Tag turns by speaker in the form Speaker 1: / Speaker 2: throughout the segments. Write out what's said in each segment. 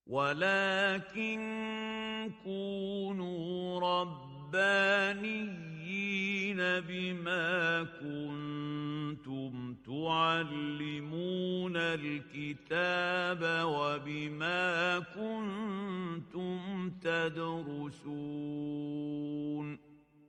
Speaker 1: ولكن كونوا ربانيين بما كنتم تعلمون الكتاب وبما كنتم تدرسون.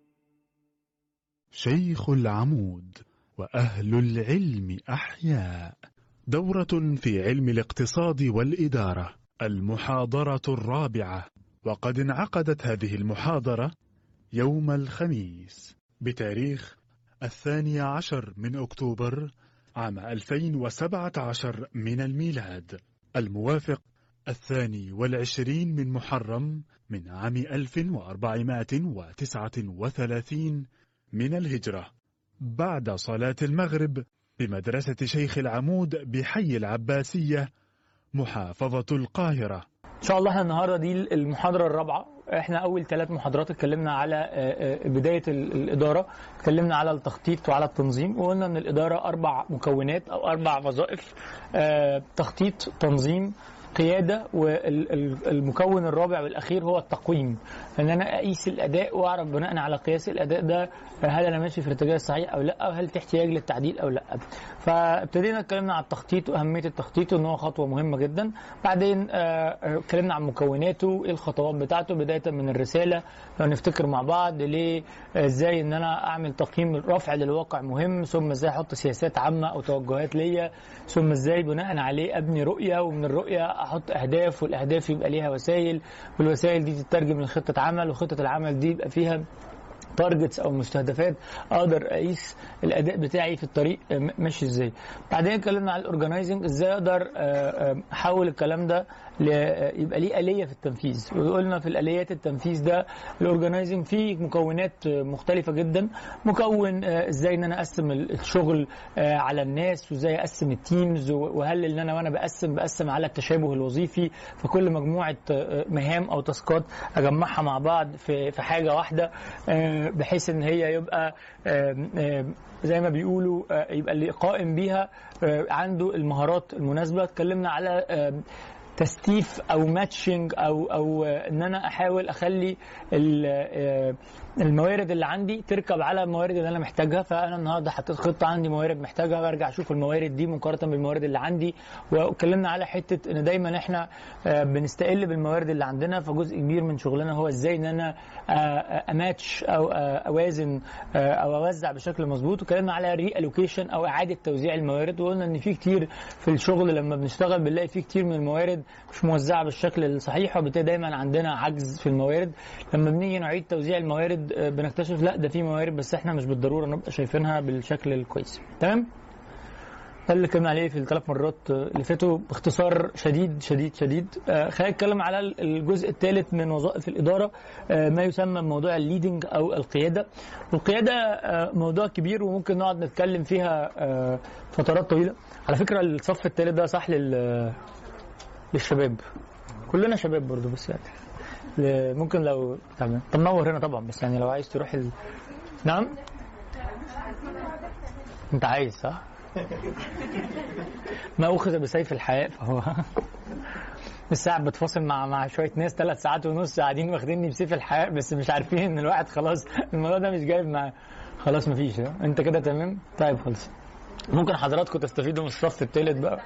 Speaker 2: شيخ العمود وأهل العلم أحياء. دورة في علم الاقتصاد والإدارة، المحاضرة الرابعة. وقد انعقدت هذه المحاضرة يوم الخميس بتاريخ 12 من أكتوبر عام 2017 من الميلاد، الموافق 22 من محرم من عام 1439 من الهجرة، بعد صلاة المغرب بمدرسة شيخ العمود بحي العباسية محافظة القاهرة.
Speaker 3: إن شاء الله احنا النهاردة دي المحاضرة الرابعة. احنا أول 3 محاضرات اتكلمنا على بداية الإدارة، اتكلمنا على التخطيط وعلى التنظيم، وقلنا أن الإدارة 4 مكونات أو 4 وظائف: تخطيط، تنظيم، قيادة، والمكون الرابع والأخير هو التقويم، أن أنا أقيس الأداء وأعرف بناء على قياس الأداء ده هل أنا ماشي في الاتجاه الصحيح أو لا، أو هل في احتياج للتعديل أو لا. فابتدينا اتكلمنا على التخطيط وأهمية التخطيط وأنه خطوة مهمة جدا. بعدين اتكلمنا عن مكوناته، إيه الخطوات بتاعته، بداية من الرسالة لو نفتكر مع بعض ليه إزاي أن أنا أعمل تقييم رفع للواقع مهم، ثم إزاي أحط سياسات عامة أو توجهات ليا، ثم إزاي بناء عليه أبني رؤية، ومن الرؤية أحط أهداف، والأهداف يبقى ليها وسائل، والوسائل دي تترجم لخطة عمل، وخطة العمل دي يبقى فيها تارجتس او مستهدفات اقدر اقيس الاداء بتاعي في الطريق ماشي ازاي. بعدين اتكلمنا على الاورجنايزنج، ازاي اقدر احول الكلام ده يبقى ليه آلية في التنفيذ. وقلنا في الآليات التنفيذ ده الاورجنايزنج فيه مكونات مختلفة جدا. مكون ازاي ان انا اقسم الشغل على الناس، وازاي اقسم التيمز، وهل ان انا وانا بقسم على التشابه الوظيفي، فكل مجموعة مهام او تاسكات اجمعها مع بعض في حاجة واحدة، بحيث ان هي يبقى زي ما بيقولوا يبقى اللي قائم بيها عنده المهارات المناسبة. اتكلمنا على تستيف او ماتشنج او ان انا احاول اخلي الموارد اللي عندي تركب على الموارد اللي انا محتاجها. فانا النهارده حطيت خطه عندي موارد محتاجها، برجع اشوف الموارد دي مقارنه بالموارد اللي عندي. واتكلمنا على حته ان دايما احنا بنستقل بالموارد اللي عندنا، فجزء كبير من شغلنا هو ازاي ان انا اماتش او اوازن او اوزع بشكل مظبوط. واتكلمنا على ري الوكيشن او اعاده توزيع الموارد، وقلنا ان في كتير في الشغل لما بنشتغل بنلاقي في كتير من الموارد مش موزعه بالشكل الصحيح، وبالتالي دايما عندنا عجز في الموارد. لما بنيجي نعيد توزيع الموارد بنكتشف لا ده في موارد بس احنا مش بالضروره نبقى شايفينها بالشكل الكويس. تمام؟ ده اللي اتكلمنا عليه في ال3 مرات اللي فاتوا باختصار شديد شديد شديد. خلينا نتكلم على الجزء الثالث من وظائف الاداره، ما يسمى بموضوع الليدنج او القياده. والقياده موضوع كبير وممكن نقعد نتكلم فيها فترات طويله. على فكره الصف الثالث ده صح للشباب، كلنا شباب برضو، بس يعني ممكن لو تمام تنور هنا طبعا، بس يعني لو عايز تروح نعم انت عايز صح. ما أخذ بسيف الحياة، فهو الساعة بتفاصل مع شوية ناس 3 ساعات ونص قاعدين واخديني بسيف الحياة، بس مش عارفين ان الواحد خلاص الموضوع ده مش جايب معاه، خلاص مفيش. انت كده تمام؟ طيب خلص. ممكن حضراتكم تستفيدوا من الصف الثالث بقى.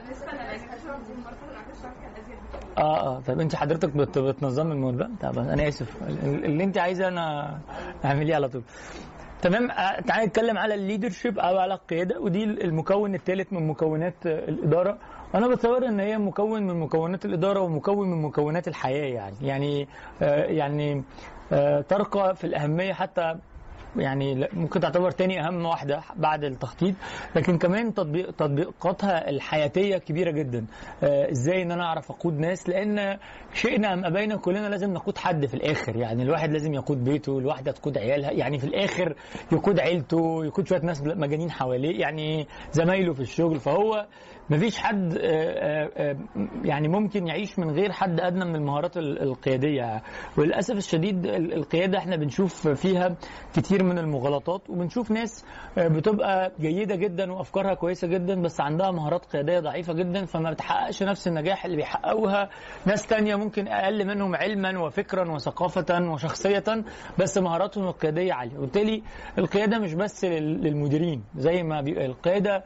Speaker 3: طيب انت حضرتك بتنظم الموضوع ده؟ طب انا اسف، اللي انت عايزه انا اعمليه على طول. تمام. تعالى نتكلم على الليدرشيب او على القياده، ودي المكون الثالث من مكونات الاداره. وانا بتصور ان هي مكون من مكونات الاداره ومكون من مكونات الحياه، يعني ترقى في الاهميه، حتى يعني ممكن تعتبر تاني اهم واحده بعد التخطيط، لكن كمان تطبيقاتها الحياتيه كبيره جدا. ازاي ان انا اعرف اقود ناس، لان شئنا ام ابينا كلنا لازم نقود حد في الاخر. يعني الواحد لازم يقود بيته، الواحده تقود عيالها، يعني في الاخر يقود عيلته، يقود شويه ناس مجانين حواليه، يعني زمايله في الشغل. فهو مفيش حد يعني ممكن يعيش من غير حد ادنى من المهارات القياديه. وللاسف الشديد القياده احنا بنشوف فيها كتير من المغالطات، وبنشوف ناس بتبقى جيده جدا وافكارها كويسه جدا بس عندها مهارات قياديه ضعيفه جدا، فما بتحققش نفس النجاح اللي بيحققوها ناس تانية ممكن اقل منهم علما وفكرا وثقافه وشخصيه بس مهاراتهم القياديه عاليه. وبالتالي القياده مش بس للمديرين، زي ما القياده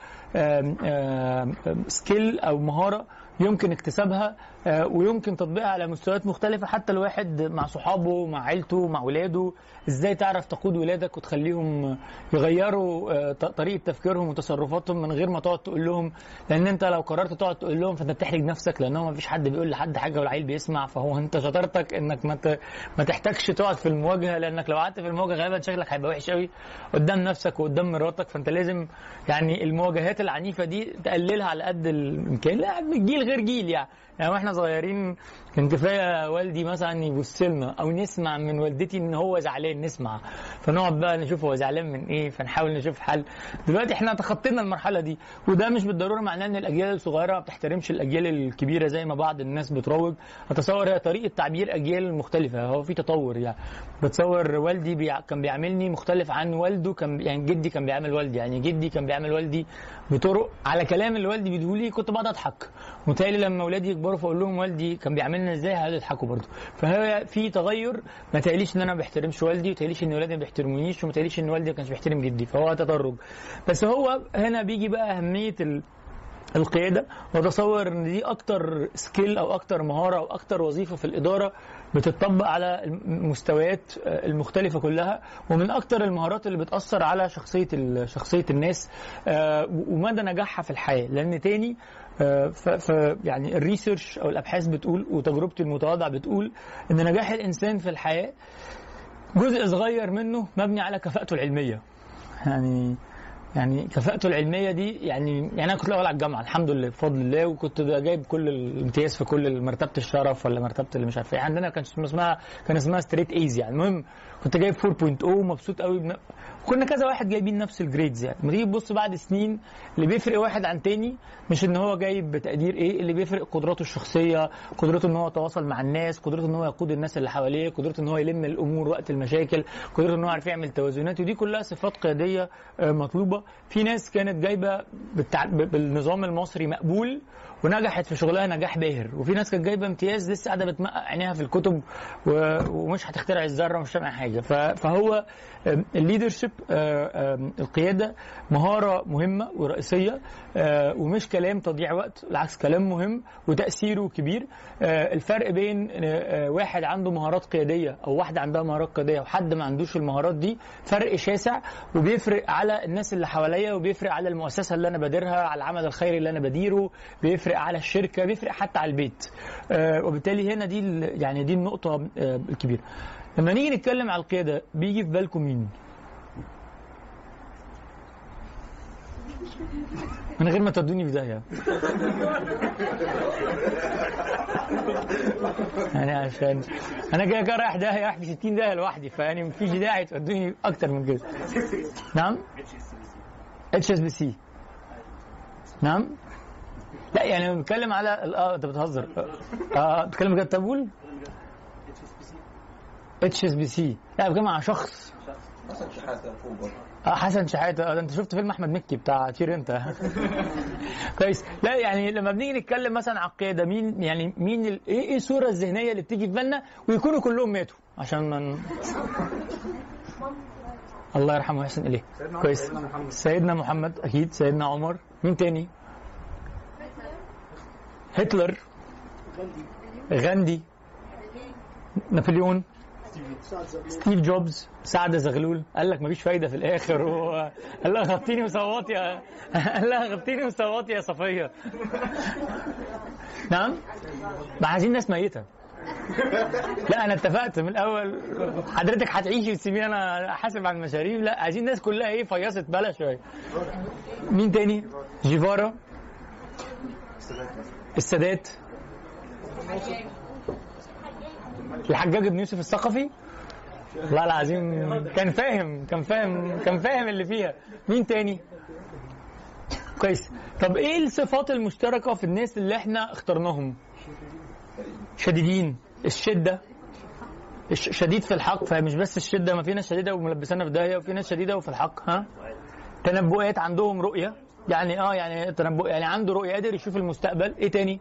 Speaker 3: سكيل او مهاره يمكن اكتسابها ويمكن تطبيقها على مستويات مختلفة، حتى الواحد مع صحابه مع عيلته مع ولاده. ازاي تعرف تقود ولادك وتخليهم يغيروا طريقة تفكيرهم وتصرفاتهم من غير ما تقعد تقول لهم، لان انت لو قررت تقعد تقول لهم فانت بتحرج نفسك، لانه ما فيش حد بيقول لحد حاجة والعيل بيسمع. فهو انت شطارتك انك ما تحتاجش تقعد في المواجهة، لانك لو قعدت في المواجهة غالبا شكلك هيبقى وحش قوي قدام نفسك وقدام مراتك. فانت لازم يعني المواجهات العنيفة دي تقللها على قد الامكان. لا جيل غير جيل يعني واحنا صغيرين كان كفايه والدي مثلا يبص لنا او نسمع من والدتي ان هو زعلان، نسمع فنقعد بقى نشوف هو زعلان من ايه فنحاول نشوف حل. دلوقتي احنا تخطينا المرحله دي، وده مش بالضروره معناه ان الاجيال الصغيره ما بتحترمش الاجيال الكبيره زي ما بعض الناس بتروج. اتصور هي طريقه تعبير اجيال مختلفه، هو في تطور. يعني بتصور والدي كان بيعاملني مختلف عن والده، كان يعني جدي كان بيعامل والدي، يعني جدي كان بيعامل والدي بطرق على كلام اللي والدي بيديهولي كنت بقعد اضحك، وتالي لما اولادي يكبروا فاقول لهم والدي كان بيعاملنا ازاي هيقعدوا يضحكوا برضه. فهي في تغير. ما تقليش ان انا ما بحترمش والدي، وتقليش ان ولادي ما بيحترمونيش، وما تقليش ان والدي ما كانش بيحترم جدي، فهو تدرج. بس هو هنا بيجي بقى اهميه القياده، وتصور ان دي اكتر سكيل او اكتر مهاره او اكتر وظيفه في الاداره بتطبق على المستويات المختلفه كلها، ومن اكتر المهارات اللي بتاثر على شخصيه الناس ومدى نجاحها في الحياه. لان تاني يعني الريسيرش او الابحاث بتقول، وتجربتي المتواضعه بتقول، ان نجاح الانسان في الحياه جزء صغير منه مبني على كفاءته العلميه. يعني كفاءته العلميه دي يعني انا كنت الاول على الجامعه الحمد لله بفضل الله، وكنت جايب كل الامتياز في كل مرتبه الشرف ولا مرتبه اللي مش عارف ايه. عندنا كان اسمها ستريت ايز، يعني المهم كنت جايب 4.0 ومبسوط قوي. كنا كذا واحد جايبين نفس الجريدز. يعني لما تيجي تبص بعد سنين اللي بيفرق واحد عن تاني مش ان هو جايب بتقدير ايه، اللي بيفرق قدراته الشخصيه، قدرته ان هو يتواصل مع الناس، قدرته ان هو يقود الناس اللي حواليه، قدرته ان هو يلم الامور وقت المشاكل، قدرته ان هو يعرف يعمل توازنات. ودي كلها صفات قياديه مطلوبه. في ناس كانت جايبه بالنظام المصري مقبول ونجحت في شغلها نجاح باهر، وفي ناس كانت جايبه امتياز لسه قاعده بتمقع عينيها في الكتب ومش هتخترع الذره ومش هتعمل حاجه. فهو الليدرشيب القياده مهاره مهمه ورئيسيه، ومش كلام تضييع وقت، بالعكس كلام مهم وتاثيره كبير. الفرق بين واحد عنده مهارات قياديه او واحده عندها مهارات قياديه وحد ما عندوش المهارات دي فرق شاسع، وبيفرق على الناس اللي حواليا، وبيفرق على المؤسسه اللي انا باديرها، على العمل الخيري اللي انا بديره، بيفرق على الشركه، بيفرق حتى على البيت. وبالتالي هنا دي النقطه الكبيره. لما نيجي نتكلم على القياده بيجي في بالكم مين؟ من غير ما تودوني في داهيه. يعني عشان انا جاي رايح داهيه، رايح في 60 داهيه لوحدي، فيعني مفيش داعي تودوني اكتر من كده. نعم؟ HSBC. نعم؟ لا يعني بنتكلم على انت بتهزر. بتتكلم بجد؟ طب قول. HSBC. لا بتكلم على شخص. حسن شحاته. حسن شحاته. انت شفت فيلم احمد مكي بتاع طير انت؟ كويس. لا يعني لما بنيجي نتكلم مثلا على القياده مين ايه الصوره الذهنيه اللي بتيجي في بالنا، ويكونوا كلهم ماتوا عشان من الله يرحمه ويحسن اليه. كويس. سيدنا محمد اكيد، سيدنا عمر. مين تاني؟ هتلر، غاندي، نابليون، ستيف جوبز، سعد زغلول. قال لك مفيش فايده في الاخر قال لها غطيني وصوتي يا صفيه. نعم؟ ما عايزين ناس ميته. لا انا اتفقت من الاول حضرتك هتعيشي وتسيبيني انا احاسب على المشاريب. لا عايزين ناس كلها فيصت بلا شويه. مين تاني؟ جيفارا، السادات، الحجاج بن يوسف الثقفي. لا العظيم كان فاهم اللي فيها. مين تاني؟ كويس. طب ايه الصفات المشتركه في الناس اللي احنا اخترناهم؟ شديدين، الشده، شديد في الحق، فمش بس الشده، ما في ناس شديده وملبسانا في داهيه، وفي ناس شديده وفي الحق. تنبؤات، عندهم رؤيه، يعني يعني تنبؤ، يعني عنده رؤيه، قادر يشوف المستقبل. ايه تاني؟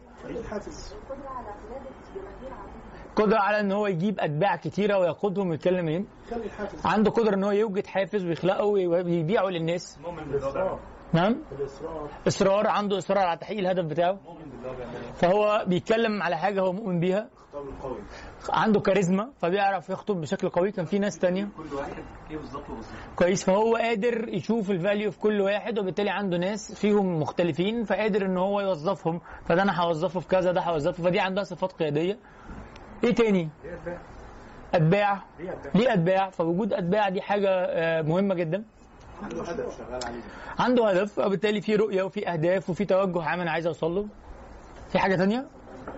Speaker 3: قدرة على ان هو يجيب اتباع كتيره ويقودهم ويتكلم مين؟ عنده قدره ان هو يوجد حافز ويخلقه ويبيعه للناس. نعم، اصرار، عنده اصرار على تحقيق الهدف بتاعه، فهو بيتكلم على حاجه هو مؤمن بيها. عنده كاريزما فبيعرف يخطب بشكل قوي. كان في ناس تانية
Speaker 4: كل واحد ايه بالظبط
Speaker 3: كويس، فهو قادر يشوف الفاليو في كل واحد، وبالتالي عنده ناس فيهم مختلفين فقادر ان هو يوظفهم، فده انا هوظفه في كذا، ده هوظفه، فدي عندها صفات قياديه. ايه تاني؟ اتباع، ليه اتباع، فوجود اتباع دي حاجه مهمه جدا.
Speaker 5: عنده هدف شغال عليه،
Speaker 3: عنده هدف، وبالتالي في رؤيه وفي اهداف وفي توجه عام انا عايز اوصل له. في حاجه تانية؟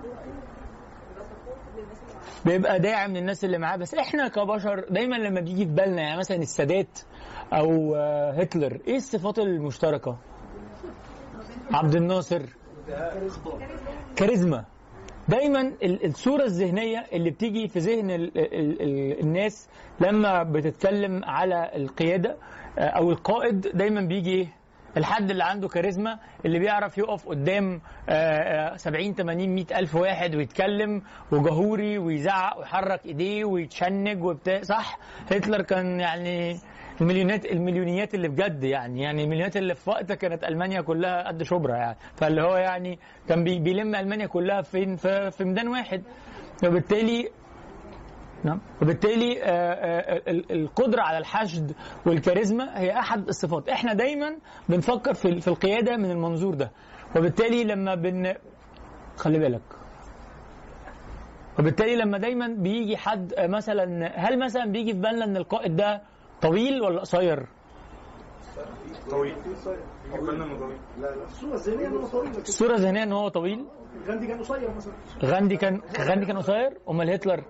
Speaker 3: بيبقى داعم للناس اللي معاه. بس احنا كبشر دايما لما بيجي في بالنا يعني مثلا السادات او هتلر، ايه الصفات المشتركه؟ عبد الناصر، كاريزما. دايما الصوره الذهنيه اللي بتيجي في ذهن الناس لما بتتكلم على القياده او القائد، دايما بيجي ايه؟ الحد اللي عنده كاريزما، اللي بيعرف يقف قدام 70 80 100 ألف واحد ويتكلم وجهوري ويزعق ويحرك ايديه ويتشنج وبتاع. صح؟ هتلر كان يعني المليونيات اللي بجد، يعني المليونيات اللي في وقتها كانت ألمانيا كلها قد شبرا يعني، فاللي هو يعني كان بيلم ألمانيا كلها فين؟ في ميدان واحد. وبالتالي نعم، وبالتالي القدرة على الحشد والكاريزما هي أحد الصفات. احنا دايما بنفكر في القيادة من المنظور ده، وبالتالي لما خلي بالك، وبالتالي لما دايما بيجي حد مثلا، هل مثلا بيجي في بالنا ان القائد ده طويل ولا قصير؟
Speaker 5: طويل. لا الصورة الذهنية ان هو طويل.
Speaker 3: الصورة الذهنية ان هو طويل.
Speaker 5: غاندي كان قصير مثلا.
Speaker 3: غاندي كان قصير. امال هتلر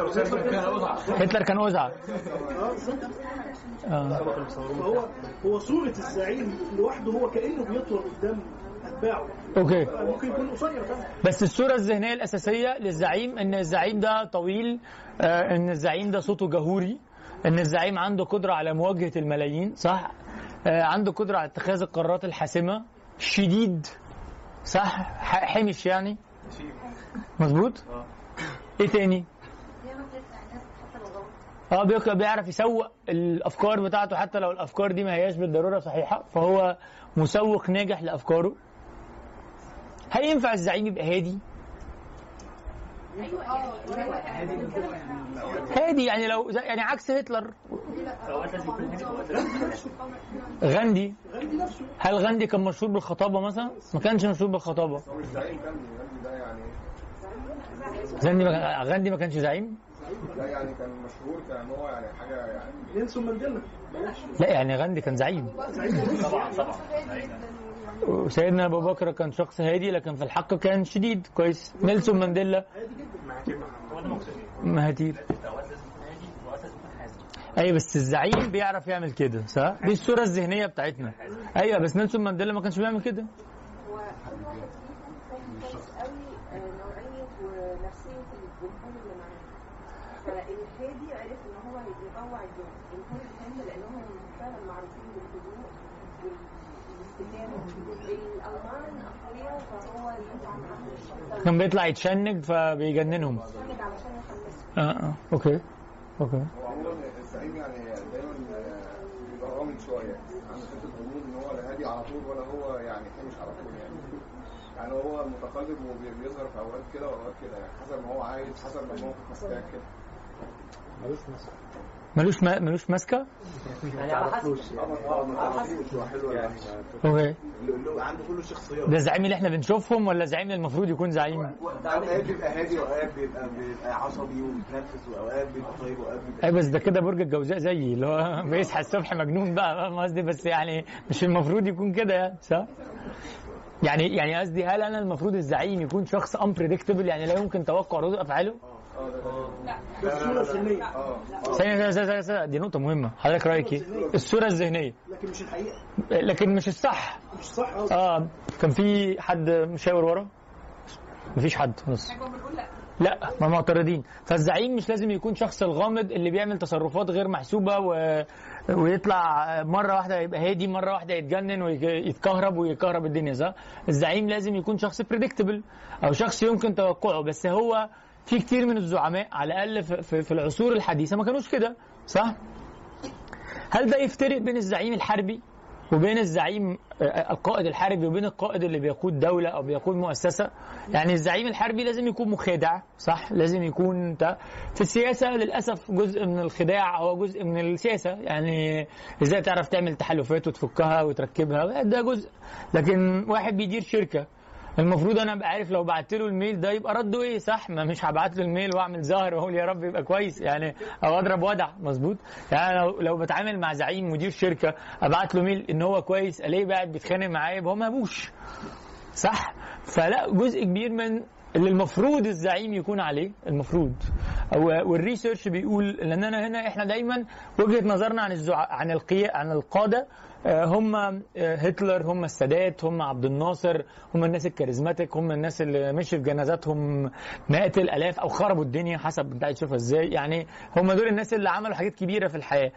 Speaker 3: كان أزعة.
Speaker 5: هو صورة الزعيم لوحده هو كأنه بيطول قدام أتباعه.
Speaker 3: اوكي،
Speaker 5: ممكن يكون قصير فعلا.
Speaker 3: بس الصورة الذهنية الأساسية للزعيم ان الزعيم ده طويل، ان الزعيم ده صوته جهوري، ان الزعيم عنده قدرة على مواجهة الملايين. صح؟ عنده قدرة على اتخاذ القرارات الحاسمة، شديد. صح؟ حمش يعني. مظبوط. ايه تاني؟ بيعرف يسوق الافكار بتاعته حتى لو الافكار دي ما هياش بالضروره صحيحه، فهو مسوق ناجح لافكاره. هل ينفع الزعيم يبقى هادي؟ هادي يعني لو يعني عكس هتلر. غاندي، هل غاندي كان مشهور بالخطابه مثلا؟ ما كانش مشهور بالخطابه. غاندي ما كانش زعيم.
Speaker 6: لا يعني كان مشهور كان هو يعني حاجه يعني
Speaker 5: نيلسون مانديلا.
Speaker 3: لا يعني غاندي كان زعيم طبعا. سيدنا ابو بكر كان شخص هادي لكن في الحق كان شديد. كويس. نيلسون مانديلا مهاتير. ايوه بس الزعيم بيعرف يعمل كده. صح؟ دي الصوره الذهنيه بتاعتنا. ايوه بس نيلسون مانديلا ما كانش بيعمل كده.
Speaker 7: فالهادي عرف ان هو يطوع الجنود الثاني لانهم فعلا معروفين بالهدوء والاستكانه. الالمان اقوياء فهو ينفع معاهم،
Speaker 3: كان بيطلع يتشنج فبيجننهم. اوكي.
Speaker 6: هو عموما الزعيم يعني دايما بيبقى غامض شويه، عنده حته غموض ان هو لا هادي على طول ولا هو يعني مش على طول يعني هو متقلب وبيظهر في اوقات كده واوقات كده، يعني حسب ما هو عايز، حسب ما الموقف ماسكاك كده.
Speaker 3: ملوش ماسكه
Speaker 5: يعني على حسب.
Speaker 3: اوكي.
Speaker 5: عنده كل الشخصيات.
Speaker 3: ده الزعيم اللي احنا بنشوفهم ولا زعيم المفروض يكون زعيم؟
Speaker 5: اوقات بيبقى هادي واوقات بيبقى عصبي وبيتنفس واوقات بيبقى طيب واوقات بيبقى
Speaker 3: بس ده كده برج الجوزاء زيي اللي هو بيصحى الصبح مجنون بقى. فاهم قصدي؟ بس يعني مش المفروض يكون كده يعني. صح؟ يعني قصدي هل انا المفروض الزعيم يكون شخص unpredictable يعني لا يمكن توقع ردود افعاله؟
Speaker 5: الصوره الذهنيه.
Speaker 3: ثانية دي نقطة مهمة، حضرتك رأيك ايه؟ الصورة الذهنية
Speaker 5: لكن مش الحقيقه،
Speaker 3: لكن مش الصح.
Speaker 5: مش صح.
Speaker 3: كان في حد مشاور ورا؟ مفيش حد نص. لا، ما معترضين. فالزعيم مش لازم يكون شخص الغامض اللي بيعمل تصرفات غير محسوبة ويطلع مرة واحدة يبقى هادي، مرة واحدة يتجنن ويكهرب الدنيا، صح؟ الزعيم لازم يكون شخص بريدكتبل أو شخص يمكن توقعه. بس هو في كتير من الزعماء على الأقل في العصور الحديثة ما كانوش كده، صح؟ هل ده يفترق بين الزعيم الحربي وبين الزعيم القائد الحربي وبين القائد اللي بيقود دولة أو بيقود مؤسسة؟ يعني الزعيم الحربي لازم يكون مخادع، صح؟ لازم يكون في السياسة للأسف جزء من الخداع هو جزء من السياسة، يعني إزاي تعرف تعمل تحالفات وتفكها وتركبها، ده جزء. لكن واحد بيدير شركة المفروض انا ابقى عارف لو بعت له الميل ده يبقى رده ايه، صح؟ ما مش هبعت له الميل واعمل ظاهر واقول يا رب يبقى كويس يعني، او اضرب ودع، مظبوط؟ يعني لو بتعامل مع زعيم مدير شركه ابعت له ميل ان هو كويس، الاقيه قاعد بيتخانق معايا يبقى هو مهبوش، صح؟ فلا، جزء كبير من اللي المفروض الزعيم يكون عليه المفروض، والريسيرش بيقول لاننا هنا احنا دايما وجهه نظرنا عن القاده هم هتلر، هم السادات، هم عبد الناصر، هم الناس الكاريزماتيك، هم الناس اللي مشي في جنازاتهم مئات الالاف او خربوا الدنيا حسب انت تشوفها ازاي، يعني هم دول الناس اللي عملوا حاجات كبيره في الحياه.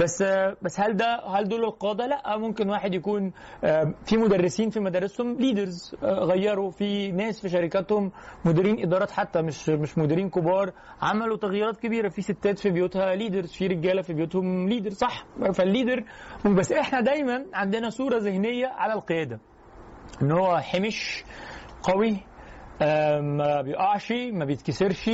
Speaker 3: بس هل دول القاده؟ لا، ممكن واحد يكون في مدرسين في مدارسهم ليدرز غيروا، في ناس في شركاتهم مديرين ادارات حتى مش مديرين كبار عملوا تغييرات كبيره، في ستات في بيوتها ليدرز، في رجاله في بيوتهم ليدر، صح؟ فالليدر. بس احنا دايما عندنا صورة ذهنية على القيادة ان هو حمش قوي، ما بيقعش، ما بيتكسرش،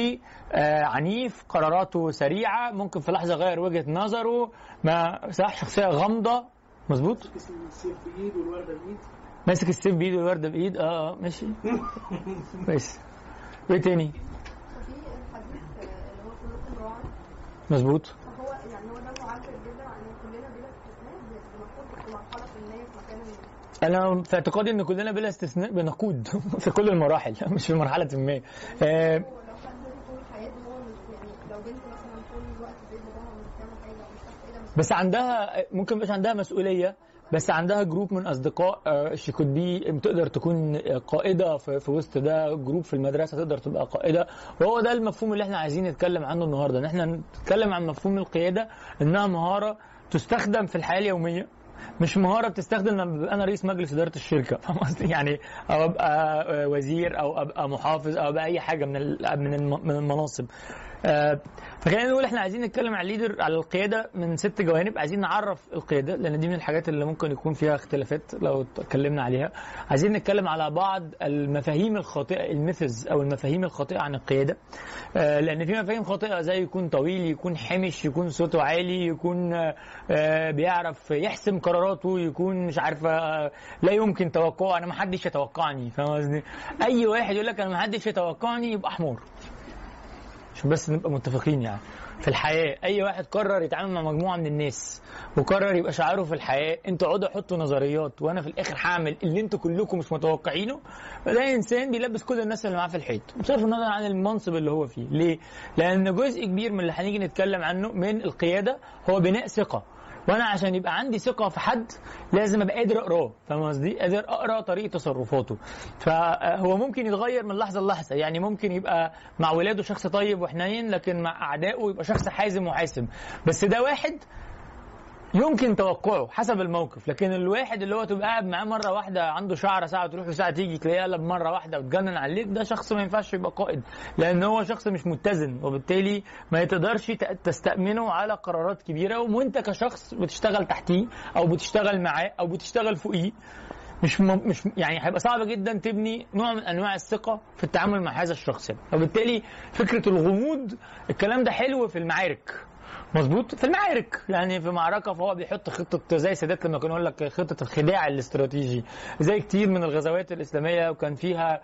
Speaker 3: عنيف، قراراته سريعة، ممكن في لحظة غير وجهة نظره، ما صح، شخصية غامضة، مظبوط؟
Speaker 5: ماسك السيف بإيد والوردة بإيد،
Speaker 3: ماسك السيف بإيد والوردة بإيد، ماشي كويس. ايه تاني؟
Speaker 7: في الحديث اللي هو سلوك الراعي،
Speaker 3: مظبوط.
Speaker 7: فهو يعني هو ده معبر جدا عن كلنا بلا استثناء بنقود في مرحله ما في مكان ما.
Speaker 3: انا في اعتقادي ان كلنا بلا استثناء بنقود في كل المراحل مش في مرحله ما.
Speaker 7: لو حد طول حياته هو مش يعني لو بنت مثلا طول الوقت في بيت باباها مش بتعمل حاجه مش تحت ايدها،
Speaker 3: بس عندها ممكن مش عندها مسؤوليه، بس عندها جروب من اصدقاء شيكود بي تقدر تكون قائده في وسط ده جروب في المدرسه، تقدر تبقى قائده. وهو ده المفهوم اللي احنا عايزين نتكلم عنه النهارده، ان احنا نتكلم عن مفهوم القياده انها مهاره تستخدم في الحياه اليوميه، مش مهاره بتستخدم لما ببقى انا رئيس مجلس اداره الشركه، فاهم قصدي؟ يعني او ابقى وزير او ابقى محافظ او ابقى اي حاجه من المناصب. فخلينا نقول احنا عايزين نتكلم عن الليدر، على القياده من 6 جوانب. عايزين نعرف القياده لان دي من الحاجات اللي ممكن يكون فيها اختلافات لو اتكلمنا عليها. عايزين نتكلم على بعض المفاهيم الخاطئه، الميثز او المفاهيم الخاطئه عن القياده، لان في مفاهيم خاطئه زي يكون طويل، يكون حمش، يكون صوته عالي، يكون بيعرف يحسم قراراته، يكون مش عارفه لا يمكن توقعه، انا ما حدش يتوقعني، فاهم قصدي؟ اي واحد يقول لك انا ما حدش يتوقعني يبقى حمار، عشان بس نبقى متفقين. يعني في الحياة أي واحد قرر يتعامل مع مجموعة من الناس وقرر يبقى شعاره في الحياة انتوا اقعدوا حطوا نظريات وانا في الاخر هعمل اللي انتوا كلكم مش متوقعينه، فده انسان بيلبس كل الناس اللي معاه في الحيط بصرف النظر عن المنصب اللي هو فيه. ليه؟ لأن جزء كبير من اللي هنيجي نتكلم عنه من القيادة هو بناء ثقة، وانا عشان يبقى عندي ثقه في حد لازم ابقى قادر اقراه، فاهم قصدي؟ قادر اقرا طريقه تصرفاته. فهو ممكن يتغير من لحظه للحظه، يعني ممكن يبقى مع ولاده شخص طيب وحنين، لكن مع اعدائه يبقى شخص حازم وحاسم. بس ده واحد يمكن توقعه حسب الموقف. لكن الواحد اللي هو تبقى قاعد معاه مره واحده عنده شعره ساعه تروح وساعه تيجي تلاقيه قلب مره واحده وتجنن عليك، ده شخص ما ينفعش يبقى قائد، لان هو شخص مش متزن، وبالتالي ما تقدرش تستأمنه على قرارات كبيره وانت كشخص بتشتغل تحتيه او بتشتغل معاه او بتشتغل فوقيه. مش يعني هيبقى صعب جدا تبني نوع من انواع الثقه في التعامل مع هذا الشخص. وبالتالي فكره الغموض الكلام ده حلو في المعارك، مظبوط، في المعارك، يعني في معركه فهو بيحط خطه زي السادات لما كانوا يقول لك خطه الخداع الاستراتيجي، زي كتير من الغزوات الاسلاميه وكان فيها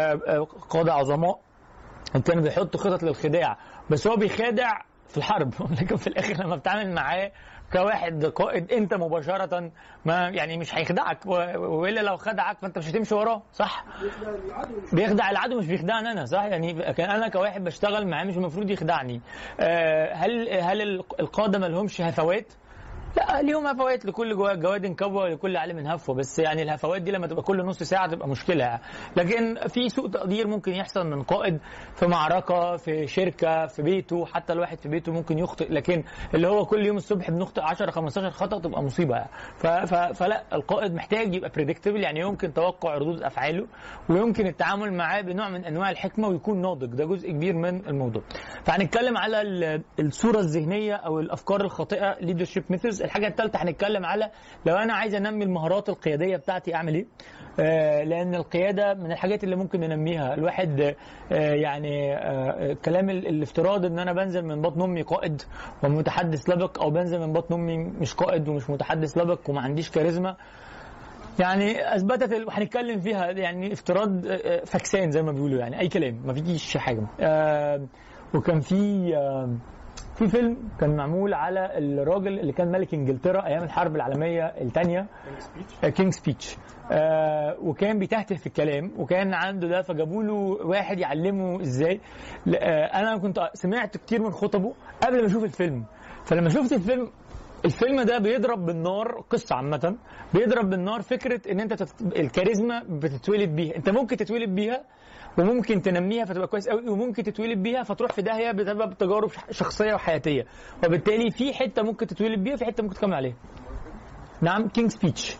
Speaker 3: قاده عظماء كانوا بيحطوا خطط للخداع، بس هو بيخادع في الحرب لكن في الاخر لما بتعامل معاه كواحد قائد انت مباشره ما يعني مش هيخدعك، والا لو خدعك فانت مش هتمشي وراه، صح؟ بيخدع العدو مش بيخدعني انا، صح؟ يعني انا كواحد بشتغل معاه مش المفروض يخدعني. هل القاده ما لهمش هفوات؟ لا، ليهم هفوات، لكل جواد كبوه ولكل عالم هفوه، بس يعني الهفوات دي لما تبقى كل نص ساعه تبقى مشكله. لكن في سوء تقدير ممكن يحصل من قائد في معركه، في شركه، في بيته، حتى الواحد في بيته ممكن يخطئ، لكن اللي هو كل يوم الصبح بنخطئ 10 15 خطا تبقى مصيبه. فلا، القائد محتاج يبقى بريدكتبل، يعني يمكن توقع ردود افعاله ويمكن التعامل معاه بنوع من انواع الحكمه ويكون ناضج، ده جزء كبير من الموضوع. فهنتكلم على الصوره الذهنيه او الافكار الخاطئه leadership myths. الحاجه الثالثه هنتكلم على لو انا عايز انمي المهارات القياديه بتاعتي اعمل ايه، لان القياده من الحاجات اللي ممكن ننميها. الواحد يعني كلام الافتراض ان انا بنزل من بطن امي قائد ومتحدث لبق، او بنزل من بطن امي مش قائد ومش متحدث لبق وما عنديش كاريزما، يعني اثبتت وهنتكلم فيها، يعني افتراض فكسان زي ما بيقولوا، يعني اي كلام ما فيش حاجه. وكان في فيلم كان معمول على الراجل اللي كان ملك انجلترا ايام الحرب العالميه الثانيه، كينج سبيتش، وكان بيتهته في الكلام وكان عنده ده، فجابوا له واحد يعلمه ازاي. انا كنت سمعت كتير من خطبه قبل ما اشوف الفيلم، فلما شفت الفيلم ده بيضرب بالنار، قصه عامه بيضرب بالنار فكره ان انت الكاريزما بتتولد بيها، انت ممكن تتولد بيها وممكن تنميها فتبقى كويس قوي، وممكن تتولد بيها فتروح في داهيه بسبب تجارب شخصيه وحياتيه، وبالتالي في حته ممكن تتولد بيها، في حته ممكن تكمل عليها. نعم، كينج سبيتش،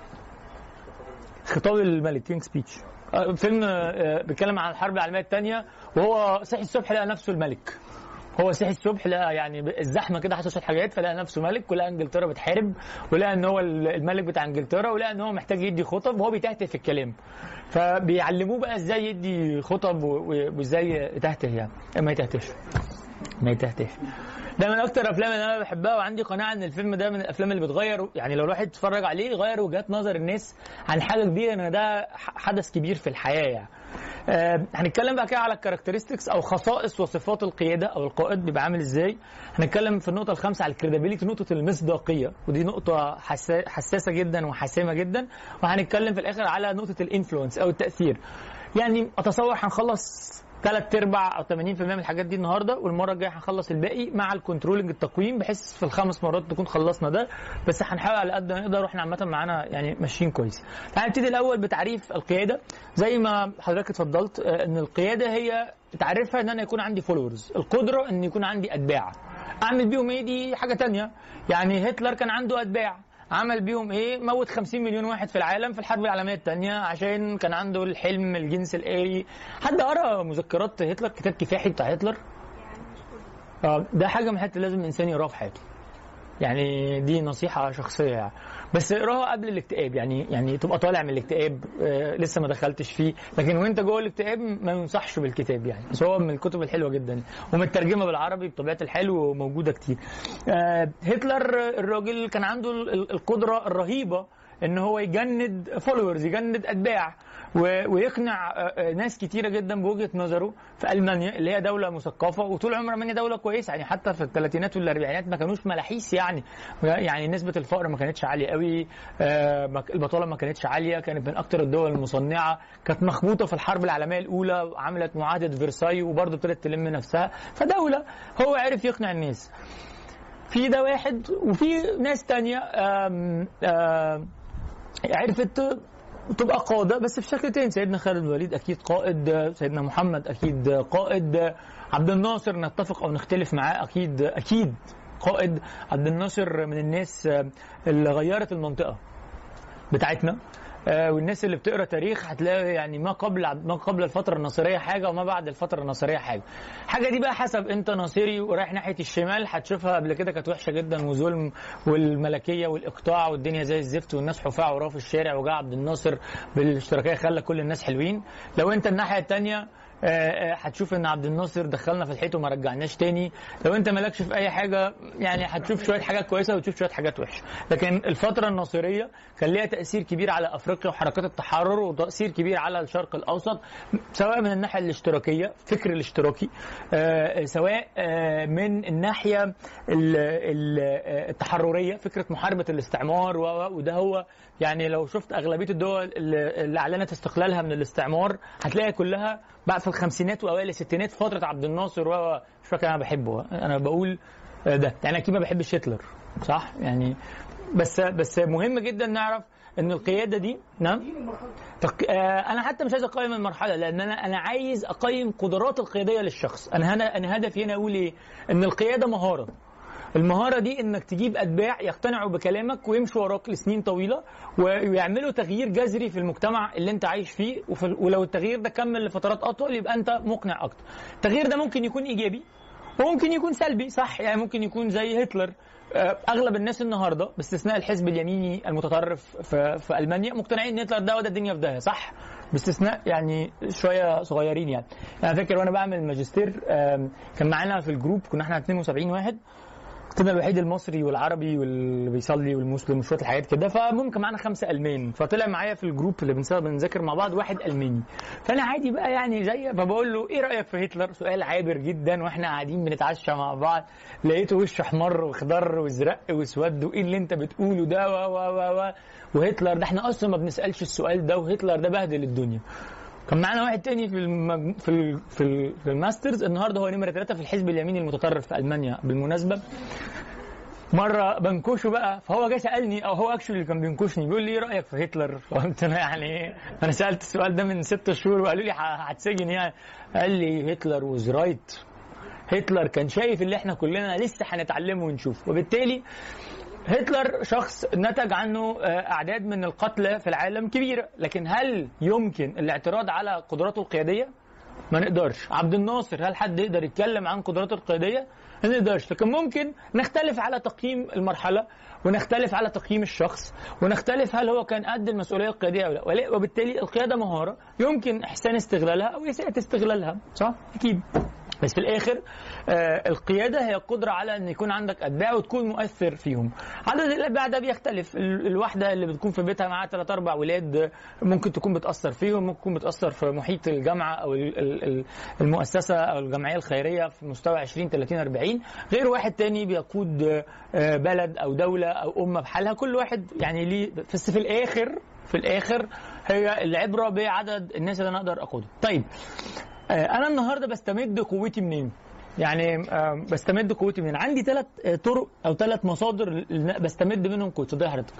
Speaker 3: خطاب الملك، كينج سبيتش، فيلم بيتكلم عن الحرب العالميه الثانيه، وهو صحي الصبح لقى نفسه الملك. هو صحي الصبح لقى يعني الزحمه كده، حصلت حاجات، فلقى نفسه ملك، ولقى انجلترا بتحارب، ولقى ان هو الملك بتاع انجلترا، ولقى ان هو محتاج يدي خطب وهو بيتهته في الكلام، فبيعلموه بقى ازاي يدي خطب وازاي يتهته، يعني ما يتهتش. ده من اكتر الافلام اللي انا بحبها، وعندي قناعه ان الفيلم ده من الافلام اللي بتغير، يعني لو الواحد اتفرج عليه يغير وجهات نظر الناس عن حاجه كبيره، ان ده حدث كبير في الحياه يعني. هنتكلم بقى كده على الكاركترستكس او خصائص وصفات القياده او القائد بيبقى عامل ازاي. هنتكلم في النقطه الخامسه على الكريديبيليتي، نقطه المصداقيه، ودي نقطه حساسه جدا وحاسمه جدا. وهنتكلم في الاخر على نقطه الانفلونس او التاثير. يعني اتصور هنخلص 3/4 أو 80% من الحاجات دي النهارده، والمره الجايه هنخلص الباقي مع الكنترولنج التقويم، بحيث في ال5 مرات نكون خلصنا ده، بس هنحاول على قد ما نقدر، واحنا عامه معانا يعني ماشيين كويس. هنبتدي الاول بتعريف القياده. زي ما حضرتك اتفضلت ان القياده هي تعرفها ان انا يكون عندي فولورز، القدره ان يكون عندي اتباع. اعمل بيهم ايه دي حاجه تانية. يعني هتلر كان عنده اتباع، عمل بيهم ايه؟ موت 50 مليون واحد في العالم في الحرب العالميه الثانيه عشان كان عنده الحلم الجنس الآري. حد قرا مذكرات هتلر، كتاب كفاحي بتاع هتلر؟ ده حاجه من الحاجات اللي لازم الانسان يقراها في حياته. يعني دي نصيحه شخصيه يعني. بس اقراها قبل الاكتئاب، يعني تبقى طالع من الاكتئاب لسه ما دخلتش فيه، لكن وانت جوه الاكتئاب ما ينصحش بالكتاب يعني. بس هو من الكتب الحلوه جدا ومترجمه بالعربي بطبيعه الحال وموجوده كتير. هتلر الراجل كان عنده القدره الرهيبه ان هو يجند فولورز، يجند اتباع، ويقنع ناس كتيره جدا بوجهه نظره في المانيا اللي هي دوله مثقفه، وطول عمر المانيا دوله كويسه يعني. حتى في الثلاثينات والاربعينات ما كانوش ملاحيس يعني نسبه الفقر ما كانتش عاليه قوي، البطاله ما كانتش عاليه، كانت من اكتر الدول المصنعه، كانت مخبوطه في الحرب العالميه الاولى، عملت معاهده فرساي وبرضه ابتدت تلم نفسها، فدوله هو عرف يقنع الناس. في ده واحد، وفي ناس تانية عرفت تبقى قادة بس بشكل تاني. سيدنا خالد بن الوليد أكيد قائد، سيدنا محمد أكيد قائد، عبد الناصر نتفق أو نختلف معاه أكيد قائد. عبد الناصر من الناس اللي غيرت المنطقة بتاعتنا، والناس اللي بتقرا تاريخ هتلاقي يعني ما قبل الفتره الناصريه حاجه وما بعد الفتره الناصريه حاجه دي بقى حسب انت ناصري ورايح ناحيه الشمال هتشوفها قبل كده كانت وحشه جدا وظلم والملكيه والاقطاع والدنيا زي الزفت والناس حفاة وراه في الشارع، وجاء عبد الناصر بالاشتراكيه خلى كل الناس حلوين. لو انت الناحيه الثانيه هتشوف ان عبد الناصر دخلنا في الحيط وما رجعناش تاني. لو انت مالكش في اي حاجه يعني هتشوف شويه حاجات كويسه وتشوف شويه حاجات وحشه. لكن الفتره الناصريه كان ليها تاثير كبير على افريقيا وحركات التحرر، وتاثير كبير على الشرق الاوسط، سواء من الناحيه الاشتراكيه، فكر الاشتراكي، سواء من الناحيه التحرريه، فكره محاربه الاستعمار. وده هو يعني لو شفت اغلبيه الدول اللي اعلنت استقلالها من الاستعمار هتلاقي كلها بعد في الخمسينات واوائل الستينات، فتره عبد الناصر. مش فاكر انا بحبه، انا بقول ده يعني اكيد ما بحبش هتلر صح يعني، بس مهم جدا نعرف ان القياده دي نعم. انا حتى مش عايز اقيم المرحله، لان انا عايز اقيم قدرات القياديه للشخص. انا هدفي هنا اقول ايه؟ ان القياده مهاره. المهاره دي انك تجيب اتباع يقتنعوا بكلامك ويمشوا وراك لسنين طويله ويعملوا تغيير جذري في المجتمع اللي انت عايش فيه، ولو التغيير ده كمل لفترات اطول يبقى انت مقنع اكتر. التغيير ده ممكن يكون ايجابي وممكن يكون سلبي صح، يعني ممكن يكون زي هتلر. اغلب الناس النهارده باستثناء الحزب اليميني المتطرف في المانيا مقتنعين ان هتلر ده وده الدنيا في داهيه صح، باستثناء يعني شويه صغيرين. يعني انا فاكر وانا بعمل ماجستير كان معانا في الجروب كنا احنا 72 واحد، كنا الوحيد المصري والعربي واللي بيصلي والمسلم وشويه الحاجات كده، فممكن معانا 5 ألمان، فطلع معايا في الجروب اللي بنذاكر مع بعض واحد ألماني. فانا عادي بقى يعني زي فبقول له ايه رايك في هتلر؟ سؤال عابر جدا واحنا قاعدين بنتعشى مع بعض، لقيته وشه احمر واخضر وازرق واسود، وايه اللي انت بتقوله ده وهتلر ده احنا اصلا ما بنسالش السؤال ده، وهتلر ده بهدل الدنيا. كان معانا واحد تاني في الماسترز النهارده هو نمره 3 في الحزب اليميني المتطرف في المانيا بالمناسبه. مره بنكشه بقى، فهو جه سالني، او هو اكشلي اللي كان بينكشني، بيقول لي ايه رايك في هتلر؟ فقلت له يعني انا سالت السؤال ده من 6 شهور وقالوا لي هتسجن يعني. قال لي هتلر واز رايت. هتلر كان شايف اللي احنا كلنا لسه هنتعلمه ونشوف. وبالتالي هتلر شخص نتج عنه أعداد من القتلى في العالم كبيرة، لكن هل يمكن الاعتراض على قدراته القيادية؟ ما نقدرش. عبد الناصر هل حد يقدر يتكلم عن قدراته القيادية؟ ما نقدرش. لكن ممكن نختلف على تقييم المرحلة، ونختلف على تقييم الشخص، ونختلف هل هو كان قد المسؤولية القيادية أو لا. وبالتالي القيادة مهارة يمكن إحسان استغلالها أو إساءة استغلالها صح؟ أكيد. بس في الآخر القيادة هي القدرة على أن يكون عندك أتباع وتكون مؤثر فيهم. عدد الأتباع ده بيختلف. الواحدة اللي بتكون في بيتها معها 3-4 ولاد ممكن تكون بتأثر فيهم، ممكن تكون بتأثر في محيط الجامعة أو المؤسسة أو الجمعية الخيرية في مستوى 20-30-40، غير واحد تاني بيقود بلد أو دولة أو أمة بحالها. كل واحد يعني ليه، بس في الآخر هي العبرة بعدد الناس اللي أنا أقدر أقودهم. طيب أنا النهاردة بستمد قوتي منين؟ يعني بستمد قوتي منين؟ عندي 3 طرق أو 3 مصادر بستمد منهم قوتي. ده حضرتك.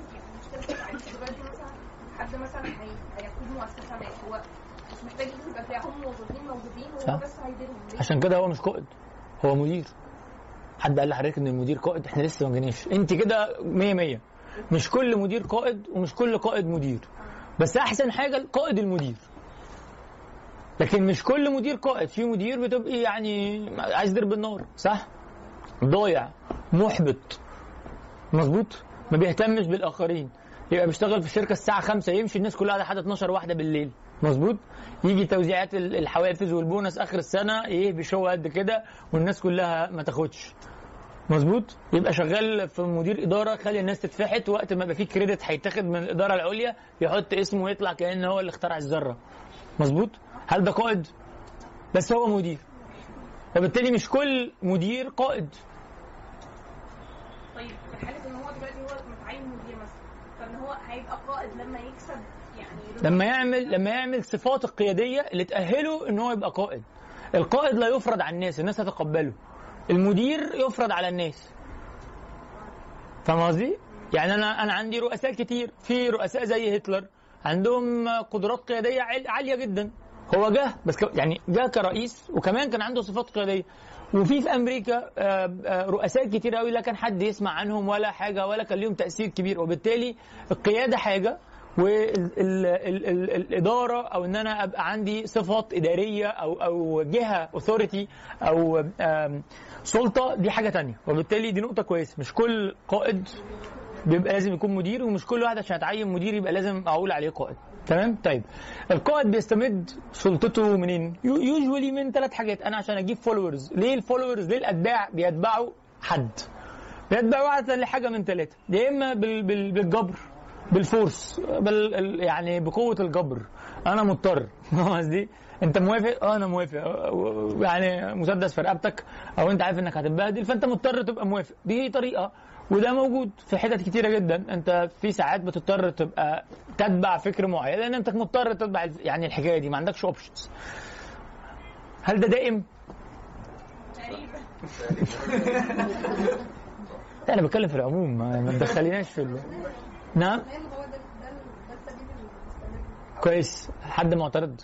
Speaker 7: حد مثلا هيقود مؤسسة ما، هو مش محتاج يبقى فيها هم موظفين موجودين، هو بس هيديرهم.
Speaker 3: عشان كده هو مش قائد، هو مدير. حد قال لحضرتك ان المدير قائد؟ احنا لسه ما جيناش. انت كده 100. مش كل مدير قائد ومش كل قائد مدير، بس احسن حاجة القائد المدير. لكن مش كل مدير قائد. في مدير بتبقي يعني عايز ضرب النار صح، ضايع، محبط، مظبوط، ما بيهتمش بالاخرين، يبقى بيشتغل في الشركه الساعه 5 يمشي الناس كلها لحد 12 واحده بالليل، مظبوط، يجي توزيعات الحوافز والبونص اخر السنه ايه بشو قد كده والناس كلها ما تاخدش، مظبوط، يبقى شغال في مدير اداره خلي الناس تتفحت، وقت ما يبقى فيه كريدت هيتاخد من الاداره العليا يحط اسمه ويطلع كأن هو اللي اخترع الذره، مظبوط. هل ده قائد؟ بس هو مدير، وبالتالي مش كل مدير قائد.
Speaker 7: طيب في حاله ان هو دلوقتي هو متعين مدير مثلا، فان هو هيبقى قائد لما يكسب يعني
Speaker 3: لما يعمل صفات القياديه اللي تاهله ان هو يبقى قائد. القائد لا يفرض على الناس هتقبله. المدير يفرض على الناس. فاهم قصدي؟ يعني انا عندي رؤساء كتير، في رؤساء زي هتلر عندهم قدرات قياديه عاليه جدا، هو جه بس يعني جه كرئيس وكمان كان عنده صفات قياديه. وفي امريكا رؤساء كتير قوي لا كان حد يسمع عنهم ولا حاجه ولا كان لهم تاثير كبير. وبالتالي القياده حاجه، والاداره او ان انا ابقى عندي صفات اداريه او جهه اوثوريتي او سلطه دي حاجه تانية. وبالتالي دي نقطه كويسه، مش كل قائد بيبقى لازم يكون مدير، ومش كل واحد عشان اتعين مدير يبقى لازم اقول عليه قائد. تمام. طيب القائد بيستمد سلطته منين؟ يوجوالي من 3 حاجات. انا عشان اجيب فولورز، ليه الفولورز؟ ليه الاتباع بيتبعوا حد؟ بيتبعوا عادة لحاجه من 3، يا اما بالجبر، بالفورس، يعني بقوه الجبر، انا مضطر. قصدي انت موافق؟ انا موافق، يعني مسدس في رقبتك او انت عارف انك هتتبهدل فانت مضطر تبقى موافق. دي طريقه، وده موجود في حتت كتيره جدا. انت في ساعات بتضطر تبقى تتبع فكر معين لان انت مضطر تتبع يعني الحكايه دي، ما عندكش اوبشنز. هل ده دائم؟ انا بتكلم في العموم، ما تدخليناش في نعم. كويس. حد معترض؟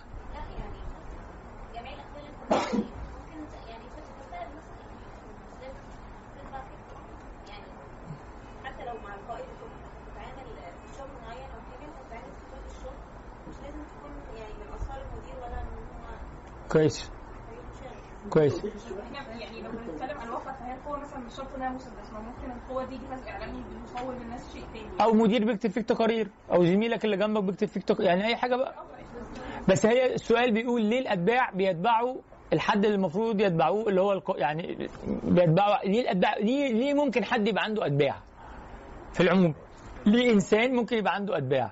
Speaker 3: كويس كويس.
Speaker 4: يعني لو بنتكلم عن الواقع فهي القوه مثلا مش شرط انها مسدس، ما ممكن القوه دي جهاز اعلامي بيصور للناس شيء تاني،
Speaker 3: او مدير بيكتب فيك تقارير، او زميلك اللي جنبك بيكتب فيك يعني اي حاجه بقى. بس هي السؤال بيقول ليه الاتباع بيتبعوا الحد اللي المفروض يتبعوه اللي هو يعني بيتبعوا ليه الاتباع؟ ليه ممكن حد يبقى عنده اتباع في العموم؟ ليه انسان ممكن يبقى عنده اتباع؟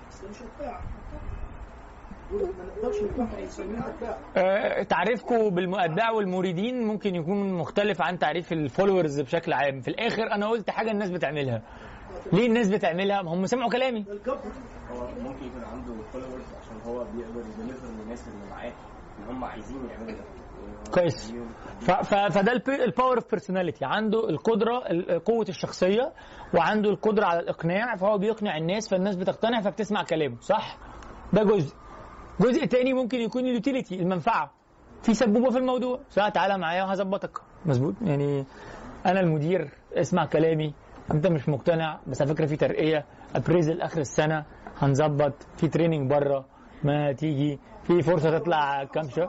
Speaker 3: تعريفكم بالاتباع والمريدين ممكن يكون مختلف عن تعريف الفولورز بشكل عام. في الاخر انا قلت حاجه الناس بتعملها. ليه الناس بتعملها؟ ما هم سمعوا كلامي.
Speaker 8: هو ممكن يكون عنده فولورز عشان هو بيقدر يديليفر للناس اللي معاه ان هم عايزين يعملوا ده.
Speaker 3: كويس. فده الباور اوف بيرسوناليتي، عنده القدره، قوه الشخصيه، وعنده القدره على الاقناع، فهو بيقنع الناس فالناس بتقتنع فبتسمع كلامه. صح؟ ده جزء تاني ممكن يكون اليوتيليتي، المنفعه. في سبوبه في الموضوع، تعالى معايا وهظبطك. مظبوط. يعني انا المدير، اسمع كلامي، انت مش مقتنع بس على فكره في ترقيه، ابريزل اخر السنه، هنظبط في تريننج بره، ما تيجي في فرصه تطلع كام شهر.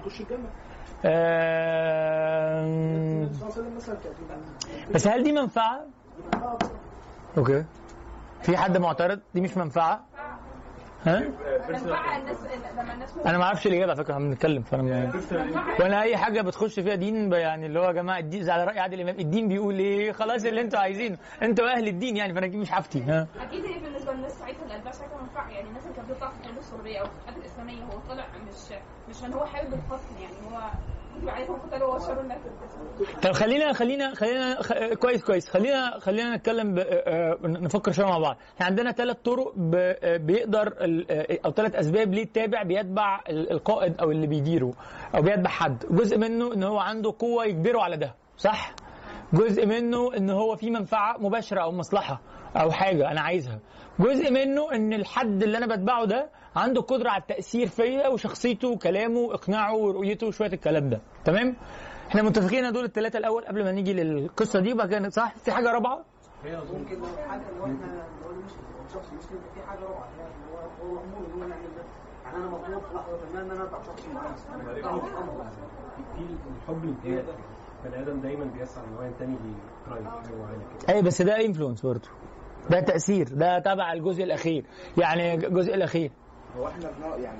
Speaker 3: بس هل دي منفعه؟ اوكي. في حد معترض؟ دي مش منفعه؟ ها؟ انا ما اعرفش الاجابه على فكره، احنا بنتكلم وانا اي حاجه بتخش فيها دين يعني اللي هو يا جماعه الدين على راي عادل امام، الدين بيقول ايه؟ خلاص اللي انتوا عايزينه، انتوا اهل الدين يعني، فانا مش حافتي. ها
Speaker 4: اكيد هي بالنسبه للناس ساعتها الاتباع ساعتها منفعه. يعني الناس اللي كانت بتطلع في الحروب السوريه او في الحرب الاسلاميه هو طالع مش عشان هو حابب القتل، يعني هو عايز قتل هو شر الناس.
Speaker 3: طب خلينا كويس. خلينا نتكلم نفكر شويه مع بعض. احنا عندنا 3 طرق بيقدر او 3 اسباب ليه التابع بيتبع القائد او اللي بيديره او بيتبع حد. جزء منه ان هو عنده قوه يجبره على ده، صح؟ جزء منه ان هو في منفعه مباشره او مصلحه او حاجه انا عايزها. جزء منه ان الحد اللي انا بتبعه ده عنده قدره على التاثير فيا وشخصيته وكلامه واقناعه ورؤيته وشويه الكلام ده. تمام؟ احنا متفقين دول ال3 الاول قبل ما نيجي للقصه دي. وبعد كده صح في حاجه رابعه؟
Speaker 5: ممكن لو حاجه لو احنا نقول مش شخص مسلم في حاجه رابعه هو مأمور ان هو يعمل ده. يعني انا مطلوب في لحظه ما ان انا ابقى شخص معين.
Speaker 8: في الحب الانتهاء بني ادم دايما بيسعى ان هو ينتمي لكرايم حاجه معينه كده.
Speaker 3: اي بس ده انفلونس برضه، ده تاثير، ده تبع الجزء الاخير. يعني الجزء الاخير
Speaker 6: هو احنا يعني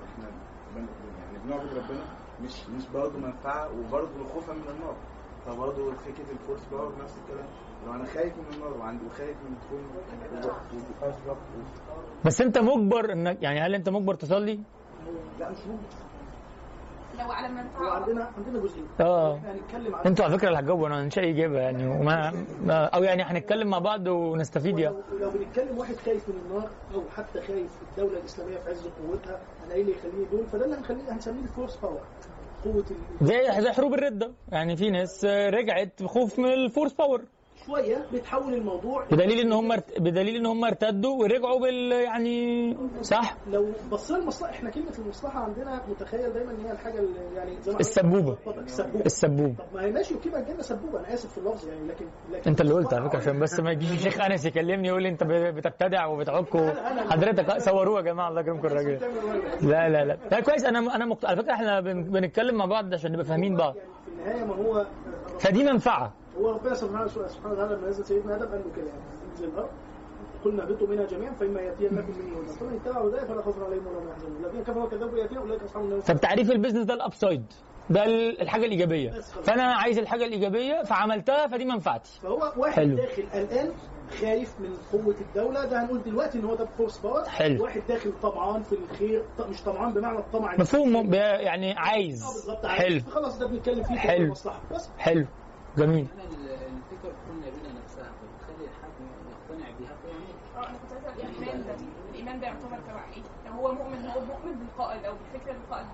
Speaker 6: بنعبد ربنا مش برضه منفعه وبرضه خوفا من النار. فبرضه فكره الفورس باور نفس الكلام، لو انا خايف من النار وخايف من دخول
Speaker 3: بس انت مجبر انك يعني هل انت مجبر تصلي؟
Speaker 5: لا مش مجبر.
Speaker 4: لو على منفعه
Speaker 5: عندنا جزئين.
Speaker 3: هنتكلم انتوا على فكره اللي هتجاوبوا، انا مش اجابه يعني وما او يعني هنتكلم مع بعض ونستفيد.
Speaker 5: لو بنتكلم واحد خايف من النار او حتى خايف الدوله الاسلاميه في عز قوتها، انا ايه اللي يخليني دول؟ فده اللي هنسميه الفورس باور، قوه
Speaker 3: زي حروب الرده. يعني في ناس رجعت بخوف من الفورس باور
Speaker 5: شويه، بتحول الموضوع
Speaker 3: بدليل ان هم ارتدوا ورجعوا يعني صح.
Speaker 5: لو بصينا المصلحه، احنا كلمه المصلحه عندنا متخيل دايما ان هي الحاجه اللي يعني زي ما
Speaker 3: السبوبه.
Speaker 5: طب ما هي ماشي وكده الجنه سبوبه، انا اسف في اللفظ يعني، لكن
Speaker 3: انت اللي قلت على فكره عشان بس ما يجيش الشيخ انس يكلمني يقول لي انت بتبتدع وبتعك. حضرتك صوروه يا جماعه الله يكرمكم الراجل. لا كويس. انا على فكره احنا بنتكلم مع بعض عشان نبقى فاهمين بعض.
Speaker 5: يعني في النهايه ما هو
Speaker 3: فدي منفعه.
Speaker 5: هو ربنا سبحانه وتعالى لما نزل سيدنا ادم قال له كده، يعني
Speaker 9: زي الارض قلنا اهبطوا منها جميعا فاما ياتينكم مني هدى فمن اتبع هداي فلا خوف عليهم ولا هم يحزنون الذين كفروا وكذبوا بآياتنا اولئك اصحاب النار.
Speaker 3: طب تعريف البيزنس ده الابسايد، ده الحاجه الايجابيه، فانا عايز الحاجه الايجابيه فعملتها فدي منفعتي.
Speaker 9: فهو واحد حلو. داخل الان خايف من قوه الدوله، ده هنقول دلوقتي ان هو ده فورس باور. واحد داخل طمعان في الخير، مش طمعان بمعنى الطمع
Speaker 3: مفهوم يعني عايز.
Speaker 9: بالظبط.
Speaker 3: حلو
Speaker 9: خلاص ده بنتكلم فيه
Speaker 3: في
Speaker 9: المصلحه بس.
Speaker 3: حلو جميل.
Speaker 10: الفكره كلنا بينا نفسها بتخلي الحد يقتنع بيها فيعملها.
Speaker 4: انا كنت عايزه الايمان ده يعتبر تبع ايه؟ لو هو مؤمن بالقائد او بالفكره القائد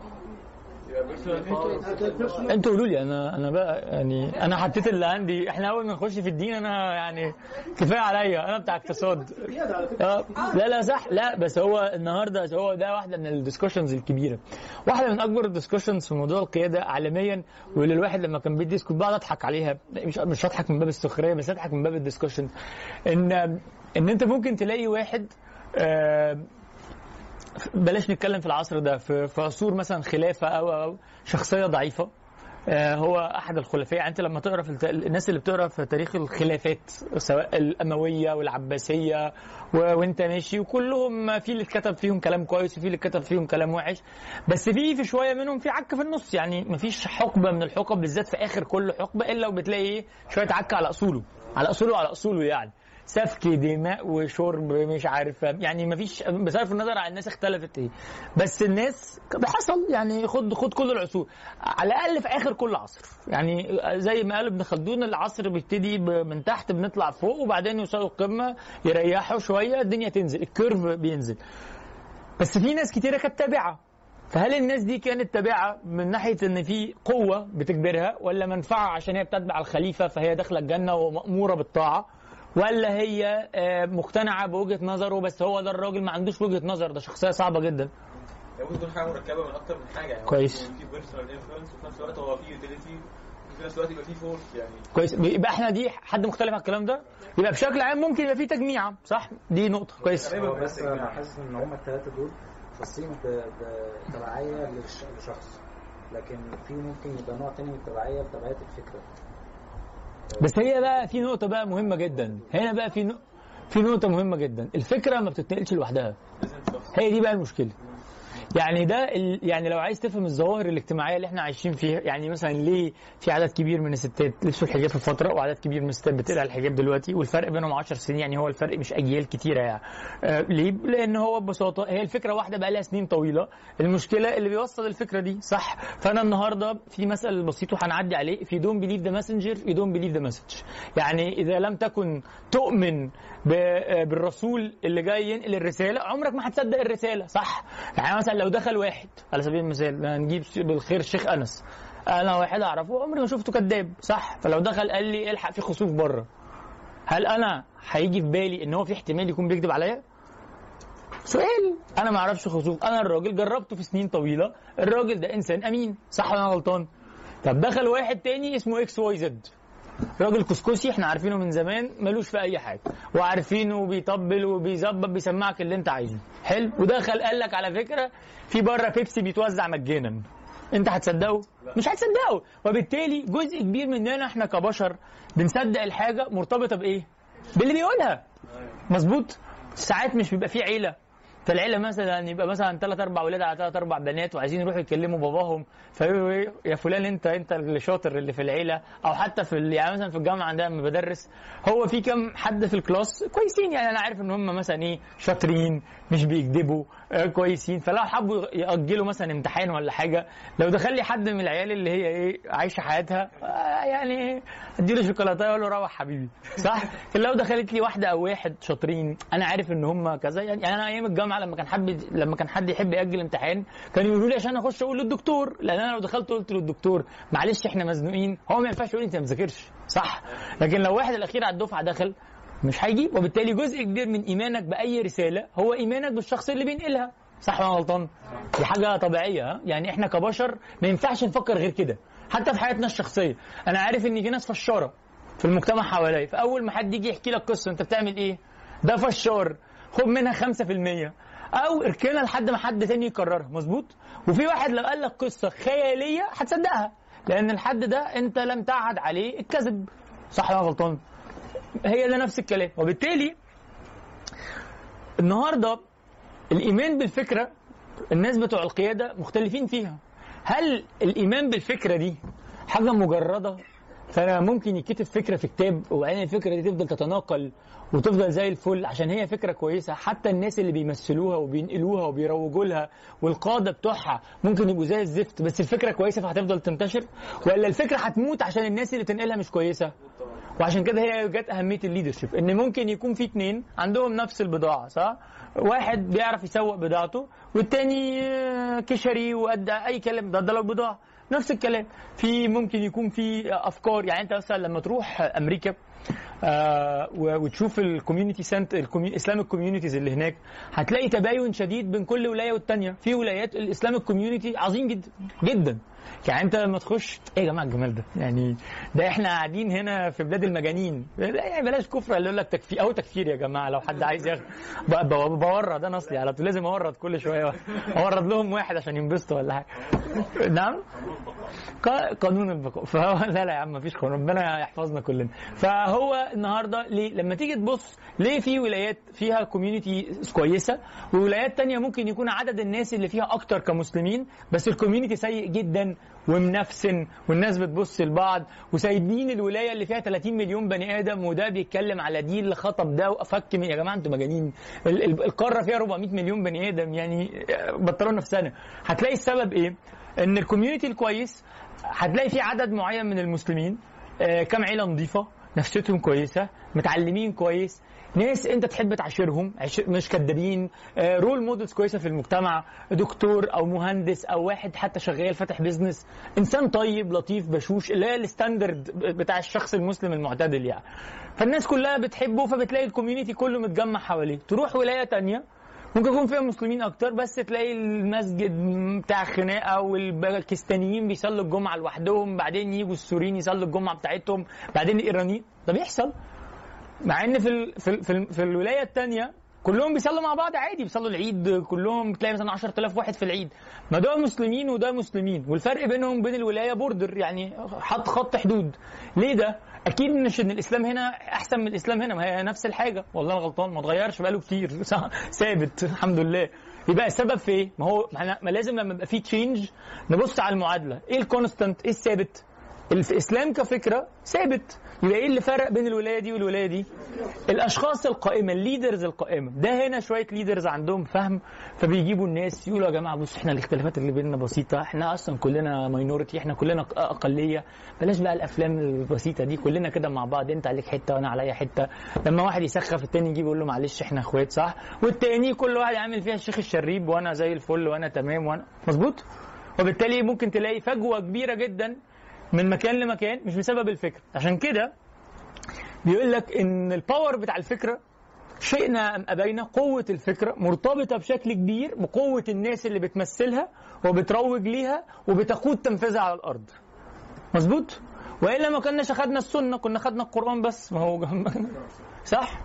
Speaker 3: انتوا قولوا لي. انا بقى يعني انا حطيت اللي عندي. احنا اول ما نخش في الدين انا يعني كفايه عليا، انا بتاع اقتصاد. لا صح. لا بس هو النهارده هو ده واحده من الديسكشنز الكبيره، واحده من اكبر الديسكشنز في موضوع القياده عالميا، واللي الواحد لما كان بيدي كنت بقعد اضحك عليها، مش اضحك من باب السخريه بس اضحك من باب الديسكشن. ان انت ممكن تلاقي واحد بلاش نتكلم في العصر ده، في عصور مثلا خلافه او شخصيه ضعيفه، هو احد الخلفاء. يعني انت لما تقرا في الناس اللي بتقرا في تاريخ الخلافات سواء الامويه والعباسيه وانت ماشي، وكلهم في اللي اتكتب فيهم كلام كويس وفي اللي اتكتب فيهم كلام وحش، بس في شويه منهم في عك في النص. يعني مفيش حقبه من الحقب بالذات في اخر كل حقبه الا وبتلاقي ايه شويه عك على اصوله يعني سفك دماء وشرب مش عارف، يعني مفيش بصرف النظر عن الناس اختلفت ايه، بس الناس بحصل يعني خد كل العصور على الاقل في اخر كل عصر. يعني زي ما قال ابن خلدون العصر بيبتدي من تحت بنطلع فوق وبعدين يوصلوا القمه يريحوا شويه الدنيا تنزل الكيرف بينزل. بس في ناس كتيره كانت تابعه، فهل الناس دي كانت تابعه من ناحيه ان في قوه بتجبرها، ولا منفعه عشان هي بتتبع الخليفه فهي داخله الجنه وماموره بالطاعه، ولا هي مقتنعه بوجهه نظره بس هو ده الراجل ما عندوش وجهه نظر، ده شخصيه صعبه جدا.
Speaker 11: ممكن تكون حاجه مركبه من اكتر من حاجه يعني.
Speaker 3: كويس.
Speaker 11: في بيرسونال انفلونس وفي نفس الوقت هو في يوتيليتي وفي نفس الوقت يبقى في فورس يعني.
Speaker 3: كويس. يبقى احنا دي حد مختلف على الكلام ده، يبقى بشكل عام ممكن يبقى في تجميعه صح، دي نقطه كويس.
Speaker 10: بس انا حاسس ان هم الثلاثه دول خاصين بتبعيه لشخص، لكن في ممكن يبقى نوع تاني من التبعيه بتبعيه الفكره.
Speaker 3: بس هي بقى في نقطة بقى مهمة جدا هنا بقى في نقطة مهمة جدا، الفكرة ما بتتنقلش لوحدها، هي دي بقى المشكلة. يعني ده يعني لو عايز تفهم الظواهر الاجتماعيه اللي احنا عايشين فيها، يعني مثلا ليه في عدد كبير من الستات لبسوا الحجاب في فتره وعدد كبير من الستات بتقلع الحجاب دلوقتي، والفرق بينهم 10 سنين، يعني هو الفرق مش اجيال كتيره يعني. ليه؟ لان هو ببساطه هي الفكره واحده بقى لها سنين طويله، المشكله اللي بيوصل الفكره دي صح. فانا النهارده في مثل بسيط وهنعدي عليه، في دون بليف ذا ماسنجر يو دون بليف ذا مسج. يعني اذا لم تكن تؤمن بالرسول اللي جاي ينقل الرساله عمرك ما هتصدق الرساله صح. يعني مثلا لو دخل واحد على سبيل المثال، نجيب بالخير الشيخ انس، انا واحد اعرفه عمري ما شفته كذاب صح، فلو دخل قال لي الحق في خسوف بره، هل انا هيجي في بالي ان هو في احتمال يكون بيكذب عليا؟ سؤال. انا ما اعرفش خسوف، انا الراجل جربته في سنين طويله، الراجل ده انسان امين صح ولا انا غلطان؟ طب دخل واحد تاني اسمه اكس واي زد، راجل كسكسي احنا عارفينه من زمان ملوش في اي حاجه، وعارفينه بيطبل وبيظبط بيسمعك اللي انت عايزه حلو، ودخل قال لك على فكره في بره بيبسي بيتوزع مجانا، انت هتصدقه؟ مش هتصدقه. وبالتالي جزء كبير مننا احنا كبشر بنصدق الحاجه مرتبطه بايه؟ باللي بيقولها. مظبوط. ساعات مش بيبقى في عيله، فالعيله مثلا يبقى مثلا 3 4 اولاد على 3 4 بنات وعايزين يروحوا يكلموا باباهم، فيقولوا ايه يا فلان انت اللي شاطر اللي في العيله، او حتى في يعني مثلا في الجامعه عندنا لما بدرس هو في كم حد في الكلاس كويسين، يعني انا عارف ان هم مثلا ايه شاطرين مش بيكذبوا كويسين، فلو حبوا ياجلوا مثلا امتحان ولا حاجه، لو دخل لي حد من العيال اللي هي ايه عايشه حياتها يعني اديله شوكولاته اقول له روح حبيبي صح. لو دخلت لي واحده او واحد شاطرين انا عارف ان هم كذا، يعني انا ايام الجامعه لما كان حد يحب ياجل امتحان كانوا يقولوا لي عشان اخش اقول للدكتور، لان انا لو دخلت قلت للدكتور معلش احنا مزنوقين، هو ما ينفعش يقول انت ما بتذاكرش صح. لكن لو واحد الاخير على الدفعه دخل مش هيجيب، وبالتالي جزء كبير من ايمانك باي رساله هو ايمانك بالشخص اللي بينقلها صح ولا غلطان؟ دي حاجه طبيعيه، يعني احنا كبشر ما ينفعش نفكر غير كده حتى في حياتنا الشخصيه. انا عارف ان في ناس فشاره في المجتمع حواليا، فاول ما حد يجي يحكي لك قصه انت بتعمل ايه؟ ده فشار، خد منها 5% او اركنها لحد ما حد تاني يكررها. مظبوط. وفي واحد لو قال لك قصه خياليه هتصدقها، لان الحد ده انت لم تعهد عليه الكذب صح ولا غلطان؟ هي ده نفس الكلام. وبالتالي النهارده الايمان بالفكره الناس بتوع القياده مختلفين فيها. هل الايمان بالفكره دي حاجه مجرده فانا ممكن يتكتب فكره في كتاب وبعدين الفكره دي تفضل تتناقل وتفضل زي الفل عشان هي فكره كويسه، حتى الناس اللي بيمثلوها وبينقلوها وبيروجوا لها والقاده بتوعها ممكن يبقوا زي الزفت بس الفكره كويسه فهتفضل تنتشر؟ ولا الفكره هتموت عشان الناس اللي تنقلها مش كويسه؟ وعشان كده هي جت اهميه الليدرشيب، ان ممكن يكون في اتنين عندهم نفس البضاعه، صح؟ واحد بيعرف يسوق بضاعته والتاني كشري وقد اي كلام، ده لو بضاعه. نفس الكلام في ممكن يكون في افكار. يعني انت مثلا لما تروح امريكا وتشوف الكوميونتي سنتر الاسلامك كوميونيتيز اللي هناك، هتلاقي تباين شديد بين كل ولايه والتانيه. في ولايات الاسلامك كوميونيتي عظيم جدا جدا. يعني انت لما تخش ايه يا جماعه الجمال ده، يعني ده احنا قاعدين هنا في بلاد المجانين. يعني بلاش كفر اللي يقول لك تكفير او تكفير يا جماعه، لو حد عايز ياخد بورد انا اصلي على طول لازم اورد كل شويه اورد لهم واحد عشان ينبسطوا ولا حاجه. نعم قانون البقاء. فهو لا يا عم مفيش قانون، ربنا يحفظنا كلنا. فهو النهارده ليه لما تيجي تبص ليه في ولايات فيها كوميونتي كويسه وولايات تانية ممكن يكون عدد الناس اللي فيها اكتر كمسلمين بس الكوميونتي سيء جدا ومنفسن والناس بتبص لبعض وسايبين الولايه اللي فيها 30 مليون بني ادم وده بيتكلم على دي اللي خطب ده وافك يا جماعه انتوا مجانين. القاره فيها 400 مليون بني ادم، يعني بطلوا نفسنا. هتلاقي السبب ايه؟ ان الكوميونتي الكويس هتلاقي فيه عدد معين من المسلمين، كم عيله نظيفه نفسيتهم كويسه متعلمين كويس، ناس انت تحب تعاشرهم مش كدابين، رول مودلز كويسه في المجتمع، دكتور او مهندس او واحد حتى شغال فاتح بيزنس، انسان طيب لطيف بشوش اللي هي الستاندرد بتاع الشخص المسلم المعتدل يعني. فالناس كلها بتحبه فبتلاقي الكوميونتي كله متجمع حواليه. تروح ولايه تانية ممكن يكون فيها مسلمين اكتر بس تلاقي المسجد بتاع خناقه والباكستانيين بيصلوا الجمعه لوحدهم، بعدين يجوا السوريين يصلوا الجمعه بتاعتهم، بعدين الايرانيين. ده بيحصل مع ان في الولايه الثانيه كلهم بيصلوا مع بعض عادي، بيصلوا العيد كلهم، تلاقي مثلا 10,000 واحد في العيد. ما ده مسلمين وده مسلمين والفرق بينهم بين الولايه بوردر، يعني حط خط حدود. ليه ده؟ اكيد مش ان الاسلام هنا احسن من الاسلام هنا، ما هي نفس الحاجه. والله انا غلطان ما اتغيرش بقاله كتير ثابت الحمد لله. يبقى السبب في ايه؟ ما لازم لما يبقى في تشينج نبص على المعادله. ايه الكونستانت؟ ايه الثابت؟ الاسلام كفكره ثابت. يبقى ايه اللي فرق بين الولايه دي والولايه دي؟ الاشخاص القائمه، الليدرز القائمه. ده هنا شويه ليدرز عندهم فهم فبيجيبوا الناس يقولوا يا جماعه بص احنا الاختلافات اللي بيننا بسيطه، احنا اصلا كلنا ماينورتي، احنا كلنا اقليه، بلاش بقى الافلام البسيطه دي، كلنا كده مع بعض، انت عليك حته وانا عليا حته. لما واحد يسخف التاني يجي يقول له معلش احنا اخوات، صح؟ والتاني كل واحد عامل فيها الشيخ الشريب وانا زي الفل وانا تمام وانا مظبوط. وبالتالي ممكن تلاقي فجوه كبيره جدا من مكان لمكان مش بسبب الفكره. عشان كده بيقول لك ان الباور بتاع الفكره شئنا ام ابينا، قوه الفكره مرتبطه بشكل كبير بقوه الناس اللي بتمثلها وبتروج ليها وبتقود تنفيذها على الارض. مظبوط؟ والا ما كناش اخدنا السنه، كنا خدنا القران بس. ما هو صح؟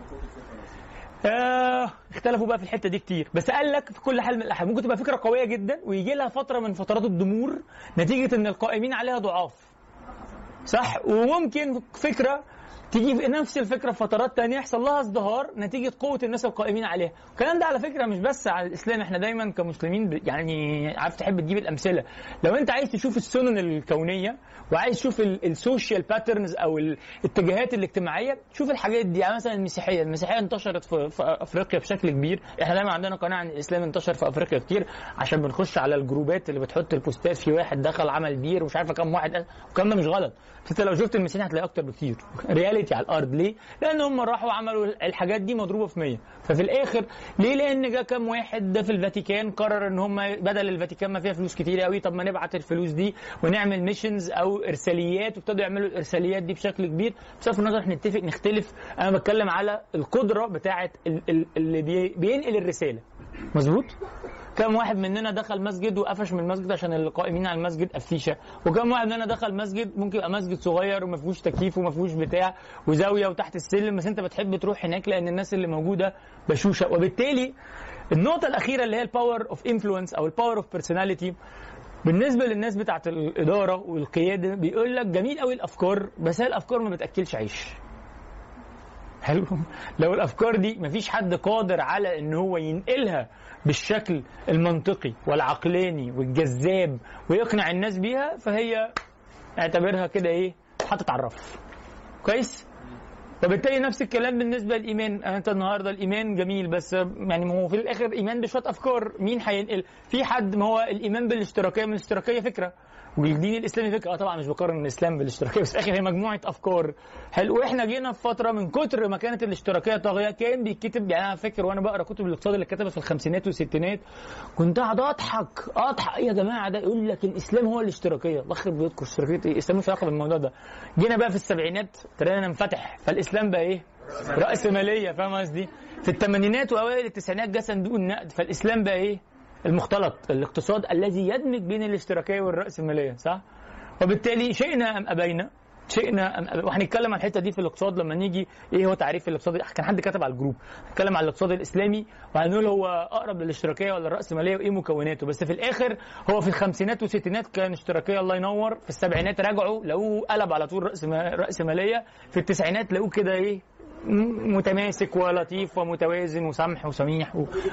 Speaker 3: اختلفوا بقى في الحته دي كتير، بس قال لك في كل حال من الاحوال ممكن تبقى فكره قويه جدا ويجي لها فتره من فترات الضمور نتيجه ان القائمين عليها ضعاف، صح؟ وممكن فكره تيجي في نفس الفكره في فترات تانية يحصل لها ازدهار نتيجه قوه الناس القائمين عليها. الكلام ده على فكره مش بس على الاسلام، احنا دايما كمسلمين يعني عارف تحب تجيب الامثله. لو انت عايز تشوف السنن الكونيه وعايز تشوف السوشيال باترنز او الاتجاهات الاجتماعيه، شوف الحاجات دي. يعني مثلا المسيحيه انتشرت في افريقيا بشكل كبير. احنا دايما عندنا قناعه ان الاسلام انتشر في افريقيا كتير عشان بنخش على الجروبات اللي بتحط البوستات في واحد دخل عمل بير ومش عارفه كم واحد، والكلام ده مش غلط. انت لو شفت المسيحيين هتلاقي اكتر بكتير رياليتي على الارض. ليه؟ لان هم راحوا عملوا الحاجات دي مضروبه في 100. ففي الاخر ليه؟ لان جه كام واحد ده في الفاتيكان قرر ان هم بدل الفاتيكان ما فيها فلوس كتير قوي، طب ما نبعت الفلوس دي ونعمل ميشنز او ارساليات، وابتدوا يعملوا الارساليات دي بشكل كبير. بصرف النظر احنا نتفق نختلف، انا بتكلم على القدره بتاعه اللي بينقل الرساله. مظبوط؟ كم واحد مننا دخل مسجد وقفش من المسجد عشان القائمين على المسجد قفيشه، وكم واحد مننا دخل مسجد ممكن يبقى مسجد صغير وما فيهوش تكييف وما فيهوش بتاع وزاويه وتحت السلم، بس انت بتحب تروح هناك لان الناس اللي موجوده بشوشه. وبالتالي النقطه الاخيره اللي هي الباور اوف انفلونس او الباور اوف بيرسوناليتي بالنسبه للناس بتاعه الاداره والقياده، بيقول لك جميل قوي الافكار بس هي الافكار ما بتاكلش عيش. حلو. لو الافكار دي مفيش حد قادر على ان هو ينقلها بالشكل المنطقي والعقلاني والجذاب ويقنع الناس بيها، فهي اعتبرها كده ايه، حطت على الرف. كويس. وبالتالي نفس الكلام بالنسبه للايمان. انت النهارده الايمان جميل، بس يعني ما هو في الاخر ايمان بشويه افكار. مين هينقل؟ في حد، ما هو الايمان بالاشتراكيه، من الاشتراكيه فكره والدين الاسلامي فكره. طبعا مش بقارن الاسلام بالاشتراكيه، بس في الاخر هي مجموعه افكار. حلو. واحنا جينا في فتره من كتر ما كانت الاشتراكيه طاغيه كان بيتكتب، يعني انا فاكر وانا بقرا كتب الاقتصاد اللي اتكتبت في الخمسينات والستينات كنت قاعد اضحك يا جماعه، ده يقول لك الاسلام هو الاشتراكيه. الله يخرب بيتكم، اشتراكيه ايه؟ الاسلام مش علاقه بالموضوع ده. جينا بقى في السبعينات ابتدينا ننفتح، فالاسلام بقى ايه؟ رأسمالية. فاهم قصدي؟ في الثمانينات واوائل التسعينات جه صندوق النقد، فالاسلام بقى ايه؟ المختلط، الاقتصاد الذي يدمج بين الاشتراكيه والرأسماليه. صح؟ وبالتالي شئنا ام ابينا، وهنتكلم عن الحته دي في الاقتصاد لما نيجي ايه هو تعريف الاقتصاد. كان حد كتب على الجروب هنتكلم على الاقتصاد الاسلامي وهنقول هو اقرب للاشتراكيه ولا الرأسماليه وايه مكوناته. بس في الاخر هو في الخمسينات والستينات كان اشتراكيه الله ينور، في السبعينات رجعوا لقوه قلب على طول رأسماليه، في التسعينات لقوه كده ايه، متماسك ولطيف ومتوازن وسمح وسميح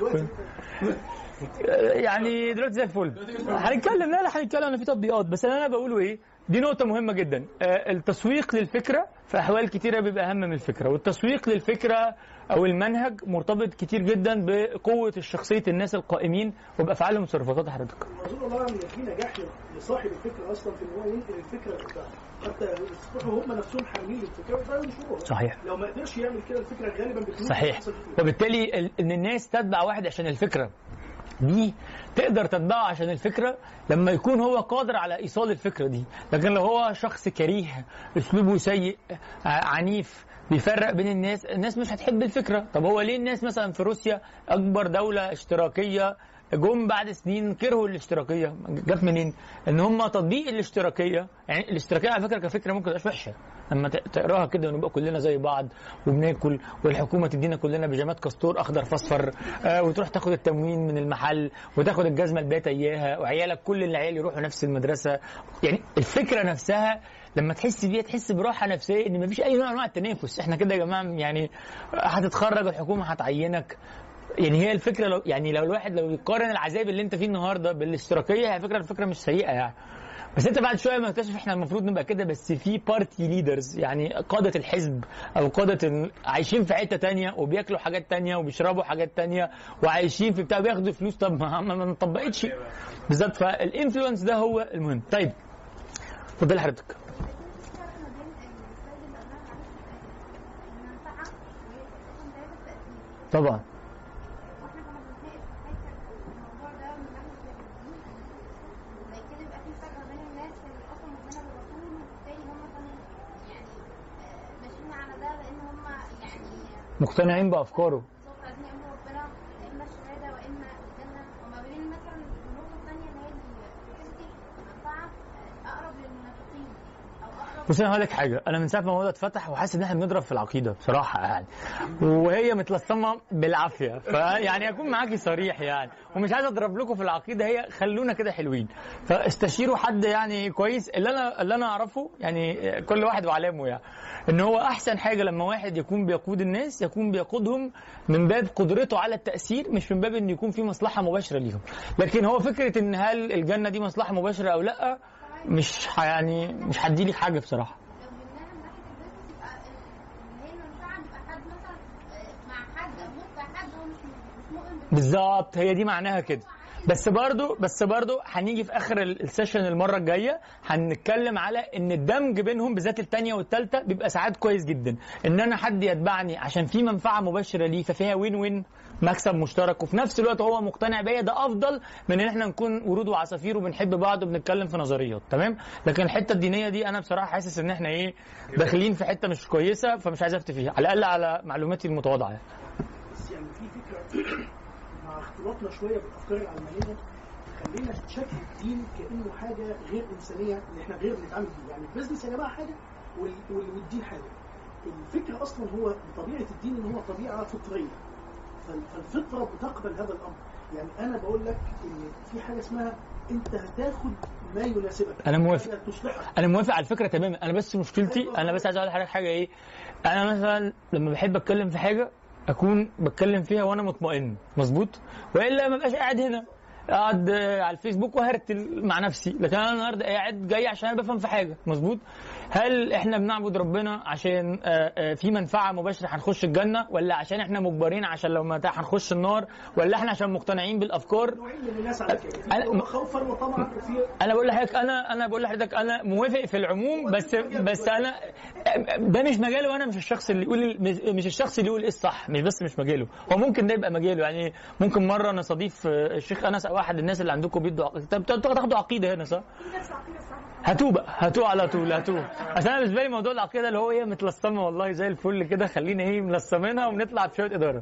Speaker 3: يعني دلوقتي زي الفل. هنتكلم هنتكلم في تطبيقات، بس انا بقوله ايه، دي نقطة مهمة جدا. التسويق للفكرة في أحوال كتيرة بيبقى أهم من الفكرة، والتسويق للفكرة أو المنهج مرتبط كتير جدا بقوة شخصية الناس القائمين وبأفعالهم وتصرفات حضرتك.
Speaker 9: أظن والله إن في نجاح لصاحب الفكرة أصلا في إن هو ينقل الفكرة بتاعته، حتى يصبحوا هم نفسهم حاملين الفكرة ويبدأوا ينشروها.
Speaker 3: صحيح.
Speaker 9: لو ما قدرش يعمل كده الفكرة غالبا بتموت.
Speaker 3: صحيح. وبالتالي إن الناس تتبع واحد عشان الفكرة دي تقدر تتبعه عشان الفكرة لما يكون هو قادر على إيصال الفكرة دي. لكن لو هو شخص كريه، أسلوبه سيء، عنيف، بيفرق بين الناس مش هتحب الفكرة. طب هو ليه الناس مثلا في روسيا أكبر دولة اشتراكية جم بعد سنين كرهوا الاشتراكية؟ جت منين؟ ان هم تطبيق الاشتراكية. يعني الاشتراكية على فكرة كفكرة ممكن تبقاش وحشة لما تقراها كده ونبقى كلنا زي بعض وبناكل والحكومة تدينا كلنا بيجامات كاستور اخضر فاصفر، وتروح تاخد التموين من المحل وتاخد الجزمة الباتا اياها، وعيالك كل العيال يروحوا نفس المدرسة. يعني الفكرة نفسها لما تحس بيها تحس براحة نفسية ان مفيش اي نوع من انواع التنافس. احنا كده يا جماعة يعني هتتخرج الحكومة هتعينك. يعني هي الفكره لو الواحد لو يقارن العذاب اللي انت فيه النهارده بالاشتراكيه، هي الفكره مش سيئه يعني. بس انت بعد شويه ما تكتشف احنا المفروض نبقى كده، بس في بارتي ليدرز، يعني قاده الحزب او قاده عايشين في حته تانية وبياكلوا حاجات تانية وبيشربوا حاجات تانية وعايشين في بتاع بياخدوا فلوس. طب ما طبقتش بالظبط. فالانفلونس ده هو المهم. طيب اتفضل حضرتك. طبعا مقتنعين بافكاره. بص انا هقول لك حاجه، انا من ساعه ما الموضوع ده اتفتح وحاسس ان احنا بنضرب في العقيده بصراحه يعني، وهي متلصمه بالعافيه. فيعني اكون معاكي صريح يعني، ومش عايز اضرب لكم في العقيده، هي خلونا كده حلوين. فاستشيروا حد يعني كويس. اللي انا اعرفه يعني كل واحد وعلامه يعني، ان هو احسن حاجه لما واحد يكون بيقود الناس يكون بيقودهم من باب قدرته على التاثير، مش من باب ان يكون في مصلحه مباشره ليهم. لكن هو فكره ان هل الجنه دي مصلحه مباشره او لا، مش هديلك حاجه بصراحه. بالظبط هي دي معناها كده. بس برضو هنيجي في اخر السيشن المره الجايه هنتكلم على ان الدمج بينهم بالذات الثانيه والثالثه بيبقى ساعات كويس جدا. ان انا حد يتبعني عشان في منفعه مباشره ليه، ففيها وين مكسب مشترك، وفي نفس الوقت هو مقتنع بيا، ده افضل من ان احنا نكون ورود وعصافير وبنحب بعض وبنتكلم في نظريات. تمام. لكن الحته الدينيه دي انا بصراحه حاسس ان احنا داخلين في حته مش كويسه، فمش عايز افتي فيها، على الاقل على معلوماتي المتواضعه.
Speaker 9: بس يعني في فكره مع اختلاطنا شويه بالافكار العلمانيه خلينا شكل الدين كانه حاجه غير انسانيه اللي احنا غير بنتعامل بيه. يعني البيزنس يا جماعه حاجه والدين حاجه. الفكره اصلا هو طبيعه الدين ان هو طبيعه فطريه، فالفطره بتقبل هذا الامر. يعني انا بقول لك ان في حاجه اسمها انت هتاخد ما يناسبك.
Speaker 3: انا موافق على الفكره تماما. انا بس مشكلتي، انا بس عايز اقول لحضرتك حاجه ايه، انا مثلا لما بحب اتكلم في حاجه اكون بتكلم فيها وانا مطمئن مظبوط، والا ما بقاش قاعد هنا اقعد على الفيسبوك وهرتل مع نفسي. لكن انا النهارده قاعد جاي عشان انا بفهم في حاجه مظبوط. هل احنا بنعبد ربنا عشان في منفعه مباشره هنخش الجنه، ولا عشان احنا مجبرين عشان لو ما هنخش النار، ولا احنا عشان مقتنعين بالافكار؟ انا بقول لحضرتك انا موافق في العموم، بس انا ده مش مجاله، وانا مش الشخص اللي يقول، مش الشخص اللي يقول ايه الصح، مش بس مش مجاله. هو ممكن ده يبقى مجاله. يعني ممكن مره انا استضيف الشيخ انس او احد الناس اللي عندكم بيدوا تاخدوا عقيده هنا صح؟ هاتوا على طول هاتوا. اصل انا بالنسبه لي موضوع العقيده اللي هو ايه متلصمه والله زي الفل كده، خلينا ايه ملصمينها ونطلع بشويه اداره.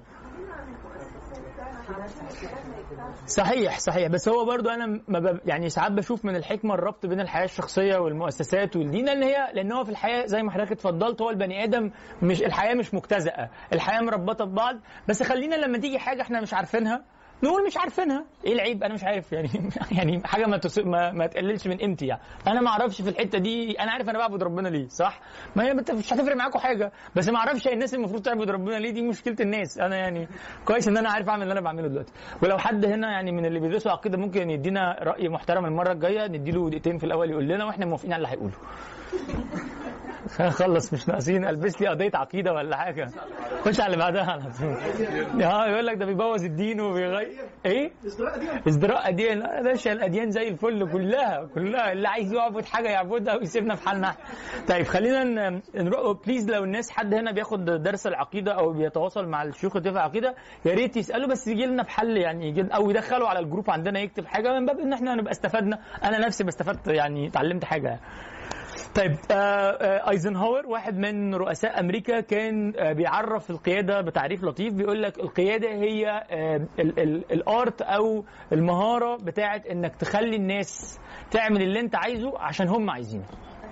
Speaker 3: صحيح بس هو برضو انا يعني ساعات بشوف من الحكمه الربط بين الحياه الشخصيه والمؤسسات والدين، لان هو في الحياه زي ما حضرتك اتفضلت هو البني ادم مش الحياه مش مجتزأه، الحياه مربطه ببعض. بس خلينا لما تيجي حاجه احنا مش عارفينها نقول مش عارفينها. ايه العيب؟ انا مش عارف يعني حاجه ما تقللش من قيمتي. يعني انا ما اعرفش في الحته دي، انا عارف انا بعبد ربنا ليه صح، ما هي مش هتفرق معاكم حاجه، بس ما اعرفش الناس المفروض تعبد ربنا ليه، دي مشكله الناس. انا يعني كويس ان انا عارف اعمل اللي انا بعمله دلوقتي. ولو حد هنا يعني من اللي بيدرسوا عقيده ممكن يدينا راي محترم المره الجايه، نديله دقيقتين في الاول يقول لنا واحنا موافقين على اللي هيقوله. خلص مش ناقصين البس لي قضيه عقيده ولا حاجه، خش على اللي بعدها على طول. يقول لك ده بيبوظ الدين وبيغير ايه ازدراء اديان. لا يا باشا الاديان زي الفل كلها اللي عايز يعبد حاجه يعبدها ويسيبنا في حالنا. طيب خلينا نروح بليز. لو الناس حد هنا بياخد درس العقيده او بيتواصل مع الشيوخ اللي في العقيده يا ريت يسالوا، بس يجي لنا بحل يعني او يدخلوا على الجروب عندنا يكتب حاجه من باب ان احنا نبقى استفدنا. انا نفسي بستفدت يعني اتعلمت حاجه. طيب ايزنهاور واحد من رؤساء امريكا كان بيعرف القياده بتعريف لطيف، بيقول لك القياده هي الارت او المهاره بتاعه انك تخلي الناس تعمل اللي انت عايزه عشان هم عايزينه.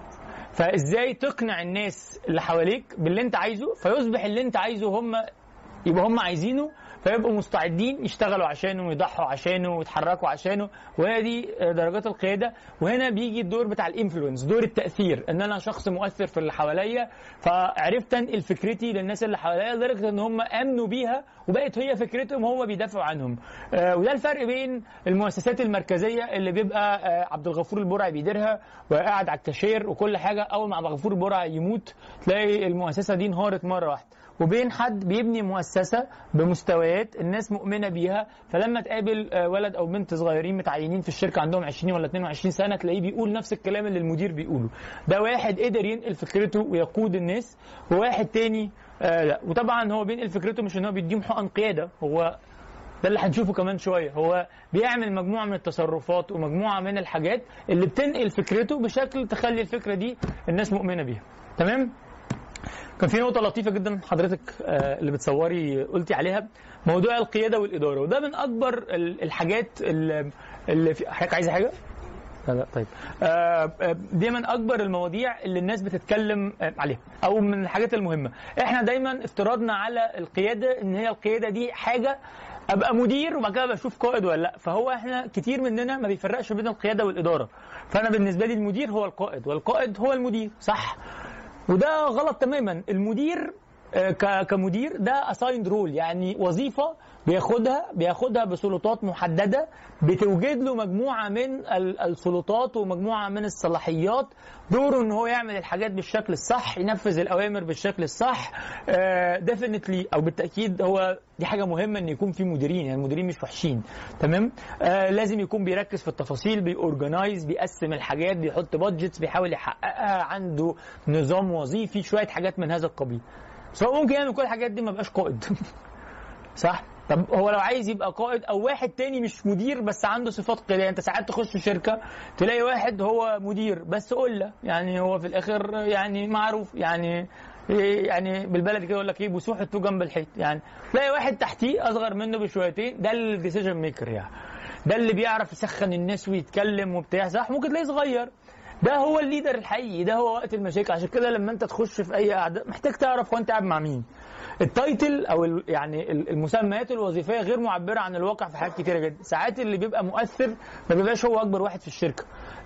Speaker 3: فازاي تقنع الناس اللي حواليك باللي انت عايزه فيصبح اللي انت عايزه يبقى هم عايزينه، فيبقوا مستعدين يشتغلوا عشانه ويضحوا عشانه ويتحركوا عشانه. وهذه درجات القياده. وهنا بيجي الدور بتاع الانفلونس، دور التاثير، ان انا شخص مؤثر في اللي حواليا فعرفت انقل فكرتي للناس اللي حواليا لدرجه ان هم امنوا بيها وبقت هي فكرتهم هم بيدافعوا عنهم. وده الفرق بين المؤسسات المركزيه اللي بيبقى عبد الغفور البرعي بيديرها وقاعد على الكاشير وكل حاجه، اول ما عبد الغفور البرعي يموت تلاقي المؤسسه دي انهارت مره واحده، وبين حد بيبني مؤسسة بمستويات الناس مؤمنة بيها، فلما تقابل ولد أو بنت صغيرين متعينين في الشركة عندهم 20 ولا 22 سنة تلاقيه بيقول نفس الكلام اللي المدير بيقوله. ده واحد قدر ينقل فكرته ويقود الناس، وواحد تاني لا. وطبعا هو بينقل فكرته مش ان هو بيديهم حقن قيادة، هو ده اللي هنشوفه كمان شوية، هو بيعمل مجموعة من التصرفات ومجموعة من الحاجات اللي بتنقل فكرته بشكل تخلي الفكرة دي الناس مؤمنة بيها. تمام؟ كان في نقطة لطيفة جدا حضرتك اللي بتصوري قلتي عليها، موضوع القيادة والإدارة، وده من أكبر الحاجات اللي في حضرتك عايزة حاجة؟ لا طيب. دي من أكبر المواضيع اللي الناس بتتكلم عليها أو من الحاجات المهمة. إحنا دايما افترضنا على القيادة إن هي القيادة دي حاجة ابقى مدير وبعد كده بشوف قائد ولا لا، فهو احنا كتير مننا ما بيفرقش بين القيادة والإدارة. فأنا بالنسبة لي المدير هو القائد والقائد هو المدير، صح؟ وده غلط تماما. المدير كمدير ده assigned role، يعني وظيفة بياخدها بسلطات محددة، بتوجد له مجموعة من السلطات ومجموعة من الصلاحيات. دوره ان هو يعمل الحاجات بالشكل الصح، ينفذ الأوامر بالشكل الصح. definitely او بالتأكيد هو دي حاجة مهمة ان يكون في مديرين، يعني المديرين مش وحشين. تمام؟ لازم يكون بيركز في التفاصيل، بيورجنايز، بيقسم الحاجات، بيحط بادجتس بيحاول يحققها، عنده نظام وظيفي، شوية حاجات من هذا القبيل. سواء ممكن يعمل كل الحاجات دي ما بقاش قائد. صح؟ طب هو لو عايز يبقى قائد او واحد تاني مش مدير بس عنده صفات قياديه، انت ساعات تخش شركه تلاقي واحد هو مدير بس قله، يعني هو في الاخر يعني معروف، يعني بالبلد كده يقول لك ايه، بوسوح التو جنب الحيط. يعني تلاقي واحد تحتيه اصغر منه بشويتين، ده الديسيجن ميكر، يعني ده اللي بيعرف يسخن الناس ويتكلم وبتاع، صح؟ ممكن تلاقيه صغير ده هو الليدر الحقيقي، ده هو وقت المشاكل. عشان كده لما انت تخش في اي قعده محتاج تعرف هو انت قاعد مع مين. التايتل او يعني المسميات الوظيفيه غير معبره عن الواقع في حاجات كتيره جدا. ساعات اللي بيبقى مؤثر ما بيبقاش هو اكبر واحد في الشركه،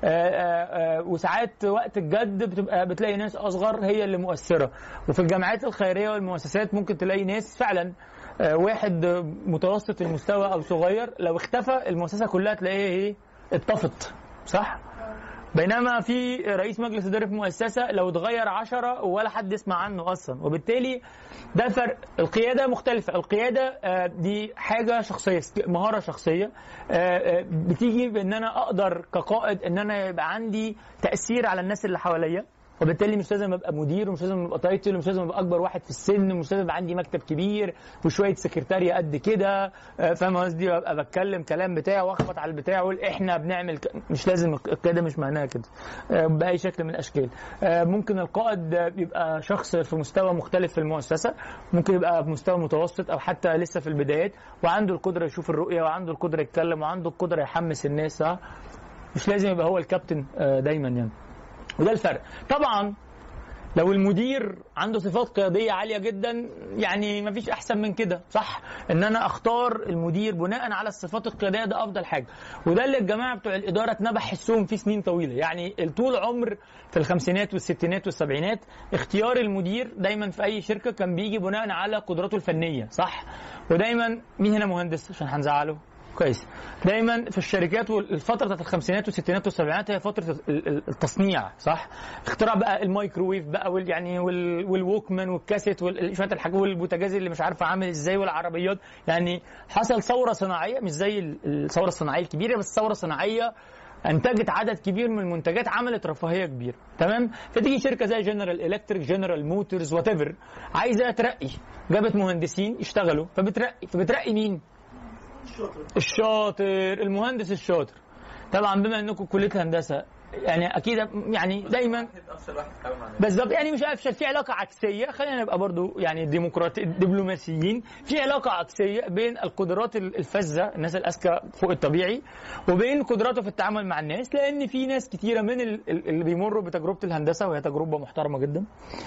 Speaker 3: وساعات وقت الجد بتلاقي ناس اصغر هي اللي مؤثره. وفي الجامعات الخيريه والمؤسسات ممكن تلاقي ناس فعلا واحد متوسط المستوى او صغير لو اختفى المؤسسه كلها تلاقيه ايه اتطفت، صح؟ بينما في رئيس مجلس إداري في مؤسسة لو اتغير 10 ولا حد يسمع عنه أصلا. وبالتالي ده فرق. القيادة مختلفة. القيادة دي حاجة شخصية، مهارة شخصية بتيجي بأن أنا أقدر كقائد أن أنا يبقى عندي تأثير على الناس اللي حواليا. وبالتالي مش لازم ابقى مدير، ومش لازم ابقى تايتل، ومش لازم ابقى اكبر واحد في السن، ومش لازم يبقى عندي مكتب كبير وشويه سكرتاريه قد كده، فاهم قصدي؟ ابقى بتكلم كلام بتاعه واخبط على البتاع واقول احنا بنعمل مش لازم القياده مش معناها كده باي شكل من الاشكال. ممكن القائد يبقى شخص في مستوى مختلف في المؤسسه، ممكن يبقى في مستوى متوسط او حتى لسه في البدايات، وعنده القدره يشوف الرؤيه، وعنده القدره يتكلم، وعنده القدره يحمس الناس. مش لازم يبقى هو الكابتن دايما يعني. وده الفرق. طبعا لو المدير عنده صفات قيادية عالية جدا يعني مفيش أحسن من كده، صح؟ إن أنا أختار المدير بناء على الصفات القيادية، ده أفضل حاجة. وده اللي الجماعة بتوع الإدارة اتنبح حسهم فيه سنين طويلة. يعني طول عمر في الخمسينات والستينات والسبعينات اختيار المدير دايما في أي شركة كان بيجي بناء على قدراته الفنية، صح؟ ودايما مين هنا مهندس عشان هنزعله؟ كويس. دايما في الشركات والفتره بتاعت الخمسينات والستينات والسبعينات هي فتره التصنيع، صح؟ اختراع بقى المايكروويف بقى والووكمان والكاسيت شويه الحاجات والبوتاجاز اللي مش عارفه عامل ازاي والعربيات. يعني حصل ثوره صناعيه مش زي الثوره الصناعيه الكبيره، بس ثوره صناعيه انتجت عدد كبير من المنتجات، عملت رفاهيه كبيره، تمام؟ فتيجي شركه زي جنرال الكتريك، جنرال موتورز، وات ايفر، عايزه ترقي، جابت مهندسين يشتغلوا، فبترقي مين؟ الشاطر، المهندس الشاطر. طبعا بما انكم كليه هندسه يعني اكيد يعني دايما بالظبط، يعني مش عارف في علاقه عكسيه، خلينا نبقى برضو يعني دبلوماسيين، في علاقه عكسيه بين القدرات الفذه، الناس الاذكى فوق الطبيعي، وبين قدراته في التعامل مع الناس. لان في ناس كتيره من اللي بيمروا بتجربه الهندسه، وهي تجربه محترمه جدا،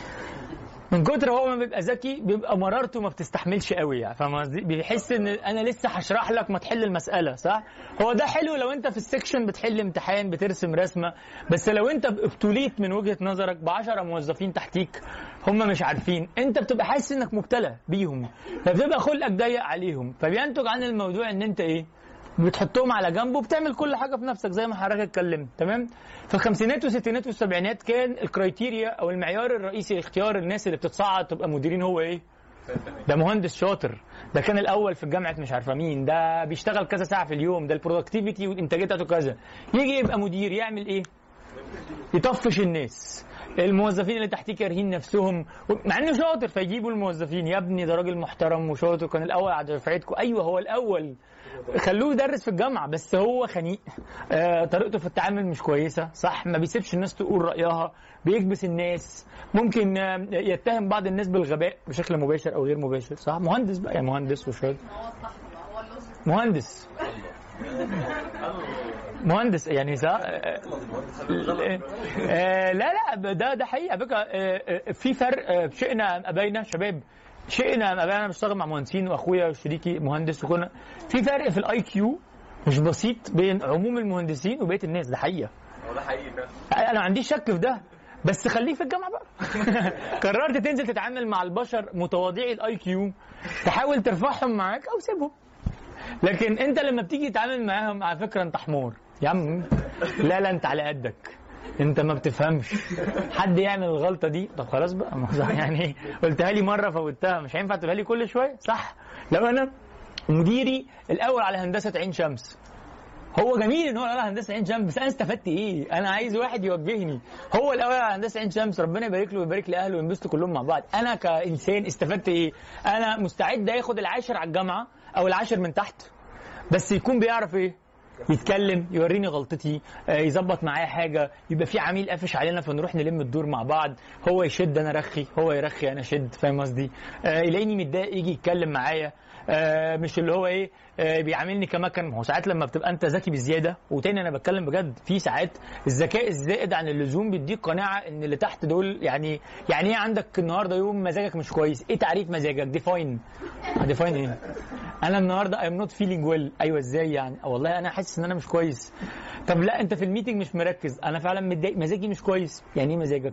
Speaker 3: من كتر هو ما بيبقى ذكي بيبقى مرارته ما بتستحملش قوي، يعني فاهم قصدي؟ بيحس ان انا لسه هشرح لك ما تحل المساله، صح؟ هو ده حلو لو انت في السكشن بتحل امتحان بترسم رسمه، بس لو انت ابتليت من وجهه نظرك ب10 موظفين تحتيك هم مش عارفين، انت بتبقى حاسس انك مبتلى بيهم، فبتبقى خلقك ضيق عليهم، فبينتج عن الموضوع ان انت ايه؟ بتحطهم على جنب وبتعمل كل حاجه في نفسك زي ما حضرتك اتكلمت، تمام؟ في الخمسينات والستينات والسبعينات كان الكرايتيريا او المعيار الرئيسي لاختيار الناس اللي بتتصعد تبقى مديرين هو ايه؟ ده مهندس شاطر، ده كان الاول في الجامعه مش عارفه مين، ده بيشتغل كذا ساعه في اليوم، ده البرودكتيفيتي والانتاجيه بتاعته كذا. يجي يبقى مدير يعمل ايه؟ يطفش الناس، الموظفين اللي تحتيه كارهين نفسهم مع انه شاطر، فيجيبوا الموظفين، يا ابني ده راجل محترم وشاطر كان الاول على دفعتكم. ايوه هو الاول، خلوه يدرس في الجامعه، بس هو خنيق، طريقته في التعامل مش كويسه، صح؟ ما بيسيبش الناس تقول رايها، بيكبس الناس، ممكن يتهم بعض الناس بالغباء بشكل مباشر او غير مباشر، صح؟ مهندس بقى، يا مهندس وشاطر، مهندس مهندس يعني، صح؟ لا ده حقيقه بقى. في فرق، شئنا ابينا شباب، شئنا ابينا. انا بشتغل مع مهندسين واخويا وشريكي مهندس، وكنا في فرق في الاي كيو مش بسيط بين عموم المهندسين وبقيه الناس، ده حقيقه.
Speaker 11: وده حقيقي فعلا،
Speaker 3: انا ما عنديش شك في ده، بس خليك في الجامعه بقى. قررت تنزل تتعامل مع البشر متواضعي الاي كيو، تحاول ترفعهم معاك او سيبهم. لكن انت لما بتيجي تتعامل معاهم على فكره انت حمار يا عم، لا انت على قدك، انت ما بتفهمش. حد يعمل الغلطه دي، طب خلاص بقى، يعني قلتها لي مره فوتها، مش هينفع تقولها لي كل شويه، صح؟ لو انا مديري الاول على هندسه عين شمس، هو جميل ان هو الاول على هندسه عين شمس، بس انا استفدت ايه؟ انا عايز واحد يوجهني. هو الاول على هندسه عين شمس، ربنا يبارك له ويبارك لاهله وينبسطوا كلهم مع بعض. انا كانسان استفدت ايه؟ انا مستعد اخد العاشر على الجامعه او العاشر من تحت، بس يكون بيعرف ايه؟ يتكلم، يوريني غلطتي، يظبط معايا حاجه، يبقى في عميل قافش علينا فنروح نلم الدور مع بعض، هو يشد انا رخي، هو يرخي انا شد، فاهم قصدي؟ يلاقيني متضايق يجي يتكلم معايا، مش اللي هو ايه بيعاملني كمكن. ما هو ساعات لما بتبقى انت ذكي بزياده، وتاني انا بتكلم بجد، في ساعات الذكاء الزائد عن اللزوم بيديك قناعه ان اللي تحت دول يعني ايه عندك النهارده يوم مزاجك مش كويس؟ ايه تعريف مزاجك؟ ديفاين ايه؟ انا النهارده ايم نوت فيلينج ويل. ايوه ازاي يعني؟ والله انا حاسس ان انا مش كويس. طب لا انت في الميتنج مش مركز، انا فعلا متضايق، مزاجي مش كويس. يعني ايه مزاجك؟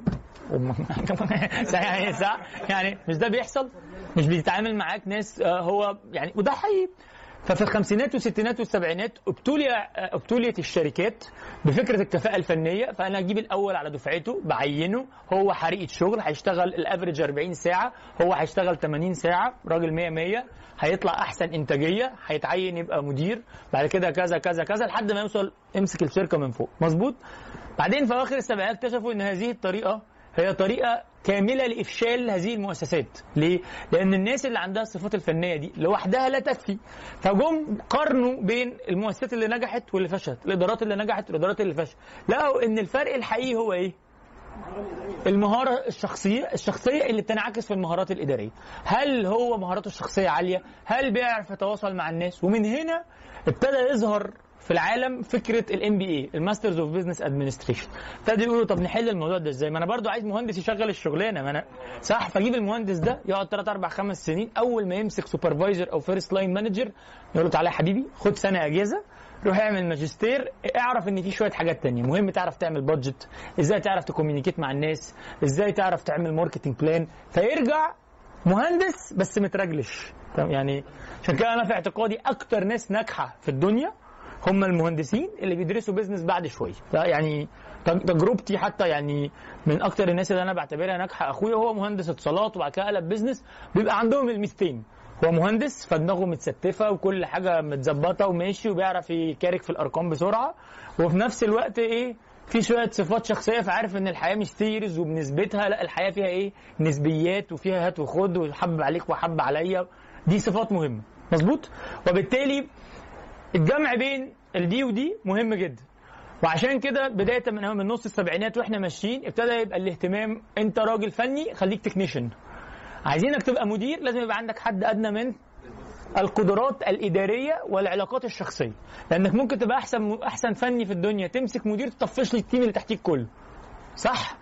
Speaker 3: يعني مش ده بيحصل؟ مش بيتعامل معاك ناس هو يعني، وده حقيقي. ففي الخمسينات والستينات والسبعينات ابتليت الشركات بفكره الكفاءه الفنيه، فانا اجيب الاول على دفعته بعينه، هو حريقه شغل، هيشتغل الافريج 40 ساعه، هو هيشتغل 80 ساعه، راجل 100 هيطلع احسن انتاجيه، هيتعين يبقى مدير، بعد كده كذا كذا كذا لحد ما يوصل امسك الشركه من فوق. مظبوط. بعدين في اواخر السبعينات اكتشفوا ان هذه الطريقه هي طريقه كامله لافشال هذه المؤسسات. ليه؟ لان الناس اللي عندها الصفات الفنيه دي لوحدها لا تكفي، فجم قارنوا بين المؤسسات اللي نجحت واللي فشلت، الادارات اللي نجحت والادارات اللي فشلت، لقوا ان الفرق الحقيقي هو ايه؟ المهاره الشخصيه اللي بتنعكس في المهارات الاداريه. هل هو مهاراته الشخصيه عاليه؟ هل بيعرف يتواصل مع الناس؟ ومن هنا ابتدى يظهر في العالم فكره الMBA، الماسترز اوف بزنس ادمنستريشن. ابتدوا يقولوا طب نحل الموضوع ده ازاي؟ ما انا برضو عايز مهندس يشغل الشغلانه، ما انا صح، فاجيب المهندس ده يقعد 3 4 5 سنين، اول ما يمسك سوبرفايزر او فيرست لاين مانجر يقول له تعالى يا حبيبي خد سنه اجازه، روح اعمل ماجستير، اعرف ان في شويه حاجات تانية مهم، تعرف تعمل بادجت، ازاي تعرف تكوميونيكيت مع الناس، ازاي تعرف تعمل ماركتنج بلان، فيرجع مهندس بس مترجلش. يعني عشان كده انا في اعتقادي اكتر ناس ناجحه في الدنيا هم المهندسين اللي بيدرسوا بيزنس بعد شويه. يعني تجربتي حتى يعني من اكتر الناس اللي انا بعتبرها ناجحه اخويا هو مهندس اتصالات وبعد كده قلب بيزنس، بيبقى عندهم الميزتين، هو مهندس فدماغه متستفه وكل حاجه متظبطه وماشي وبيعرف يكارك في الارقام بسرعه، وفي نفس الوقت ايه في شويه صفات شخصيه، فعارف ان الحياه مش سيريز وبنسبتها، لا الحياه فيها ايه نسبيات وفيها هات وخد وحب عليك وحب عليا، دي صفات مهمه. مظبوط. وبالتالي الجمع بين الدي ودي مهم جدا، وعشان كده بدايه من نص السبعينات واحنا ماشيين ابتدى يبقى الاهتمام، انت راجل فني خليك تكنيشن، عايزينك تبقى مدير لازم يبقى عندك حد ادنى من القدرات الاداريه والعلاقات الشخصيه، لانك ممكن تبقى احسن فني في الدنيا، تمسك مدير تطفش لي التيم اللي تحتيك كله. صح؟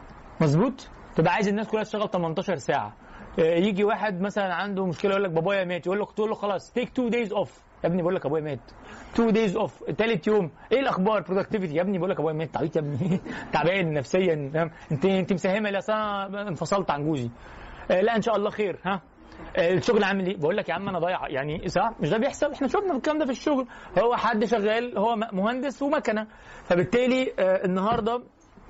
Speaker 3: مظبوط. تبقى عايز الناس كلها تشتغل 18 ساعه، يجي واحد مثلا عنده مشكله يقول لك بابايا مات، تقول له خلاص تيك 2 days off. يا ابني بقول لك ابويا مات. 2 days off. ثالث يوم ايه الاخبار؟ برودكتيفيتي. يا ابني بقول لك ابويا مات. تعبيط يا ابني تعبان نفسيا، فاهم؟ انت مساهمه لي اصل انا انفصلت عن جوزي. لا ان شاء الله خير. ها الشغل عامل ايه؟ بقول لك يا عم انا ضايع. يعني صح مش ده بيحصل؟ احنا شفنا الكلام ده في الشغل، هو حد شغال هو مهندس ومكنه. فبالتالي النهارده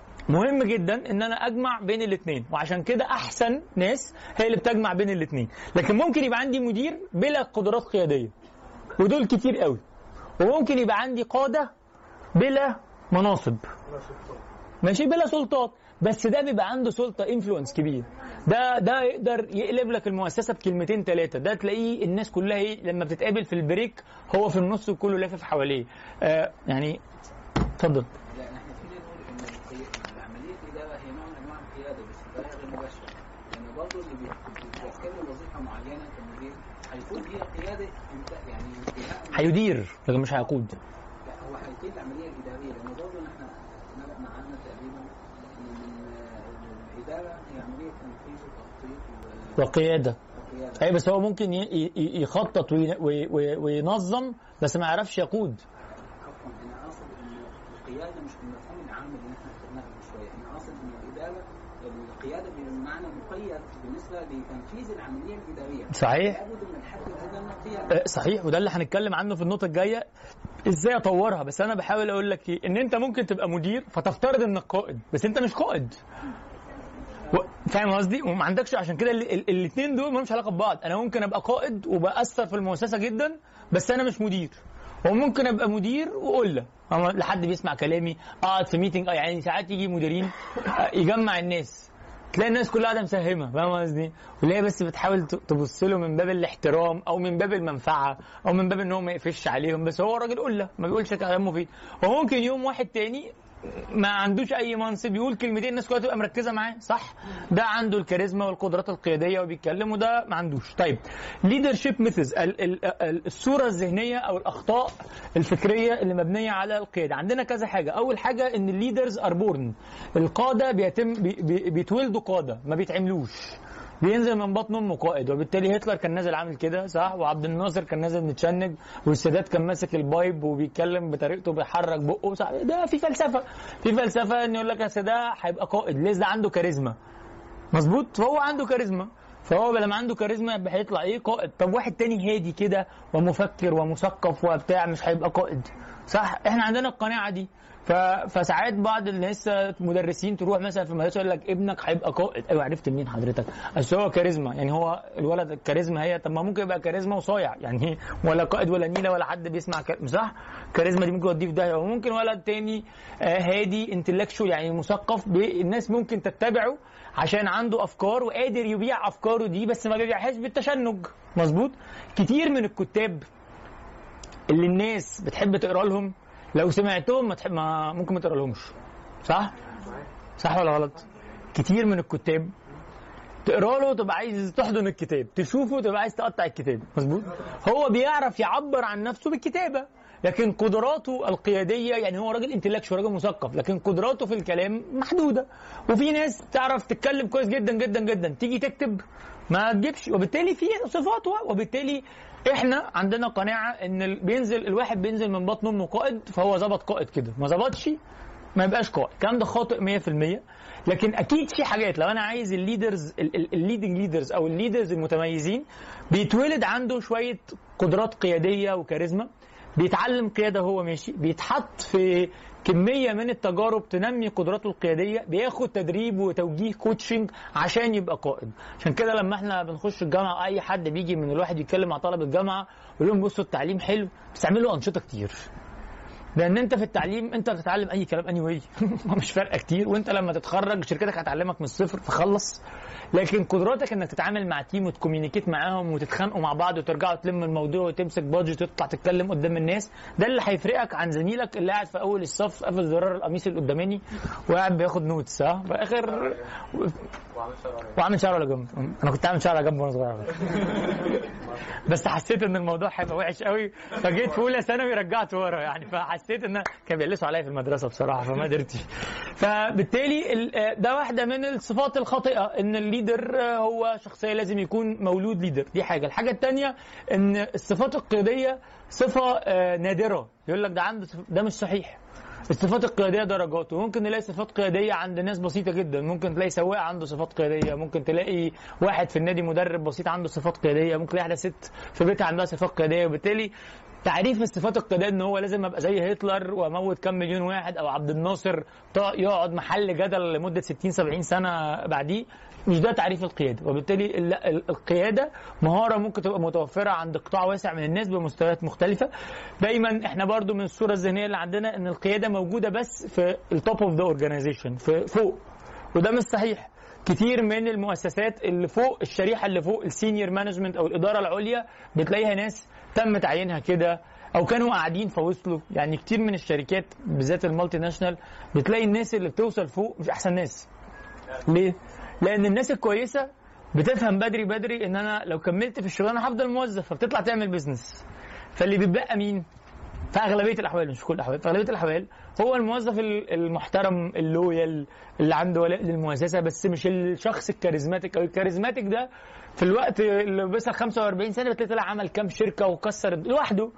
Speaker 3: مهم جدا ان انا اجمع بين الاثنين، وعشان كده احسن ناس هي اللي بتجمع بين الاثنين. لكن ممكن يبقى عندي مدير بلا قدرات قياديه ودول كتير قوي، وممكن يبقى عندي قاده بلا مناصب ماشي، بلا سلطات، بس ده بيبقى عنده سلطه انفلونس كبير، ده يقدر يقلب لك المؤسسه بكلمتين ثلاثه، ده تلاقيه الناس كلها لما بتتقابل في البريك هو في النص وكله لافف حواليه. يعني اتفضل.
Speaker 10: برضه اللي بيتكلم وظيفه معينه كمدير هيكون هي قياده يعني
Speaker 3: هيدير لكن مش هيقود.
Speaker 10: لا هو هيقيد العمليه الاداريه، لان برضه احنا معانا تقريبا من الاداره هي عمليه تنفيذ وتخطيط
Speaker 3: وقياده. اي بس هو ممكن يخطط وينظم بس ما يعرفش يقود.
Speaker 10: عفوا انا اقصد ان القياده مش بالمفهوم العام اللي احنا خدناه من شويه، انا اقصد ان الاداره القياده بمعنى مقيد بالنسبه لتنفيذ العمليه الاداريه.
Speaker 3: صحيح.
Speaker 10: لابد من الحد الادنى من القياده.
Speaker 3: صحيح، وده اللي هنتكلم عنه في النقطه الجايه ازاي اطورها. بس انا بحاول اقول لك ان انت ممكن تبقى مدير فتفترض انك قائد بس انت مش قائد. فاهم قصدي؟ وما عندكش، عشان كده الاثنين دول ما لهمش علاقه ببعض. انا ممكن ابقى قائد وباثر في المؤسسه جدا بس انا مش مدير، وممكن ابقى مدير وقله لحد بيسمع كلامي، اقعد في ميتنج. يعني ساعات يجي مديرين يجمع الناس تلاقي الناس كلها قاعده مسهمه، فاهم قصدي؟ واللي هي بس بتحاول تبص له من باب الاحترام او من باب المنفعه او من باب ان هو ما يقفش عليهم، بس هو راجل قله ما بيقولش كلام مفيد. وممكن يوم واحد تاني ما عندوش اي منصب يقول كلمتين الناس كلها تبقى مركزه معاه، صح؟ ده عنده الكاريزما والقدرات القياديه وبيتكلم، وده ما عندوش. طيب ليدرشيب ميثودز، الصوره الذهنيه او الاخطاء الفكريه اللي مبنيه على القياده. عندنا كذا حاجه. اول حاجه ان الليدرز ار بورن، القاده بيتولدوا قاده ما بيتعملوش، بينزل من بطن امه قائد. وبالتالي هتلر كان نازل عامل كده، صح؟ وعبد الناصر كان نازل متشنج، والسادات كان ماسك البايب وبيتكلم بطريقته بيحرك بقه، صح؟ ده في فلسفه ان يقول لك اصل ده هيبقى قائد، ليه؟ ده عنده كاريزما، مظبوط؟ فهو عنده كاريزما، فهو لما عنده كاريزما يبقى هيطلع ايه؟ قائد. طب واحد تاني هادي كده ومفكر ومثقف وبتاع مش هيبقى قائد، صح؟ احنا عندنا القناعه دي. فساعات بعض الناس مدرسين تروح مثلا في المدرسه يقول لك ابنك هيبقى قائد. ايوه عرفت منين حضرتك؟ اصل هو كاريزما، يعني هو الولد الكاريزما هي. طب ما ممكن يبقى كاريزما وصايع، يعني ولا قائد ولا نيله ولا حد بيسمع صح؟ كاريزما دي ممكن توديه في داهيه. وممكن ولد تاني هادي انتلكشوال، يعني مثقف، الناس ممكن تتبعه عشان عنده افكار وقادر يبيع افكاره دي، بس ما بيبيعهاش بالتشنج، مظبوط؟ كتير من الكتاب اللي الناس بتحب تقرا لهم لو سمعتهم ما ممكن ما تقرالهمش، صح ولا غلط؟ كتير من الكتاب تقرا له تبقى عايز تحضن الكتاب، تشوفه تبقى عايز تقطع الكتاب، مظبوط؟ هو بيعرف يعبر عن نفسه بالكتابه، لكن قدراته القياديه، يعني هو راجل انتلكشوال، راجل مثقف، لكن قدراته في الكلام محدوده. وفي ناس تعرف تتكلم كويس جدا جدا جدا، تيجي تكتب ما تجيبش، وبالتالي في صفات. وبالتالي احنا عندنا قناعه ان الواحد بينزل من بطن امه قائد، فهو ظبط قائد كده، ما ظبطش ما يبقاش قائد. الكلام ده خاطئ 100%. لكن اكيد في حاجات، لو انا عايز الليدنج ليدرز او الليدرز المتميزين، بيتولد عنده شويه قدرات قياديه وكاريزما، بيتعلم قياده هو ماشي، بيتحط في كميه من التجارب تنمي قدراته القياديه، بياخد تدريب وتوجيه كوتشنج عشان يبقى قائد. عشان كده لما احنا بنخش الجامعه اي حد بيجي من الواحد يتكلم مع طلبه الجامعه يقول لهم بصوا التعليم حلو بس اعملوا انشطه كتير، لان انت في التعليم انت بتتعلم اي كلام اني واي مش فارقه كتير، وانت لما تتخرج شركتك هتعلمك من الصفر فخلص. لكن قدراتك انك تتعامل مع تيم وتكوميونيكيت معاهم وتتخانقوا مع بعض وترجعوا تلم الموضوع وتمسك بادجت وتطلع تتكلم قدام الناس، ده اللي هيفرقك عن زميلك اللي قاعد في اول الصف قافل زرار القميص اللي قداماني وقاعد بياخد نوتس، صح؟ في اخر وعامل شعره على جنب. انا كنت عامل شعره على جنب وانا صغير بس حسيت ان الموضوع هيبقى وحش قوي، فجيت في اولى ثانوي رجعت ورا يعني، فحسيت ان كان بيقلسوا عليا في المدرسه بصراحه فما قدرتش. فبالتالي ده واحده من الصفات الخاطئه، ان الليدر هو شخصيه لازم يكون مولود ليدر، دي حاجه. الحاجه الثانيه ان الصفات القياديه صفه نادره، يقول لك ده عنده ده مش صحيح. الصفات القياديه درجات، وممكن نلاقي صفات قياديه عند ناس بسيطه جدا، ممكن تلاقي سواق عنده صفات قياديه، ممكن تلاقي واحد في النادي مدرب بسيط عنده صفات قياديه، ممكن تلاقي واحده ست في بيتها عندها صفات قياديه. وبالتالي تعريف الصفات القياديه ان هو لازم ابقى زي هتلر واموت كام مليون واحد، او عبد الناصر يقعد محل جدل لمده 60-70 سنه بعديه، مش ده تعريف القياده. وبالتالي القياده مهاره ممكن تبقى متوفره عند قطاع واسع من الناس بمستويات مختلفه. دايما احنا برضو من الصوره الذهنيه اللي عندنا ان القياده موجوده بس في التوب اوف ذا اورجانيزيشن، في فوق، وده مش صحيح. كتير من المؤسسات اللي فوق الشريحه اللي فوق السينيور مانجمنت او الاداره العليا بتلاقيها ناس تم تعيينها كده او كانوا قاعدين فوصلوا. يعني كتير من الشركات بالذات المالتي ناشونال بتلاقي الناس اللي بتوصل فوق مش احسن ناس. ليه؟ لان الناس الكويسه بتفهم بدري ان انا لو كملت في الشغلانه هفضل موظف، فبتطلع تعمل بيزنس. فاللي بيتبقى مين؟ في اغلبيه الاحوال، مش كل الاحوال، في اغلبيه الاحوال هو الموظف المحترم اللويال اللي عنده ولاء للمؤسسه، بس مش الشخص الكاريزماتيك. او الكاريزماتيك ده في الوقت اللي بيصل 45 سنه بتلاقي طلع عمل كام شركه وكسر لوحده،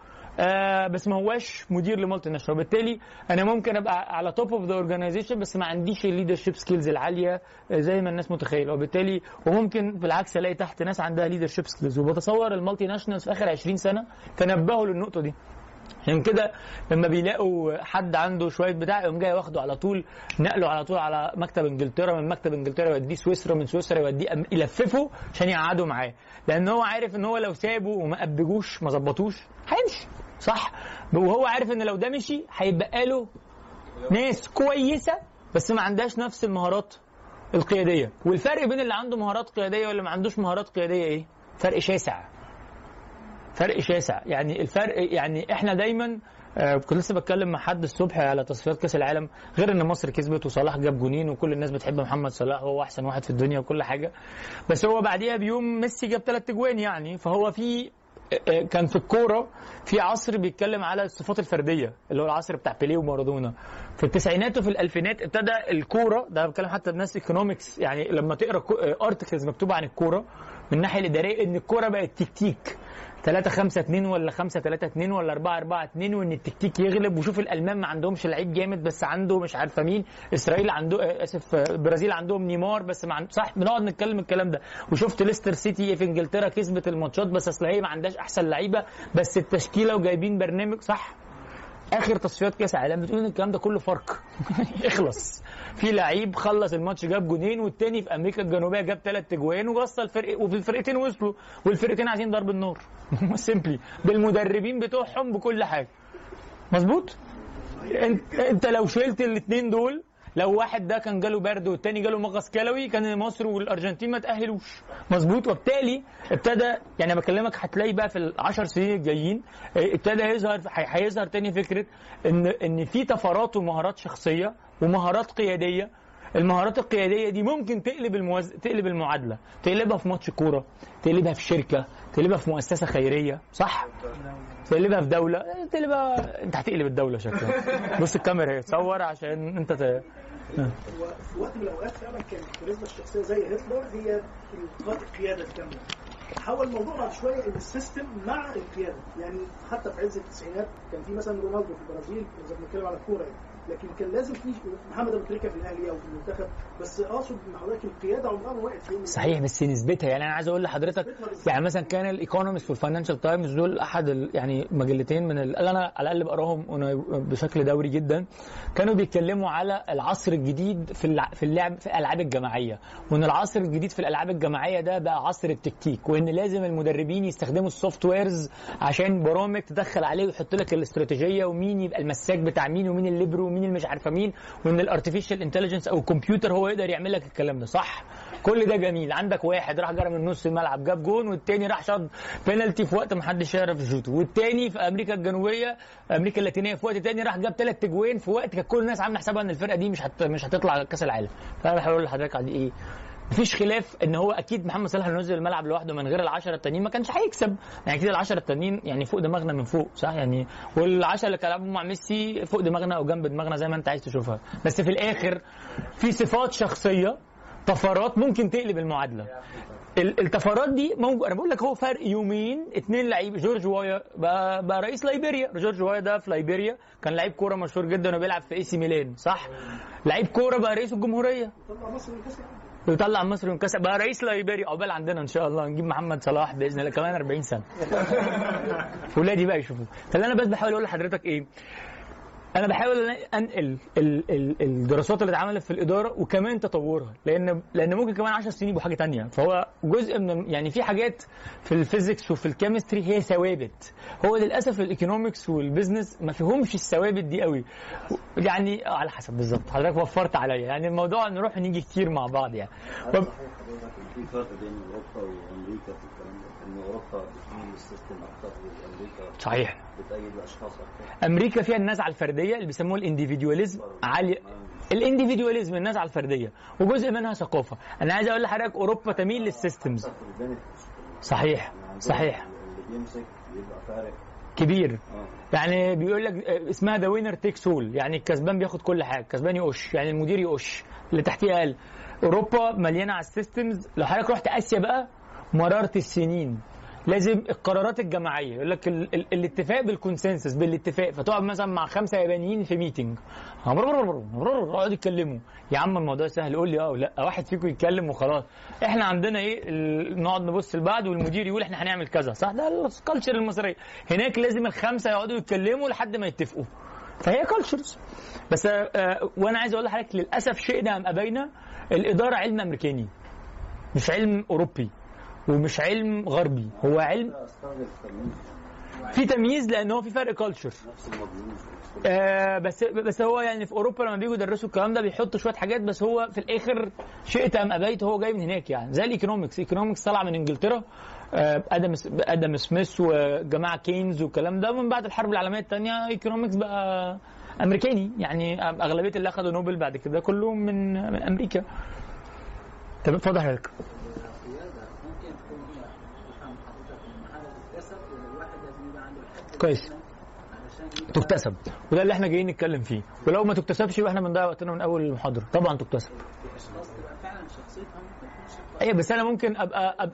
Speaker 3: بس ما هواش مدير لمالتي ناشونال. وبالتالي انا ممكن ابقى على توب اوف ذا اورجانيزيشن بس ما عنديش الليدرشيب سكيلز العاليه زي ما الناس متخيله. وبالتالي وممكن بالعكس الاقي تحت ناس عندها ليدرشيب سكيلز. وبتصور المالتي ناشونالز في اخر 20 سنه تنبهوا للنقطه دي. يعني كده لما بيلاقوا حد عنده شويه بتاع يقوم جاي واخده على طول، نقله على طول على مكتب انجلترا، من مكتب انجلترا يوديه سويسرا، من سويسرا يوديه يلففه عشان يقعدوا معاه، لان هو عارف ان هو لو سابه وما ابجوش ما ظبطوش هيمشي، صح؟ وهو عارف ان لو ده مشي هيبقى له ناس كويسه بس ما عندهاش نفس المهارات القياديه. والفرق بين اللي عنده مهارات قياديه واللي ما عندوش مهارات قياديه ايه؟ فرق شاسع. فرق شاسع. يعني الفرق، يعني احنا دايما كنت لسه بتكلم مع حد الصبح على تصفيات كاس العالم، غير ان مصر كسبت وصلاح جاب جونين وكل الناس بتحب محمد صلاح وهو احسن واحد في الدنيا وكل حاجه، بس هو بعديها بيوم ميسي جاب 3 اجوان يعني. فهو في كان في الكوره في عصر بيتكلم على الصفات الفرديه اللي هو العصر بتاع بيليه ومارادونا. في التسعينات وفي الالفينات ابتدى الكوره، ده بتكلم حتى الناس ايكونومكس، يعني لما تقرا ارتكلز مكتوبه عن الكوره من الناحيه الاداريه ان الكوره بقت تكتيك 3-5-2 ولا 5-3-2 ولا 4-4-2، وان التكتيك يغلب. وشوف الالمان ما عندهمش لعيب جامد بس عنده مش عارفه مين، اسرائيل عنده البرازيل عندهم نيمار بس ما صح، بنقعد نتكلم الكلام ده. وشفت ليستر سيتي في انجلترا كسبت الماتشات بس اصل هي ما عندهاش احسن لعيبه بس التشكيله وجايبين برنامج صح. اخر تصفيات كاس العالم بتقول ان الكلام ده كله فرق اخلص. في لعيب خلص الماتش جاب جونين والتاني في امريكا الجنوبيه جاب 3 اجوان ووصل الفرق، وفي الفرقتين وصلوا والفرقتين عايزين ضرب النار سيمبلي بالمدربين بتوعهم بكل حاجه. مظبوط. انت لو شلت الاثنين دول، لو واحد ده كان جاله برد والتاني جاله مغص كلوي كان مصر والارجنتين ما تاهلوش. مظبوط. وبالتالي ابتدى، يعني بكلمك هتلاقي بقى في ال10 سنين الجايين ابتدى هيظهر تاني فكره ان في طفرات ومهارات شخصيه ومهارات قياديه. المهارات القياديه دي ممكن تقلب المعادله، تقلبها في ماتش كوره، تقلبها في شركه، تقلبها في مؤسسه خيريه صح، تقلبها في دوله، تقلبها انت هتقلب الدوله شكلها. بص الكاميرا هي تصور عشان انت
Speaker 9: وفي وقت من الاوقات فعلا كانت الكاريزما الشخصيه زي هتلر هي القياده الكامله. حول الموضوع بعد شويه ان السيستم مع القياده، يعني حتى في عز التسعينات كان في مثلا رونالدو في البرازيل اذا بنتكلم على الكوره يعني، لكن كان لازم في محمد ابو تريكه في الاهلي او في المنتخب، بس اقصد ان حضرتك القياده عمرها ما وقعت فيهم.
Speaker 3: صحيح بس نسبتها، يعني انا عايز اقول لحضرتك يعني مثلا كان الايكونومست والفاينانشال تايمز دول احد يعني مجلتين من اللي انا على الاقل بقراهم بشكل دوري جدا، كانوا بيتكلموا على العصر الجديد في اللعب في الالعاب الجماعيه، وان العصر الجديد في الالعاب الجماعيه ده بقى عصر التكتيك، وان لازم المدربين يستخدموا السوفت ويرز عشان برامج تدخل عليه ويحط لك الاستراتيجيه ومين يبقى المساك بتاع مين ومين الليبرو ومين اللي مش عارفه مين، وان الارتفيشال انتليجنس او الكمبيوتر هو يقدر يعمل لك الكلام ده صح. كل ده جميل. عندك واحد راح جرى من نص الملعب جاب جون، والتاني راح شاط بينالتي في وقت ما حدش يعرف يشوطه، والتاني في امريكا الجنوبيه امريكا اللاتينيه في وقت تاني راح جاب 3 اجوان في وقت كانت كل الناس عامله حسابها ان الفرقه دي مش هتطلع كاس العالم. فانا بحاول لحضرتك على ايه، مفيش خلاف ان هو اكيد محمد صلاح لو نزل الملعب لوحده من غير ال10 التانيين ما كانش هيكسب، يعني اكيد ال10 التانيين يعني فوق دماغنا من فوق صح يعني، وال10 اللي كانوا مع ميسي فوق دماغنا او جنب دماغنا زي ما انت عايز تشوفها. بس في الاخر في صفات شخصيه طفرات ممكن تقلب المعادله. الطفرات دي موجود. انا بقول لك هو فرق يومين 2 لعيب. جورج وايا بقى رئيس لايبيريا. جورج وايا ده في لايبيريا كان لعيب كوره مشهور جدا وبيلعب في اي سي ميلان صح، لعيب كوره بقى رئيس الجمهوريه ويطلع مصر من كاس، بقى رئيس لايبيريا. عقبال عندنا ان شاء الله نجيب محمد صلاح باذن الله كمان 40 سنه ولادي بقى يشوفوه. فاللي انا بس بحاول اقول لحضرتك ايه، انا بحاول انقل الدراسات اللي اتعملت في الاداره وكمان تطورها، لان ممكن كمان 10 سنين يبقوا حاجه تانية. فهو جزء من يعني في حاجات في الفيزيكس وفي الكيمستري هي ثوابت، هو للاسف الايكونومكس والبيزنس ما فيهمش الثوابت دي قوي، يعني على حسب بالظبط حضرتك وفرت عليا، يعني الموضوع نروح نيجي كتير مع بعض يعني.
Speaker 12: في فرق بين اوروبا وامريكا في الكلام ده، ان اوروبا بتميل للسيستم اكتر وامريكا
Speaker 3: صحيح
Speaker 12: بتأيد الاشخاص اكتر.
Speaker 3: امريكا فيها النزعه الفرديه اللي بيسموها الانديفيدواليزم عالي، الانديفيدواليزم النزعه الفرديه وجزء منها ثقافه. انا عايز اقول لحضرتك اوروبا تميل للسيستمز. صحيح صحيح
Speaker 12: اللي بيمسك بيبقى فارق
Speaker 3: كبير. يعني بيقول لك اسمها ذا وينر تيكس اول، يعني الكسبان بياخد كل حاجه، الكسبان يقش، يعني المدير يقش اللي تحتيه اقل. اوروبا مليانه على السيستمز. لو حضرتك رحت اسيا بقى مررت السنين لازم القرارات الجماعيه، يقول لك الاتفاق بالكونسنسس بالاتفاق، فتقعد مثلا مع 5 يابانيين في ميتنج يقعدوا يتكلموا، يا عم الموضوع سهل قول لي لا واحد فيكم يتكلم وخلاص. احنا عندنا ايه نقعد نبص لبعض والمدير يقول احنا هنعمل كذا صح، ده الكالتشر المصريه. هناك لازم ال5 يقعدوا يتكلموا لحد ما يتفقوا، فهي كالتشرز. بس وانا عايز اقول لحضرتك للاسف شئنا ام ابينا الاداره علم امريكاني مش علم اوروبي ومش علم غربي، هو علم في تمييز لان هو في فرق كلتشر. بس هو يعني في اوروبا لما بييجوا يدرسوا الكلام ده بيحطوا شويه حاجات، بس هو في الاخر شئت ام ابيت هو جاي من هناك يعني. زي الايكونومكس طلع من انجلترا، ادم سميث وجماعه كينز والكلام ده. من بعد الحرب العالميه الثانيه ايكونومكس بقى امريكاني يعني، اغلبيه اللي اخذوا نوبل بعد كده كلهم من امريكا. طب اتفضل حضرتك. كويس، تكتسب، وده اللي احنا جايين نتكلم فيه. ولو ما تكتسبش يبقى احنا بنضيع وقتنا من اول المحاضره. طبعا تكتسب. ايوه بس انا ممكن ابقى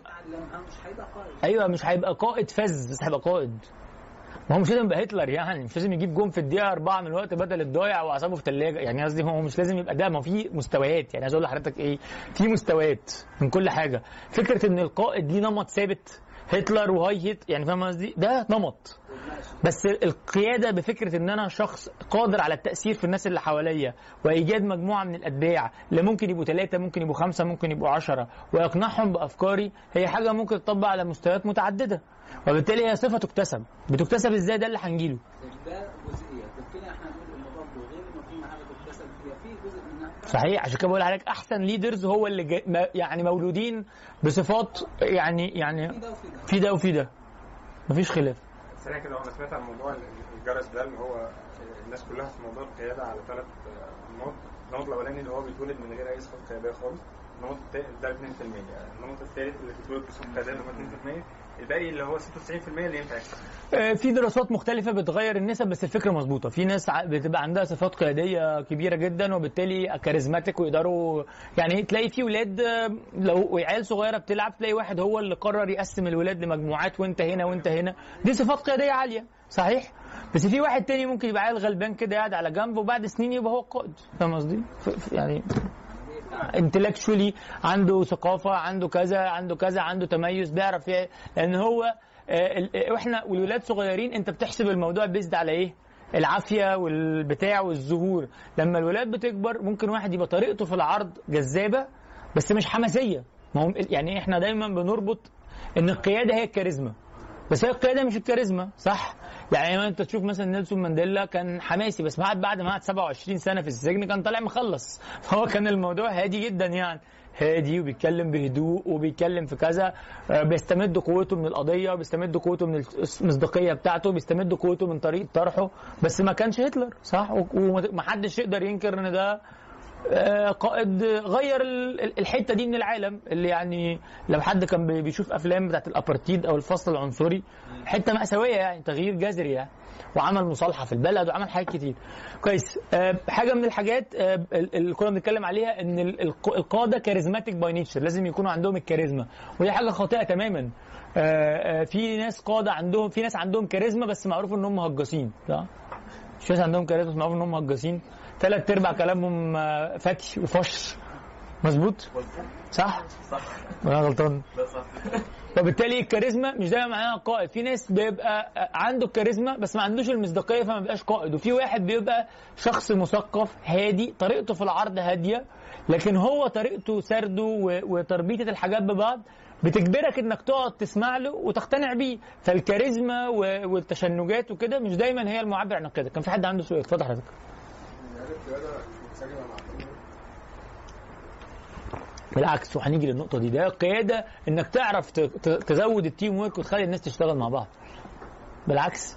Speaker 3: ايوه مش هيبقى قائد فز، بس هيبقى قائد. ما هو مش لازم يبقى هتلر يعني، مش لازم يجيب جون في الدقيقه 4 من الوقت بدل الضايع واعصابه في ثلاجه يعني. قصدي هو مش لازم يبقى ده، ما في مستويات يعني. عايز اقول لحضرتك ايه، في مستويات من كل حاجه. فكره ان القائد ليه نمط ثابت، هتلر وهاي هت يعني، فاهم قصدي؟ ده نمط. بس القياده بفكره ان انا شخص قادر على التاثير في الناس اللي حواليا وايجاد مجموعه من الاتباع اللي ممكن يبقوا 3، ممكن يبقوا 5، ممكن يبقوا 10، واقنعهم بافكاري، هي حاجه ممكن تطبق على مستويات متعدده، وبالتالي هي صفه تكتسب. بتكتسب ازاي؟ ده اللي هنجيله.
Speaker 10: ده جزئيه كده احنا هنقول ان برضه غير انه في حاجه تكتسب، هي في جزء منها
Speaker 3: صحيح. عشان كده بقول لحضرتك احسن ليدرز هو اللي يعني مولودين بصفات يعني في ده وفي ده، مفيش خلاف.
Speaker 13: سريع كده، وانا سمعت عن موضوع الجرس ده اللي هو الناس كلها في موضوع القياده على 3 نقط. النقط الاولاني اللي هو بيتولد من غير اي صفات قياديه خالص، النقط الثاني ده 2%، النقط الثالث اللي بيتولد بصفات قياديه اللي هو 2%، الباقي اللي هو 96% اللي ينفع يكسب.
Speaker 3: في دراسات مختلفه بتغير النسب، بس الفكره مظبوطه. في ناس بتبقى عندها صفات قياديه كبيره جدا وبالتالي كاريزماتيك ويقدروا يعني. تلاقي في ولاد لو عيال صغيره بتلعب تلاقي واحد هو اللي قرر يقسم الولاد لمجموعات، وانت هنا وانت هنا، دي صفات قياديه عاليه صحيح. بس في واحد تاني ممكن يبقى عيل غلبان كده قاعد على جنب وبعد سنين يبقى هو القائد، فاهم قصدي؟ يعني انتلكشولي عنده ثقافه، عنده كذا عنده كذا، عنده تميز، بيعرف لان هو واحنا والولاد صغيرين انت بتحسب الموضوع بيزد على ايه؟ العافيه والبتاع والظهور. لما الولاد بتكبر ممكن واحد يبقى طريقته في العرض جذابه بس مش حماسيه. يعني احنا دايما بنربط ان القياده هي الكاريزما، بس هي القياده مش الكاريزما، صح؟ يعني انت تشوف مثلا نيلسون مانديلا كان حماسي، بس بعد ما قعد 27 سنه في السجن كان طالع مخلص، فهو كان الموضوع هادي جدا يعني، هادي وبيتكلم بهدوء وبيتكلم في كذا، بيستمد قوته من القضيه، بيستمد قوته من المصداقيه بتاعته، بيستمد قوته من طريقه طرحه، بس ما كانش هتلر، صح؟ ومحدش يقدر ينكر ان ده قائد غير الحته دي من العالم. اللي يعني لو حد كان بيشوف افلام بتاعت الابارتيد او الفصل العنصري، حته مأساويه يعني، تغيير جذري يعني، وعمل مصالحه في البلد وعمل حاجات كتير. كويس. حاجه من الحاجات اللي كنا بنتكلم عليها ان القاده كاريزماتيك باي نيتشر، لازم يكونوا عندهم الكاريزما، ودي حاجه خاطئه تماما. في ناس قاده عندهم، في ناس عندهم كاريزما بس معروف ان هم هجاسين، صح؟ مش ناس عندهم كاريزما بس معروف ان هم هجاسين. 3/4 كلامهم فتي وفش، مظبوط؟ صح؟
Speaker 11: صح.
Speaker 3: ولا غلطان؟
Speaker 11: لا صح.
Speaker 3: وبالتالي الكاريزما مش دايما معناها قائد. في ناس بيبقى عنده الكاريزما بس ما عندوش المصداقيه فما بيبقاش قائد، وفي واحد بيبقى شخص مثقف هادي، طريقته في العرض هاديه، لكن هو طريقته سرده وتربيطه الحاجات ببعض بتجبرك انك تقعد تسمع له وتقتنع بيه. فالكاريزما والتشنجات وكده مش دايما هي المعبر عن القياده. كان في حد عنده سؤال؟ اتفضل حضرتك. بالعكس، وهنيجي للنقطه دي. ده القياده انك تعرف تزود التيم ورك وتخلي الناس تشتغل مع بعض. بالعكس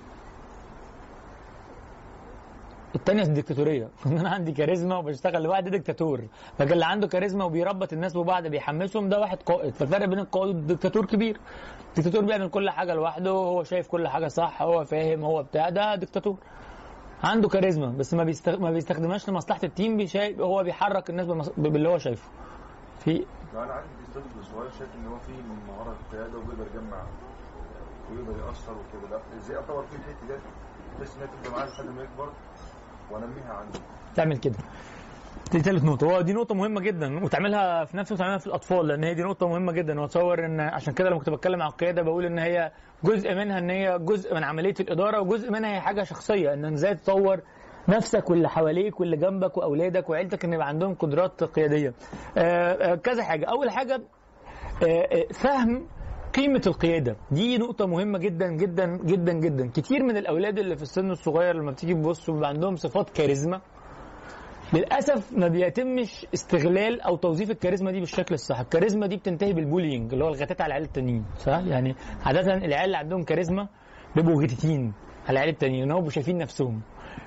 Speaker 3: الثانيه الديكتاتوريه ان انا عندي كاريزما وبشتغل لوحدي، ديكتاتور. لكن اللي عنده كاريزما وبيربط الناس ببعض بيحمسهم، ده واحد قائد. فالفرق بين القائد والديكتاتور كبير. الديكتاتور بيعمل كل حاجه لوحده، هو شايف كل حاجه صح، هو فاهم، هو بتاع، ده ديكتاتور. عنده كاريزما بس ما بيستخدمهاش لمصلحه التيم، هو بيحرك الناس باللي هو شايفه. في
Speaker 14: انا عندي استاذ صغير شايف ان هو في مهاره القياده وبيقدر يجمع ويقدر يأثر وكده، لا ازاي اطور فيه الحته دي بحيث انها تبقى معاه لحد ما يكبر وانميها عنده؟
Speaker 3: تعمل كده. دي ثالث نقطة، دي نقطة مهمة جدا، وتعملها في نفسك وتعملها في الأطفال، لأن هي دي نقطة مهمة جدا. وأتصور إن عشان كده لما كنت بتكلم عن القيادة بقول إن هي جزء منها إن هي جزء من عملية الإدارة، وجزء منها هي حاجة شخصية، إن إزاي تطور نفسك واللي حواليك واللي جنبك وأولادك وعيلتك إن يبقى عندهم قدرات قيادية. كذا حاجة. أول حاجة فهم قيمة القيادة دي نقطة مهمة جدا جدا جدا جدا. كتير من الأولاد اللي في السن الصغير لما بتيجي تبص بيبقى عندهم صفات كاريزما، للأسف ما بيتمش استغلال أو توظيف الكاريزما دي بالشكل الصح. الكاريزما دي بتنتهي بالبولينج اللي هو الغتات على العيال التانيين، صح؟ يعني عادة العيال اللي عندهم كاريزما بيبقوا غتتين على العيال التانيين، إن هو شايفين نفسهم.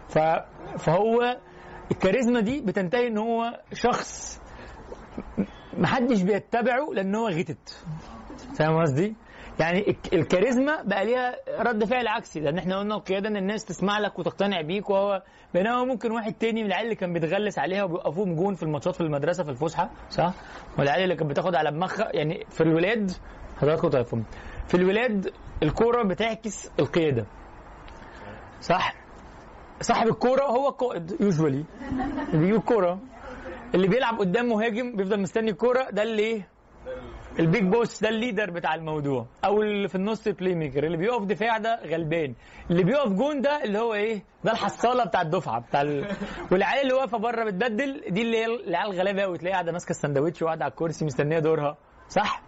Speaker 3: فهو الكاريزما دي بتنتهي إن هو شخص محدش بيتبعه لأن هو غتت. فاهم قصدي؟ يعني الكاريزما بقى ليها رد فعل عكسي، لان احنا قلنا القياده ان الناس تسمع لك وتقتنع بيك، وهو بينما ممكن واحد تاني من العيال اللي كان بيتغلس عليها وبيوقفوهم جون في الماتشات في المدرسه في الفسحه، صح؟ والعيال اللي كانت بتاخد على دماغها. يعني في الولاد حضراتكم تعرفون في الولاد الكوره بتعكس القياده، صح؟ صاحب الكوره هو القائد يوجوالي اللي بيجيب الكوره، اللي بيلعب قدام مهاجم بيفضل مستني الكوره، ده اللي ايه؟ البيج بوس، ده الليدر بتاع الموضوع، او اللي في النص بلاي ميكر. اللي بيقف دفاع ده غلبان، اللي بيقف جون ده اللي هو ايه؟ ده الحصاله بتاع الدفعه والعيال اللي واقفه بره بتبدل دي اللي هي العيال الغلابه قوي، تلاقيها قاعده ماسكه السندوتش وقاعده على الكرسي مستنيه دورها، صح؟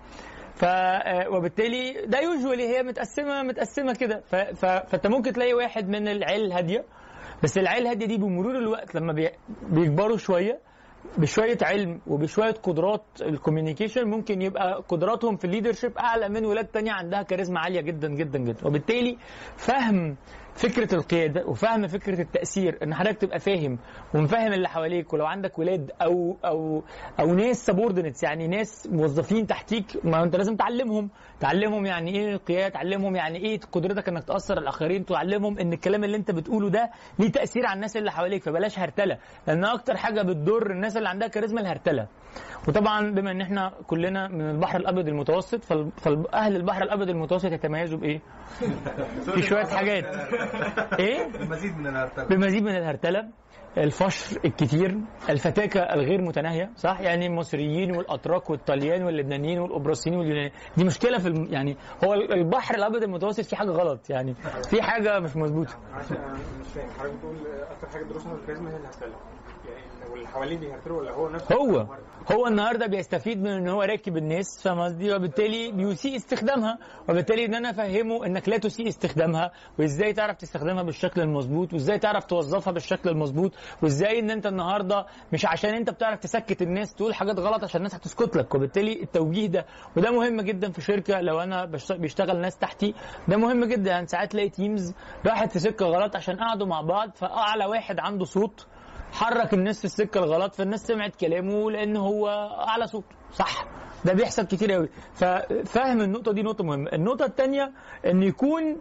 Speaker 3: وبالتالي ده يوجوالي هي متقسمه كده. فانت ممكن تلاقي واحد من العيال الهاديه، بس العيال الهاديه دي بمرور الوقت لما بيكبروا شويه بشويه علم وبشويه قدرات الكوميونيكيشن، ممكن يبقى قدراتهم في الليدرشيب اعلى من ولاد تانية عندها كاريزما عاليه جدا جدا جدا. وبالتالي فهم فكره القياده وفهم فكره التاثير، ان حضرتك تبقى فاهم ومفهم اللي حواليك. ولو عندك ولاد او ناس سبوردينتس، يعني ناس موظفين تحتيك، ما انت لازم تعلمهم يعني ايه القياده، تعلمهم يعني ايه قدرتك انك تاثر على الاخرين، تعلمهم ان الكلام اللي انت بتقوله ده ليه تاثير على الناس اللي حواليك. فبلاش هرتله، لان اكتر حاجه بتضر الناس اللي عندها كاريزما الهرتله. وطبعا بما ان احنا كلنا من البحر الابيض المتوسط، فاهل البحر الابيض المتوسط يتميزوا بايه؟ في شويه حاجات. ايه؟ بمزيد من الهرتله، الفشر الكتير، الفتاكه الغير متناهيه، صح؟ يعني المصريين والاتراك والطليان واللبنانيين والقبرصيين واليونانيين، دي مشكله في يعني هو البحر الابيض المتوسط فيه حاجه غلط، يعني في حاجه مش مظبوطه.
Speaker 13: عشان مش فاهم حضرتك بتقول اكتر حاجه بتدرسها في الكاريزما هي الهرتله، يعني واللي حواليه بيهرتلوا ولا هو نفسه؟
Speaker 3: هو النهارده بيستفيد من ان هو راكب الناس، فاهم قصدي؟ وبالتالي بيسيء استخدامها، وبالتالي ان انا افهمه انك لا تسيء استخدامها، وازاي تعرف تستخدمها بالشكل المظبوط، وازاي تعرف توظفها بالشكل المظبوط، وازاي ان انت النهارده مش عشان انت بتعرف تسكت الناس تقول حاجات غلط عشان الناس هتسكت لك. وبالتالي التوجيه ده وده مهم جدا في شركه. لو انا بيشتغل ناس تحتي ده مهم جدا. يعني ساعات تلاقي تيمز راحت في سكه غلط عشان قعدوا مع بعض، فاعلى واحد عنده صوت حرك الناس في السكه الغلط، فالناس سمعت كلامه لان هو اعلى صوت، صح؟ ده بيحصل كتير قوي. ففهم النقطه دي نقطه مهمه. النقطه الثانيه ان يكون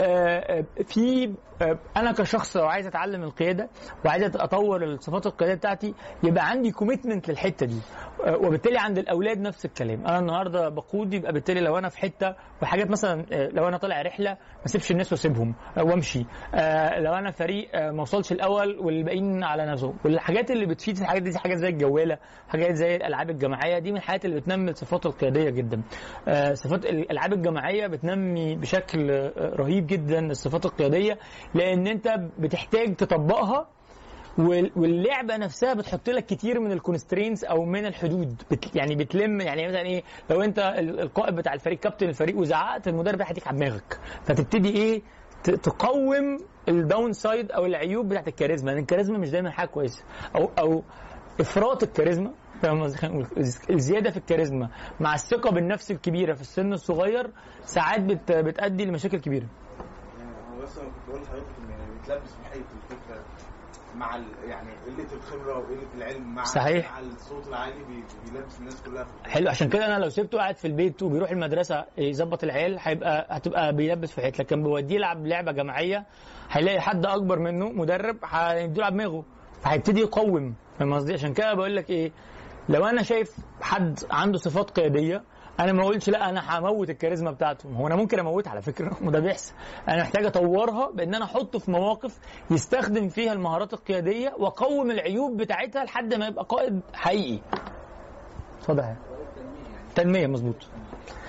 Speaker 3: في انا كشخص لو عايز اتعلم القياده وعايز اطور الصفات القياديه بتاعتي، يبقى عندي كوميتمنت للحته دي. وبالتالي عند الاولاد نفس الكلام. انا النهارده بقود، يبقى بالتالي لو انا في حته وحاجات مثلا، لو انا طالع رحله ما اسيبش الناس واسيبهم وامشي. لو انا فريق ما وصلش الاول والباقيين على نفسهم، والحاجات اللي بتفيد في الحاجات دي حاجات زي الجواله، حاجات زي الالعاب الجماعيه، دي من الحاجات اللي بتنمي الصفات القياديه جدا. صفات الالعاب الجماعيه بتنمي بشكل رهيب جدا الصفات القياديه، لان انت بتحتاج تطبقها، واللعبه نفسها بتحط لك كتير من الكونسترينز او من الحدود. يعني بتلم، يعني مثلا ايه، لو انت القائد بتاع الفريق كابتن الفريق وزعقت، المدرب هيديك على دماغك، فتبتدي ايه تقوم الداون سايد او العيوب بتاعت الكاريزما. لان الكاريزما مش دايما حاجه كويسه، او افراط الكاريزما، الزياده في الكاريزما مع الثقه بالنفس الكبيره في السن الصغير ساعات بتؤدي لمشاكل كبيره.
Speaker 15: بس انا كنت بقول لحضرتك ان بتلبس في حته الفكره مع يعني قله الخبره وقله العلم مع
Speaker 3: صحيح.
Speaker 15: مع الصوت العالي بيلبس الناس كلها في
Speaker 3: حلو. عشان كده انا لو سبته قاعد في البيت وبيروح المدرسه يظبط العيال هتبقى بيلبس في حته، لكن بوديه يلعب لعبه جماعيه هيلاقي حد اكبر منه مدرب هيديله على دماغه، فهيبتدي يقوم. فاهم قصدي؟ عشان كده بقول لك ايه، لو انا شايف حد عنده صفات قياديه، انا ما اقولش لا انا هموت الكاريزما بتاعته. هو انا ممكن اموتها على فكره، وده بيحصل. انا محتاج اطورها بان انا احطه في مواقف يستخدم فيها المهارات القياديه، واقوم العيوب بتاعتها لحد ما يبقى قائد حقيقي. اتفضل. تنميه، مظبوط.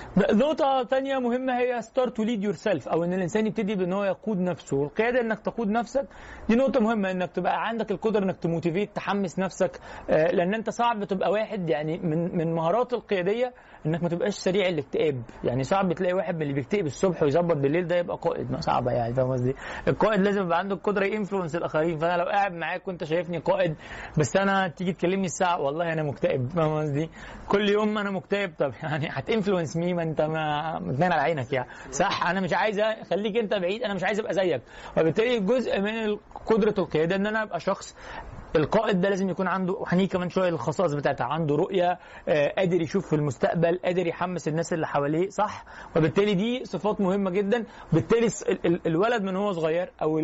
Speaker 3: نقطة تانية مهمة هي start to lead yourself، أو إن الإنسان يبتدي بإن هو يقود نفسه. والقيادة إنك تقود نفسك دي نقطة مهمة، إنك تبقى عندك القدرة إنك تموتيفيت تحمس نفسك، لأن أنت صعب تبقى واحد يعني من مهارات القيادية إنك ما تبقاش سريع الاكتئاب. يعني صعب تلاقي واحد من اللي بيكتئب الصبح ويظبط بالليل ده يبقى قائد، ما صعبة يعني، فاهم قصدي؟ القائد لازم يبقى عنده القدرة ينفلونس الآخرين. فأنا لو قاعد معاك وأنت شايفني قائد بس أنا تيجي تكلمني الساعة والله أنا مكتئب، فاهم قصدي؟ كل يوم أنا مكتئب، طب يعني هتنفلونس مين؟ ما أنت متنين على عينك يعني، صح؟ أنا مش عايز خليك أنت بعيد، أنا مش عايز أبقى زيك. وبالتالي جزء من قدرة القيادة إن أنا أبقى شخص القائد ده لازم يكون عنده، وهنيجي كمان شويه الخصائص بتاعتها، عنده رؤيه، قادر يشوف في المستقبل، قادر يحمس الناس اللي حواليه، صح؟ وبالتالي دي صفات مهمه جدا. بالتالي الولد من هو صغير او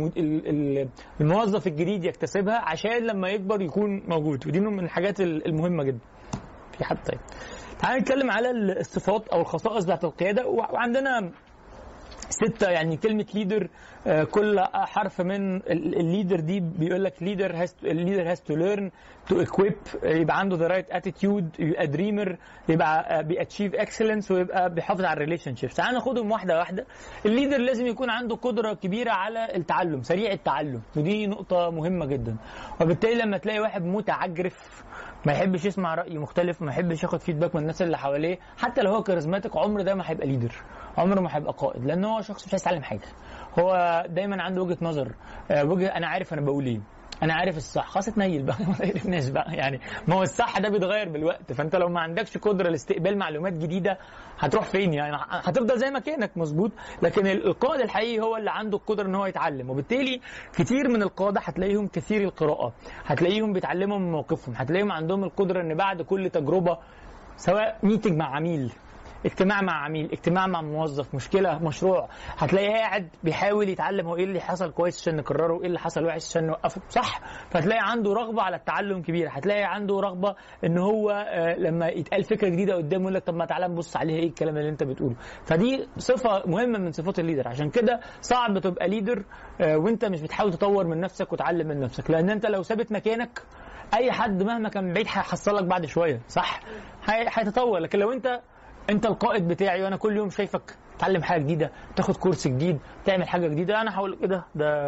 Speaker 3: الموظف الجديد يكتسبها عشان لما يكبر يكون موجود، ودي من الحاجات المهمه جدا. في حد طيب تعالى نتكلم على الصفات او الخصائص بتاعت القياده، وعندنا 6. يعني كلمة leader كل حرف من الليدر دي بيقول لك leader has to learn to equip، يبقى عنده the right attitude، يبقى dreamer، يبقى بيachieve excellence، ويبقى بيحافظ على relationships. تعالى ناخدهم واحدة واحدة. الليدر لازم يكون عنده قدرة كبيرة على التعلم، سريع التعلم، ودي نقطة مهمة جدا. وبالتالي لما تلاقي واحد متعجرف ما يحبش يسمع رأي مختلف، ما يحبش ياخد فيدباك من الناس اللي حواليه، حتى لو هو كاريزماتيك، عمر ده ما هيبقى ليدر، عمره ما هيبقى قائد، لأن هو شخص مش عايز يتعلم حاجة. هو دايما عنده وجهة نظر، أنا عارف أنا بقول إيه، انا عارف الصح، خلاص اتنيل بقى ما تعرفناش بقى يعني. ما هو الصح ده بيتغير بالوقت، فانت لو ما عندكش قدره لاستقبال معلومات جديده هتروح فين يعني؟ هتفضل زي مكانك مظبوط. لكن القائد الحقيقي هو اللي عنده القدره ان هو يتعلم. وبالتالي كتير من القاده هتلاقيهم كثير القراءه، هتلاقيهم بيتعلموا من مواقفهم، هتلاقيهم عندهم القدره ان بعد كل تجربه، سواء ميتنج مع عميل، اجتماع مع عميل، اجتماع مع موظف، مشكله، مشروع، هتلاقيه قاعد بيحاول يتعلم هو ايه اللي حصل كويس عشان نكرره وايه اللي حصل وحش عشان نوقفه، صح؟ فتلاقي عنده رغبه على التعلم كبيره، هتلاقي عنده رغبه ان هو لما يتقال فكره جديده قدامه يقول لك طب ما تعالى نبص عليها ايه الكلام اللي انت بتقوله. فدي صفه مهمه من صفات الليدر. عشان كده صعب تبقى ليدر وانت مش بتحاول تطور من نفسك وتعلم من نفسك، لان انت لو ثابت مكانك اي حد مهما كان بعيد هيحصلك بعد شويه، صح؟ هيتطور. لكن لو انت القائد بتاعي وانا كل يوم شايفك تتعلم حاجه جديده، تاخد كورس جديد، تعمل حاجه جديده، انا هقول كده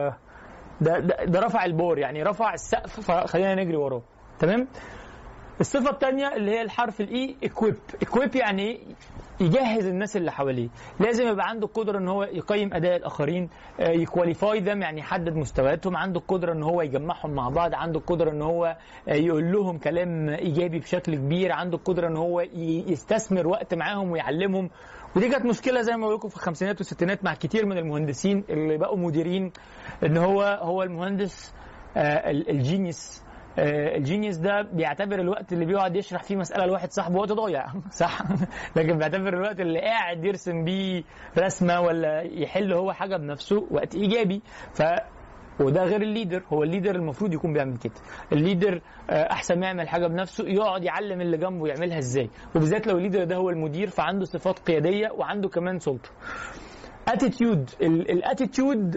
Speaker 3: ده رفع البور، يعني رفع السقف، فخلينا نجري وراه. تمام؟ الصفه الثانيه اللي هي الحرف الاي، equip يعني يجهز الناس اللي حواليه. لازم يبقى عنده القدره ان هو يقيم اداء الاخرين، يكواليفاي ذم، يعني يحدد مستوياتهم، عنده القدره ان هو يجمعهم مع بعض، عنده القدره ان هو يقول لهم كلام ايجابي بشكل كبير، عنده القدره ان هو يستثمر وقت معاهم ويعلمهم. ودي كانت مشكله زي ما بقول لكم في الخمسينات والستينات مع كتير من المهندسين اللي بقوا مديرين، ان هو المهندس الجينيوس. الجينيوس ده بيعتبر الوقت اللي بيقعد يشرح فيه مسألة لواحد صاحبه وقت ضايع، صح؟ لكن بيعتبر الوقت اللي قاعد يرسم بيه رسمة ولا يحل هو حاجة بنفسه وقت إيجابي. وده غير الليدر. هو الليدر المفروض يكون بيعمل كده. الليدر أحسن ما يعمل حاجة بنفسه، يقعد يعلم اللي جنبه يعملها إزاي، وبالذات لو الليدر ده هو المدير فعنده صفات قيادية وعنده كمان سلطة. اتيتيود، الاتيتيود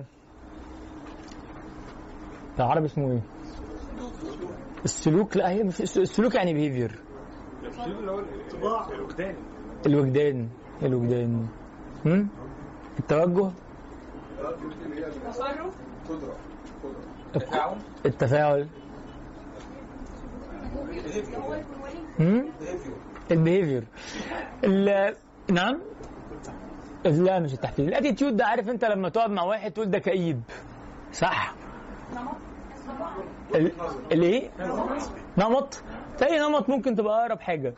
Speaker 3: العربي اسمه ايه؟ السلوك. لا، هي مش السلوك، يعني behavior.
Speaker 13: السلوك اللي هو
Speaker 3: الوجدان. التوجه، التفاعل، البيهيفير. نعم، لا مش التحفيز. الاتيتيود ده، عارف انت لما تقعد مع واحد تقول ده كئيب، صح؟ الايه؟ نمط. تاني نمط ممكن تبقى اقرب حاجه.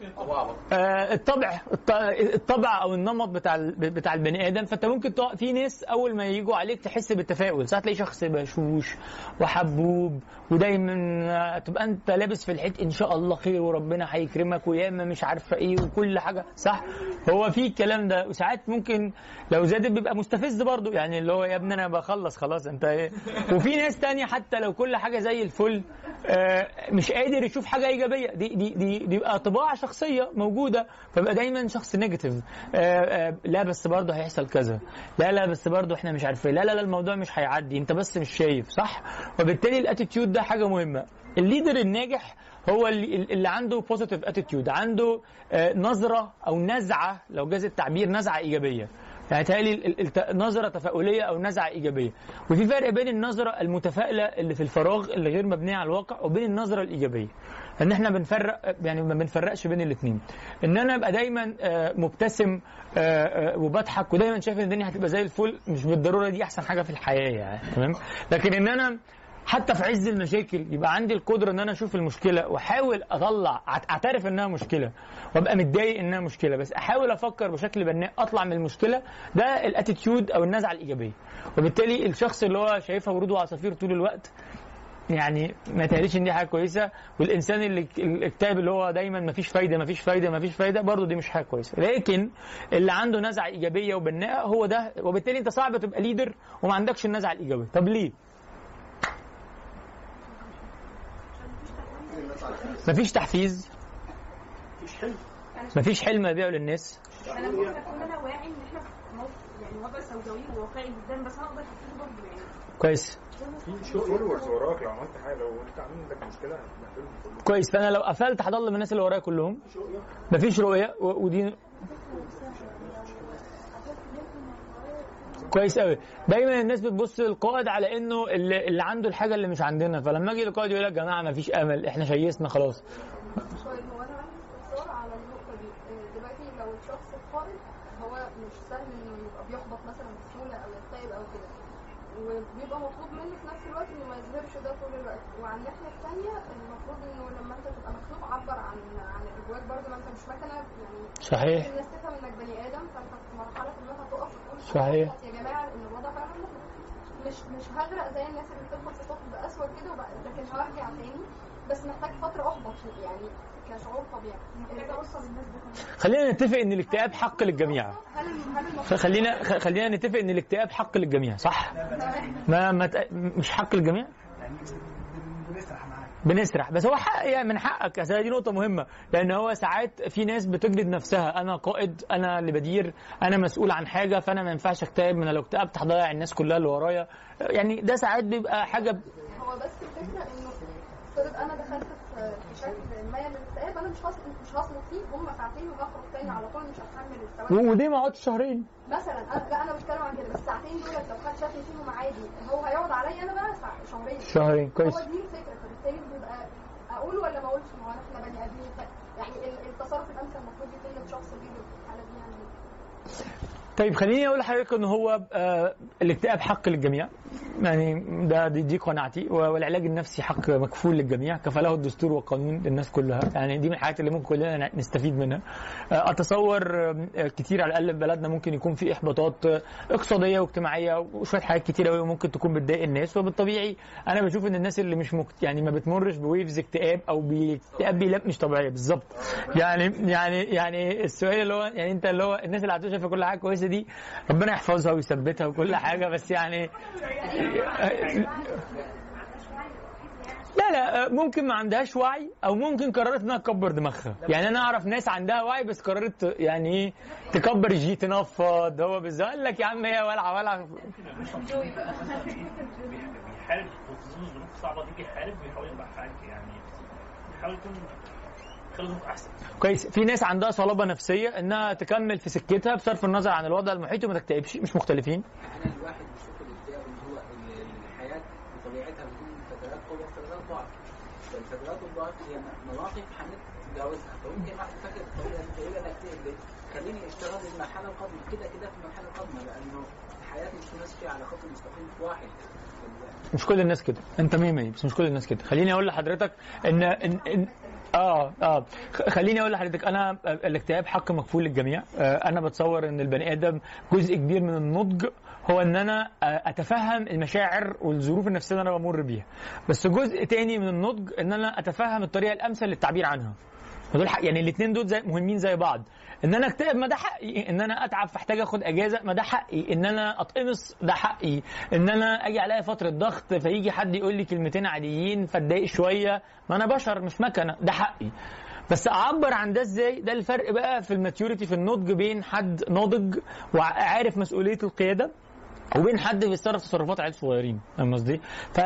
Speaker 3: الطبع او النمط بتاع البني ادم. فانت ممكن في ناس اول ما يجوا عليك تحس بالتفاؤل، ساعات تلاقي شخص بشوش وحبوب ودايما تبقى انت لابس في الحيط ان شاء الله خير وربنا هيكرمك وياما مش عارفه ايه وكل حاجه، صح؟ هو في الكلام ده. وساعات ممكن لو زادت بيبقى مستفز برضو، يعني اللي هو يا ابني انا بخلص خلاص انت ايه. وفي ناس تانية حتى لو كل حاجه زي الفل مش قادر يشوف حاجه ايجابيه. دي بقى طباع شخصيه موجوده، فبقى دايما شخص نيجاتيف. لا بس برضه هيحصل كذا، لا بس برضه احنا مش عارفين، لا الموضوع مش هيعدي، انت بس مش شايف صح. وبالتالي الاتيتيود ده حاجه مهمه. الليدر الناجح هو اللي عنده بوزيتيف اتيتيود، عنده نظره او نزعه، لو جاز التعبير نزعه ايجابيه. يعني تهيألي نظرة تفاؤلية أو نزعة إيجابية. وفي فرق بين النظرة المتفائلة اللي في الفراغ اللي غير مبنية على الواقع وبين النظرة الإيجابية. لأن احنا بنفرق، يعني ما بنفرقش بين الاثنين. إن أنا أبقى دايما مبتسم وبضحك ودايما شايف إن الدنيا هتبقى زي الفل، مش بالضرورة دي أحسن حاجة في الحياة يعني، تمام؟ لكن إن أنا حتى في عز المشاكل يبقى عندي القدرة ان انا اشوف المشكلة واحاول اعترف انها مشكلة وابقى متضايق انها مشكلة، بس احاول افكر بشكل بناء اطلع من المشكلة. ده الاتيتيود او النزعة الايجابية. وبالتالي الشخص اللي هو شايفها ورود وعصافير طول الوقت، يعني ما تهيأليش ان دي حاجة كويسة. والانسان اللي الكتاب اللي هو دايما مفيش فايدة برضه دي مش حاجة كويسة. لكن اللي عنده نزعة ايجابية وبناءة هو ده. وبالتالي انت صعب تبقى ليدر وما عندكش النزعة الايجابية. طب ليه؟ مفيش تحفيز، مفيش حلم ابيعه للناس.
Speaker 4: انا ممكن اكون انا واعي ان احنا يعني وضع سوداوي وواقعي جدا، بس انا اقدر احفزه برضه يعني.
Speaker 3: كويس.
Speaker 13: في فولورز وراك، لو عملت حاجه، لو انت عندك مشكله
Speaker 3: كويس. فانا لو قفلت هضل من الناس اللي ورايا كلهم، مفيش رؤيه. ودي كويس قوي. دايما الناس بتبص للقائد على انه اللي عنده الحاجه اللي مش عندنا، فلما اجي القائد يقول لك يا جماعه مفيش امل، احنا شيسنا خلاص.
Speaker 7: طيب هو انا عندي استفسار على النقطه دي. دلوقتي لو الشخص القائد هو مش سهل انه يبقى بيحبط مثلا بسهوله او يكتئب او كده، وبيبقى مطلوب منه في نفس الوقت انه ما يظهرش ده طول الوقت. وعلى الناحيه الثانيه المفروض انه لما انت تبقى مخلوق عبر عن اللي جواك برضه، ما انت مش مكنه يعني.
Speaker 3: صحيح.
Speaker 7: الناس تفهم انك بني ادم، فانت في مرحله ما هتقف وتقول
Speaker 3: صحيح
Speaker 7: يا جماعه ان الوضع فعلا مش هغرق زي الناس اللي بتدخل في ثقب اسود كده لكن هرجع تاني، بس محتاج فتره احبط يعني كشعور طبيعي. محتاج اوصل للناس ده.
Speaker 3: خلينا نتفق ان الاكتئاب حق للجميع. خلينا نتفق ان الاكتئاب حق للجميع، صح؟ مش حق للجميع؟ بنسرح بس هو حق، يعني من حقك. دي نقطة مهمة، لأن هو ساعات في ناس بتجلد نفسها، أنا قائد، أنا اللي بدير، أنا مسؤول عن حاجة، فأنا ما ينفعش أكتئب، من لو اكتئبت هضيع الناس كلها اللي ورايا. يعني ده ساعات بيبقى حاجة
Speaker 7: هو بس الفكرة إنه فرض أنا دخلت في شكل ما للاكتئاب، أنا مش هصمت فيه، هم ساعتين وهخرج تاني على طول، مش هتحمل الثواني.
Speaker 3: ودي ما اقعدش شهرين
Speaker 7: مثلا. لا أنا بتكلم عن كده، بس ساعتين دول لو خد شكل فيهم عادي هو هيقعد عليا أنا بقى شهرين.
Speaker 3: كويس.
Speaker 7: هو دي الفكرة. فبالتالي بيبقى أقول ولا ما أقولش، ما هو إحنا بني آدمين، يعني التصرف الأمثل المفروض يكون للشخص اللي في الحالة دي يعني.
Speaker 3: طيب خليني اقول لحضرتك ان هو الاكتئاب حق للجميع، يعني دي قناعتي، والعلاج النفسي حق مكفول للجميع، كفله الدستور والقانون للناس كلها. يعني دي من الحاجات اللي ممكن كلنا نستفيد منها. اتصور كتير على الاقل في بلدنا ممكن يكون في احباطات اقتصاديه واجتماعيه وشويه حاجات كتير قوي ممكن تكون بتضايق الناس، وبالطبيعي انا بشوف ان الناس اللي مش يعني ما بتمرش بويفز اكتئاب او باكتئاب مش طبيعيه بالظبط. يعني السؤال اللي هو يعني انت اللي هو الناس اللي عايزه شايفه كل حاجه كويسه دي ربنا يحفظها ويثبتها وكل حاجه، بس يعني لا ممكن ما عندهاش وعي، او ممكن قررت انها تكبر دماغها. يعني انا اعرف ناس عندها وعي بس قررت يعني ايه تكبر الجي، تنفض. هو بالظبط قال لك يا عم هي ولع
Speaker 16: بيحارب في ظروف صعبه دي، بيحاول يبقى حاجه، يعني بيحاول يكون احسن.
Speaker 3: كويس. في ناس عندها صلابه نفسيه انها تكمل في سكتها بصرف النظر عن الوضع المحيط وما تكتئبش، مش مختلفين.
Speaker 10: انا الواحد بيشوف الاكتئاب ان هو الحياه بطبيعتها بتكون فترات قوه وفترات ضعف. فالفترات الضعف هي مواقف هنتجاوزها، فممكن واحد يفكر بالطريقه دي يقول انا اكتئب ليه؟ خليني اشتغل المرحله القادمه كده في المرحله القادمه، لانه الحياه مش ماشيه على خط مستقيم واحد.
Speaker 3: مش كل الناس كده، انت 100 بس مش كل الناس كده. خليني اقول لحضرتك ان خليني اقول لحضرتك انا الاكتئاب حق مكفول للجميع. انا بتصور ان البني ادم جزء كبير من النضج هو ان انا اتفهم المشاعر والظروف النفسيه اللي انا بمر بيها، بس جزء تاني من النضج ان انا اتفهم الطريقه الامثل للتعبير عنها. ودول يعني الاثنين دول زي مهمين زي بعض. ان انا اكتئب ما ده حقي، ان انا اتعب فاحتاج اخد اجازه ما ده حقي، ان انا اتقمص ده حقي، ان انا اجي عليا فتره ضغط فيجي حد يقول لي كلمتين عاديين فاتضايق شويه، ما انا بشر مش مكنه، ده حقي. بس اعبر عن ده ازاي؟ ده الفرق بقى في الماتيوريتي، في النضج بين حد ناضج وعارف مسؤوليه القياده وبين حد بيتصرف تصرفات عيال صغيرين. فاهم قصدي؟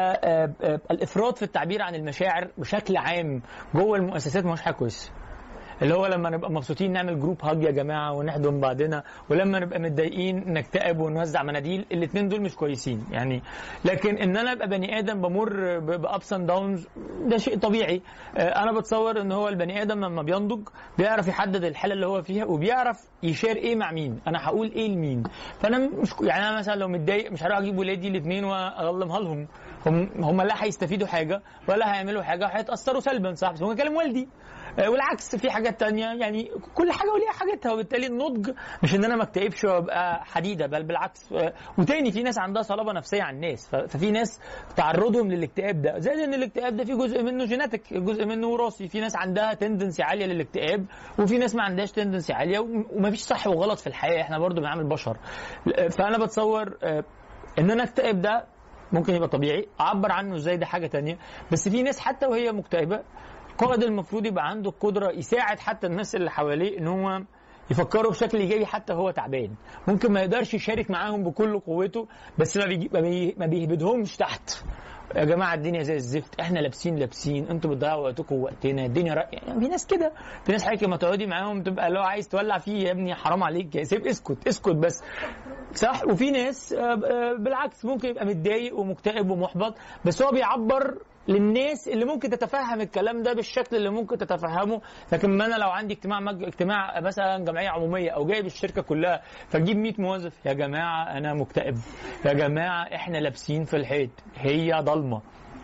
Speaker 3: فالافراط في التعبير عن المشاعر بشكل عام جوه المؤسسات مش حاجه كويسه. اللي هو لما نبقى مبسوطين نعمل جروب هاج يا جماعه ونحضن بعضنا، ولما نبقى متضايقين نكتئب ونوزع مناديل، الاثنين دول مش كويسين يعني. لكن ان انا ابقى بني ادم بمر بابس اند داونز ده شيء طبيعي. انا بتصور ان هو البني ادم لما بينضج بيعرف يحدد الحاله اللي هو فيها وبيعرف يشير ايه مع مين، انا هقول ايه لمين. فانا مش يعني انا مثلا لو متضايق مش هروح اجيب ولادي الاثنين واظلمها لهم، هم لا هيستفيدوا حاجه ولا هيعملوا حاجه، هيتاثروا سلبا. صح، بس ممكن اكلم والدي. والعكس في حاجات تانية يعني، كل حاجه وليها حاجتها. وبالتالي النضج مش ان انا ما اكتئبش وابقى حديده، بل بالعكس. وتاني في ناس عندها صلابه نفسيه عن الناس، ففي ناس تعرضهم للاكتئاب ده، زائد ان الاكتئاب ده في جزء منه جيناتيك، جزء منه وراثي. في ناس عندها تندنسي عاليه للاكتئاب وفي ناس ما عندهاش تندنسي عاليه، ومفيش صح وغلط في الحياه، احنا برضو بنعمل بشر. فانا بتصور ان انا اكتئب ده ممكن يبقى طبيعي، اعبر عنه ازاي ده حاجه تانية. بس في ناس حتى وهي مكتئبه القائد المفروض يبقى عنده القدرة يساعد حتى الناس اللي حواليه ان هو يفكروا بشكل ايجابي حتى هو تعبان. ممكن ما يقدرش يشارك معاهم بكل قوته، بس ما بيهبدهمش تحت. يا جماعه الدنيا زي الزفت، احنا لابسين انتوا بتضيعوا وقتكم ووقتنا، الدنيا يعني في ناس كده، في ناس حضرتك لما تقعدي معاهم تبقى لو عايز تولع فيه يا ابني حرام عليك يا سيب اسكت بس. صح. وفي ناس بالعكس ممكن يبقى متضايق ومكتئب ومحبط، بس هو بيعبر للناس اللي ممكن تتفهم الكلام ده بالشكل اللي ممكن تتفهمه. لكن ما انا لو عندي اجتماع مثلا جمعيه عموميه او جايب الشركه كلها فجيب 100 موظف، يا جماعه انا مكتئب، يا جماعه احنا لابسين في الحيط، هي ضلمه،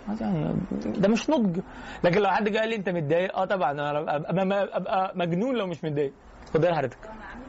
Speaker 3: ده مش نضج. لكن لو حد قال لي انت متضايق، طبعا انا ابقى مجنون لو مش متضايق. اتفضلي حضرتك.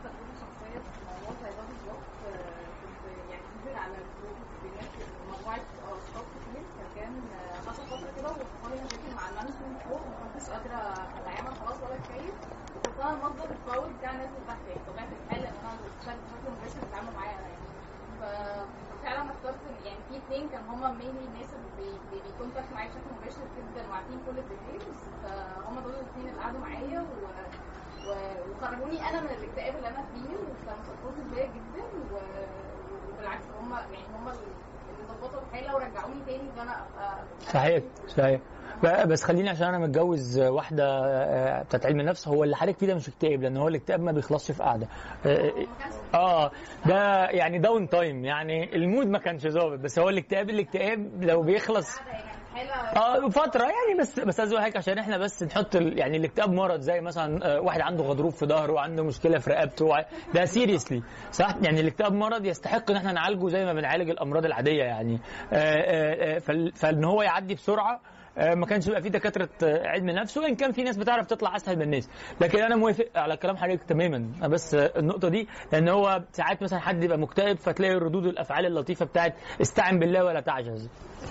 Speaker 4: انا المصدر القوي بتاع الناس اللي تحت، يعني طبيعه الحال ان انا بشتغل بشكل مباشر بيتعاملوا معايا انا يعني. ففعلا اخترت يعني في اثنين كان هما مينلي الناس اللي بيكونتاكت معايا بشكل مباشر جدا وعارفين كل الديتيلز، فهم دول الاثنين اللي قعدوا معايا وخرجوني انا من الاكتئاب اللي انا فيه، وكانوا سبورتيف بيا جدا. وبالعكس هم اللي ظبطوا الحاله ورجعوني تاني ان انا ابقى
Speaker 3: صحيح. بس خليني عشان انا متجوز واحده بتاعت علم النفس، هو اللي حضرتك فيه ده مش اكتئاب، لان هو الاكتئاب ما بيخلصش في قعده. ده يعني داون تايم، يعني المود ما كانش ظابط، بس هو الاكتئاب لو بيخلص فتره يعني. بس عايز اقول حاجه عشان احنا بس نحط يعني الاكتئاب مرض، زي مثلا واحد عنده غضروف في ظهره وعنده مشكله في رقبته، ده سيريسلي صح. يعني الاكتئاب مرض يستحق ان احنا نعالجه زي ما بنعالج الامراض العاديه يعني. فان هو يعدي بسرعه ما كانش بقى في دكاتره علم نفس، وان كان في ناس بتعرف تطلع اسهل من الناس. لكن انا موافق على كلام حضرتك تماما، بس النقطه دي لان هو ساعات مثلا حد يبقى مكتئب فتلاقي الردود والافعال اللطيفه بتاعت استعن بالله ولا تعجز.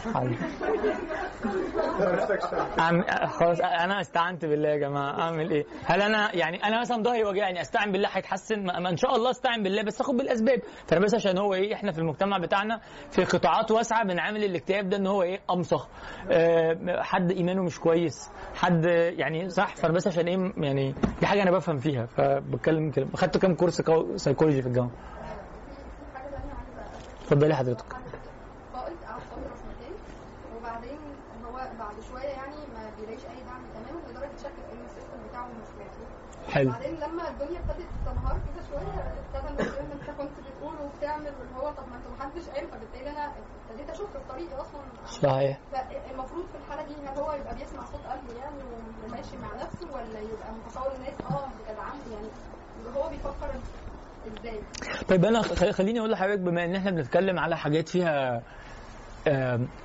Speaker 3: خلاص انا استعنت بالله يا جماعه، اعمل ايه؟ هل انا مثلا ظهري وجعني استعن بالله هيتحسن؟ ما ان شاء الله استعن بالله، بس اخد بالاسباب. فانا بس عشان هو احنا في المجتمع بتاعنا في قطاعات واسعه بنعامل الاكتئاب ده ان هو امسخ، حد ايمانه مش كويس، حد يعني صح. فانا بس عشان يعني دي حاجه انا بفهم فيها فبتكلم كلام. اخدت كام كورس سيكولوجي في الجامعه. اتفضلي حضرتك.
Speaker 7: قائد قعد فتره سنتين، وبعدين هو بعد شويه يعني ما بيلاقيش اي دعم تماما لدرجه شكل ان السيستم بتاعه مش ماشي.
Speaker 3: حلو.
Speaker 7: بعدين لما الدنيا ابتدت تنهار كده شويه، ابتدى الكلام انت كنت بتقول وبتعمل واللي هو طب ما انتوا محدش قال، فبالتالي انا ابتديت اشك في طريقي اصلا.
Speaker 3: صحيح.
Speaker 7: فالمفروض في الحاله دي هل هو يبقى بيسمع صوت قلبه يعني وماشي مع نفسه، ولا يبقى متصور الناس بتدعمه يعني هو بيفكر ازاي؟
Speaker 3: طيب انا خليني اقول لحضرتك، بما ان احنا بنتكلم على حاجات فيها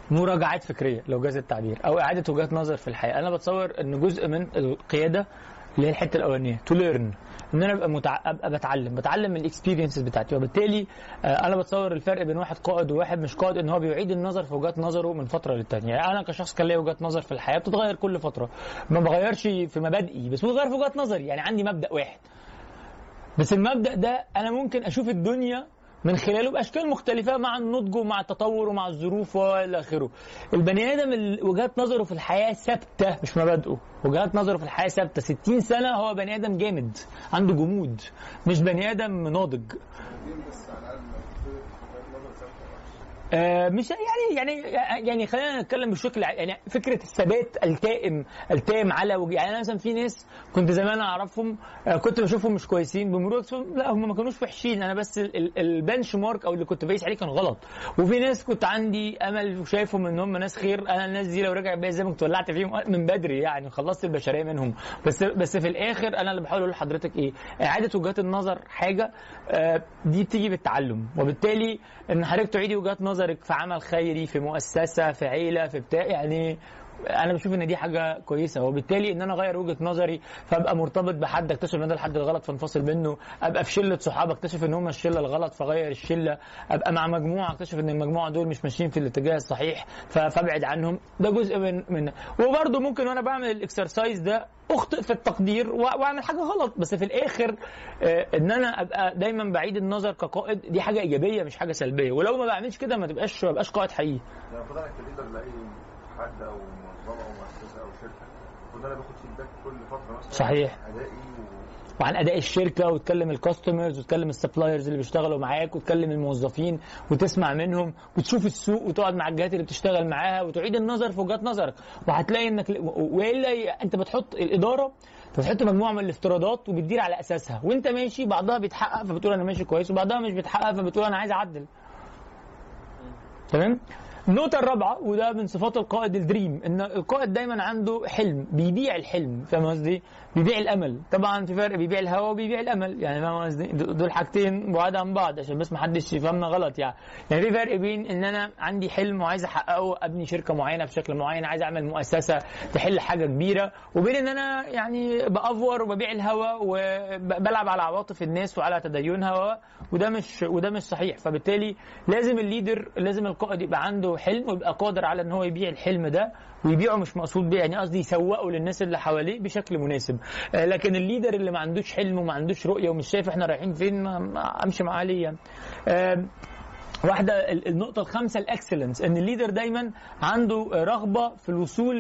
Speaker 3: مراجعات فكريه لو جاز التعبير او اعاده وجهات نظر في الحياه، انا بتصور ان جزء من القياده اللي هي الحته الاولانيه تو ليرن، ان انا ابقى بتعلم من الاكسبيرينسز بتاعتي. وبالتالي انا بتصور الفرق بين واحد قائد وواحد مش قائد ان هو بيعيد النظر في وجهات نظره من فتره للتانيه. يعني انا كشخص كان ليا وجهات نظر في الحياه بتتغير كل فتره، ما بغيرش في مبادئي بس بتغير في وجهات نظري. يعني عندي مبدا واحد بس المبدا ده انا ممكن اشوف الدنيا من خلاله باشكال مختلفه مع النضج ومع التطور ومع الظروف والى اخره. البني ادم وجهات نظره في الحياه ثابته مش مبادئه، وجهات نظره في الحياه ثابته. 60 سنه هو بني ادم جامد عنده جمود، مش بني ادم ناضج. مش يعني خلينا نتكلم بشكل يعني فكره الثبات التام على يعني انا مثلا في ناس كنت زمان اعرفهم كنت بشوفهم مش كويسين بمرور لا هم ما كانوش وحشين، انا بس البنش مارك او اللي كنت بقيس عليه كان غلط. وفي ناس كنت عندي امل وشايفهم ان هم ناس خير، انا الناس دي لو رجع بيا زي ما كنت ولعت فيهم من بدري يعني خلصت البشريه منهم. بس في الاخر انا اللي بحاول اقول لحضرتك ايه، اعاده وجهات النظر حاجه دي بتيجي بالتعلم. وبالتالي ان حضرتك تعيدي وجهات نظرك في عمل خيري في مؤسسه في عيله في بتاع، يعني انا بشوف ان دي حاجه كويسه. وبالتالي ان انا اغير وجهه نظري فابقى مرتبط بحد اكتشف ان ده الحد الغلط فانفصل منه، ابقى في شله صحاب اكتشف ان هم الشله الغلط فغير الشله، ابقى مع مجموعه اكتشف ان المجموعه دول مش ماشيين في الاتجاه الصحيح فابعد عنهم. ده جزء من وبرده ممكن وانا بعمل الاكسرسايز ده اخطئ في التقدير واعمل حاجه غلط، بس في الاخر ان انا ابقى دايما بعيد النظر كقائد دي حاجه ايجابيه مش حاجه سلبيه. ولو ما بعملش كده ما بقاش قائد حقيقي.
Speaker 14: يعني المفروض انك تقدر لاي حد او منظمه او مؤسسه او شركه المفروض انا باخد فيدباك كل فتره مثلا
Speaker 3: صحيح ادائي وعن اداء الشركه، وتكلم الكاستمرز وتكلم السبلايرز اللي بيشتغلوا معاك وتكلم الموظفين وتسمع منهم وتشوف السوق وتقعد مع الجهات اللي بتشتغل معاها وتعيد النظر في وجهات نظرك. وهتلاقي انك والا انت بتحط الاداره بتحط مجموعه من الافتراضات وبتدير على اساسها وانت ماشي، بعضها بيتحقق فبتقول انا ماشي كويس وبعضها مش بيتحقق فبتقول انا عايز اعدل. تمام. النقطة الرابعة وده من صفات القائد الدريم، ان القائد دايما عنده حلم بيبيع الحلم. فاهم قصدي؟ بيبيع الامل. طبعا في فرق بيبيع الهوى وبيبيع الامل، يعني فاهم قصدي؟ دول حاجتين بعاد عن بعض عشان بس ما حدش يفهمنا غلط. يعني في فرق بين ان انا عندي حلم وعايز احققه، ابني شركة معينة بشكل معين، عايز اعمل مؤسسة تحل حاجة كبيرة، وبين ان انا يعني بافور وببيع الهوى وبلعب على عواطف الناس وعلى تدينها، وده مش صحيح. فبالتالي لازم الليدر، لازم القائد يبقى عنده حلم ويبقى قادر على ان هو يبيع الحلم ده، ويبيعه مش مقصود بيه يعني قصدي يسوقه للناس اللي حواليه بشكل مناسب. لكن الليدر اللي ما عندوش حلم وما عندوش رؤيه ومش شايف احنا رايحين فين امشي معاه ليه يعني. واحدة النقطة الخامسة الأكسلنس، إن الليدر دايما عنده رغبة في الوصول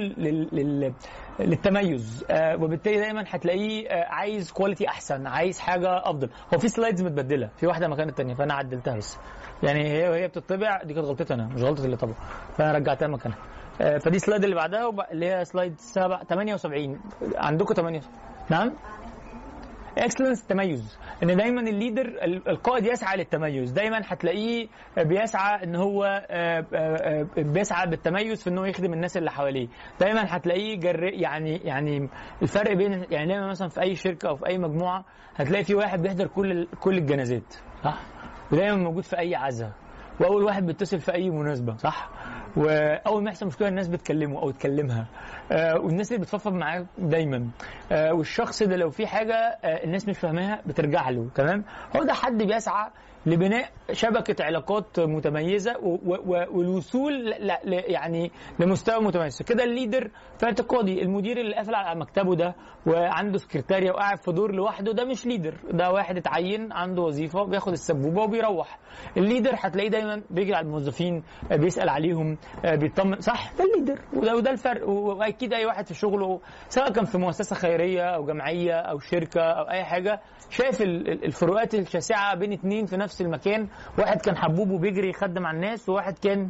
Speaker 3: للتميز، وبالتالي دايما هتلاقيه عايز كواليتي أحسن، عايز حاجة أفضل. هو في سلايدز متبدلة في واحدة مكان التانية فأنا عدلتها بس، يعني هي بتطبع دي كانت غلطتي أنا مش غلطة اللي طبع، فأنا رجعتها مكانها. فدي سلايد اللي بعدها اللي هي سلايد 78 عندكم 8. نعم. اكسلنس تميز، ان دايما الليدر القائد يسعى للتميز، دايما هتلاقيه بيسعى ان هو بيسعى بالتميز في انه يخدم الناس اللي حواليه. دايما هتلاقيه يعني الفرق بين يعني دايما مثلا في اي شركه او في اي مجموعه هتلاقي في واحد بيحضر كل الجنازات صح، ودايما موجود في اي عزاء، واول واحد بيتصل في اي مناسبه صح، واول ما يحصل مشكله الناس بتكلمه او تكلمها، والناس اللي بتفضفض معاه دايما، والشخص ده لو في حاجه الناس مش فاهماها بترجع له. تمام. هو ده حد بيسعى لبناء شبكه علاقات متميزه والوصول يعني لمستوى متميز. كده الليدر في اعتقادي المدير اللي قافل على مكتبه ده وعنده سكرتاريه وقاعد في دور لوحده ده مش ليدر، ده واحد اتعين عنده وظيفه بياخد السبوبه وبيروح. الليدر هتلاقيه دايما بيجري على الموظفين بيسال عليهم بيطمن صح، ده الليدر وده الفرق. واكيد اي واحد في شغله سواء كان في مؤسسه خيريه او جمعيه او شركه او اي حاجه شايف الفروقات الشاسعه بين اتنين في نفس المكان، واحد كان حبوب وبيجري يخدم على الناس وواحد كان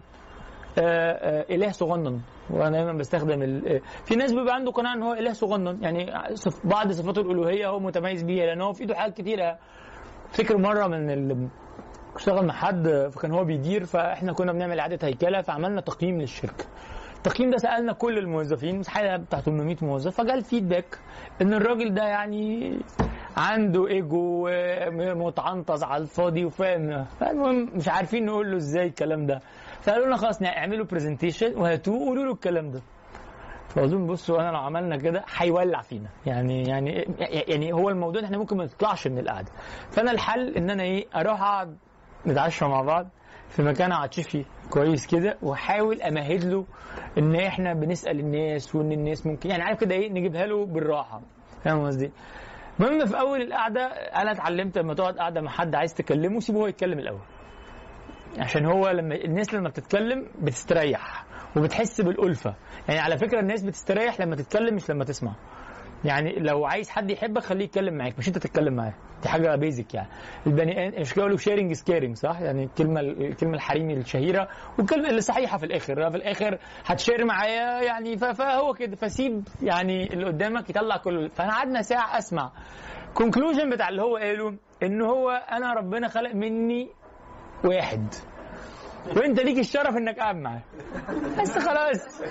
Speaker 3: اله صغنن. وانا دايما بستخدم في ناس بيبقى عنده قناعه ان هو اله صغنن، يعني بعض صفات الالوهيه هو متميز بيها لان هو في ايده حاجات كتيره. افتكر مره من اشتغل مع حد فكان هو بيدير، فاحنا كنا بنعمل اعاده هيكله فعملنا تقييم للشركه. التقييم ده سالنا كل الموظفين مساحه بتاع 800 موظف، فجاء الفيدباك ان الراجل ده يعني عنده ايجو متعنطز على الفاضي وفاهم. فالمهم مش عارفين نقول له ازاي الكلام ده، فقالوا لنا خلاص اعملوا برزنتيشن وهاتوه وقولوا له الكلام ده. فقلت لهم بصوا انا لو عملنا كده هيولع فينا، يعني هو الموضوع ان احنا ممكن ما نطلعش من القعده. فانا الحل ان انا ايه، اروح اقعد نتعشى مع بعض في مكان عاطفي كويس كده، واحاول امهد له ان احنا بنسال الناس، وان الناس ممكن يعني عارف كده ايه نجيبها له بالراحه، فاهم قصدي؟ المهم في اول القعده انا اتعلمت لما تقعد قاعده مع حد عايز تكلمه سيبه هو يتكلم الاول، عشان هو الناس لما بتتكلم بتستريح وبتحس بالألفة. يعني على فكرة الناس بتستريح لما تتكلم مش لما تسمع. يعني لو عايز حد يحبك خليه يتكلم معاك مش انت تتكلم معاه، دي حاجه بيزك. يعني البني مش بيقولوا شيرنج از كيرنج صح؟ يعني الكلمه الحريمي الشهيره والكلمه اللي صحيحه في الاخر هتشير معايا يعني. فهو كده، فسيب يعني اللي قدامك يطلع كل. فانا قعدنا ساعه اسمع كونكلوجن بتاع اللي هو قاله، ان هو انا ربنا خلق مني واحد وانت ليك الشرف انك قاعد معاه بس خلاص.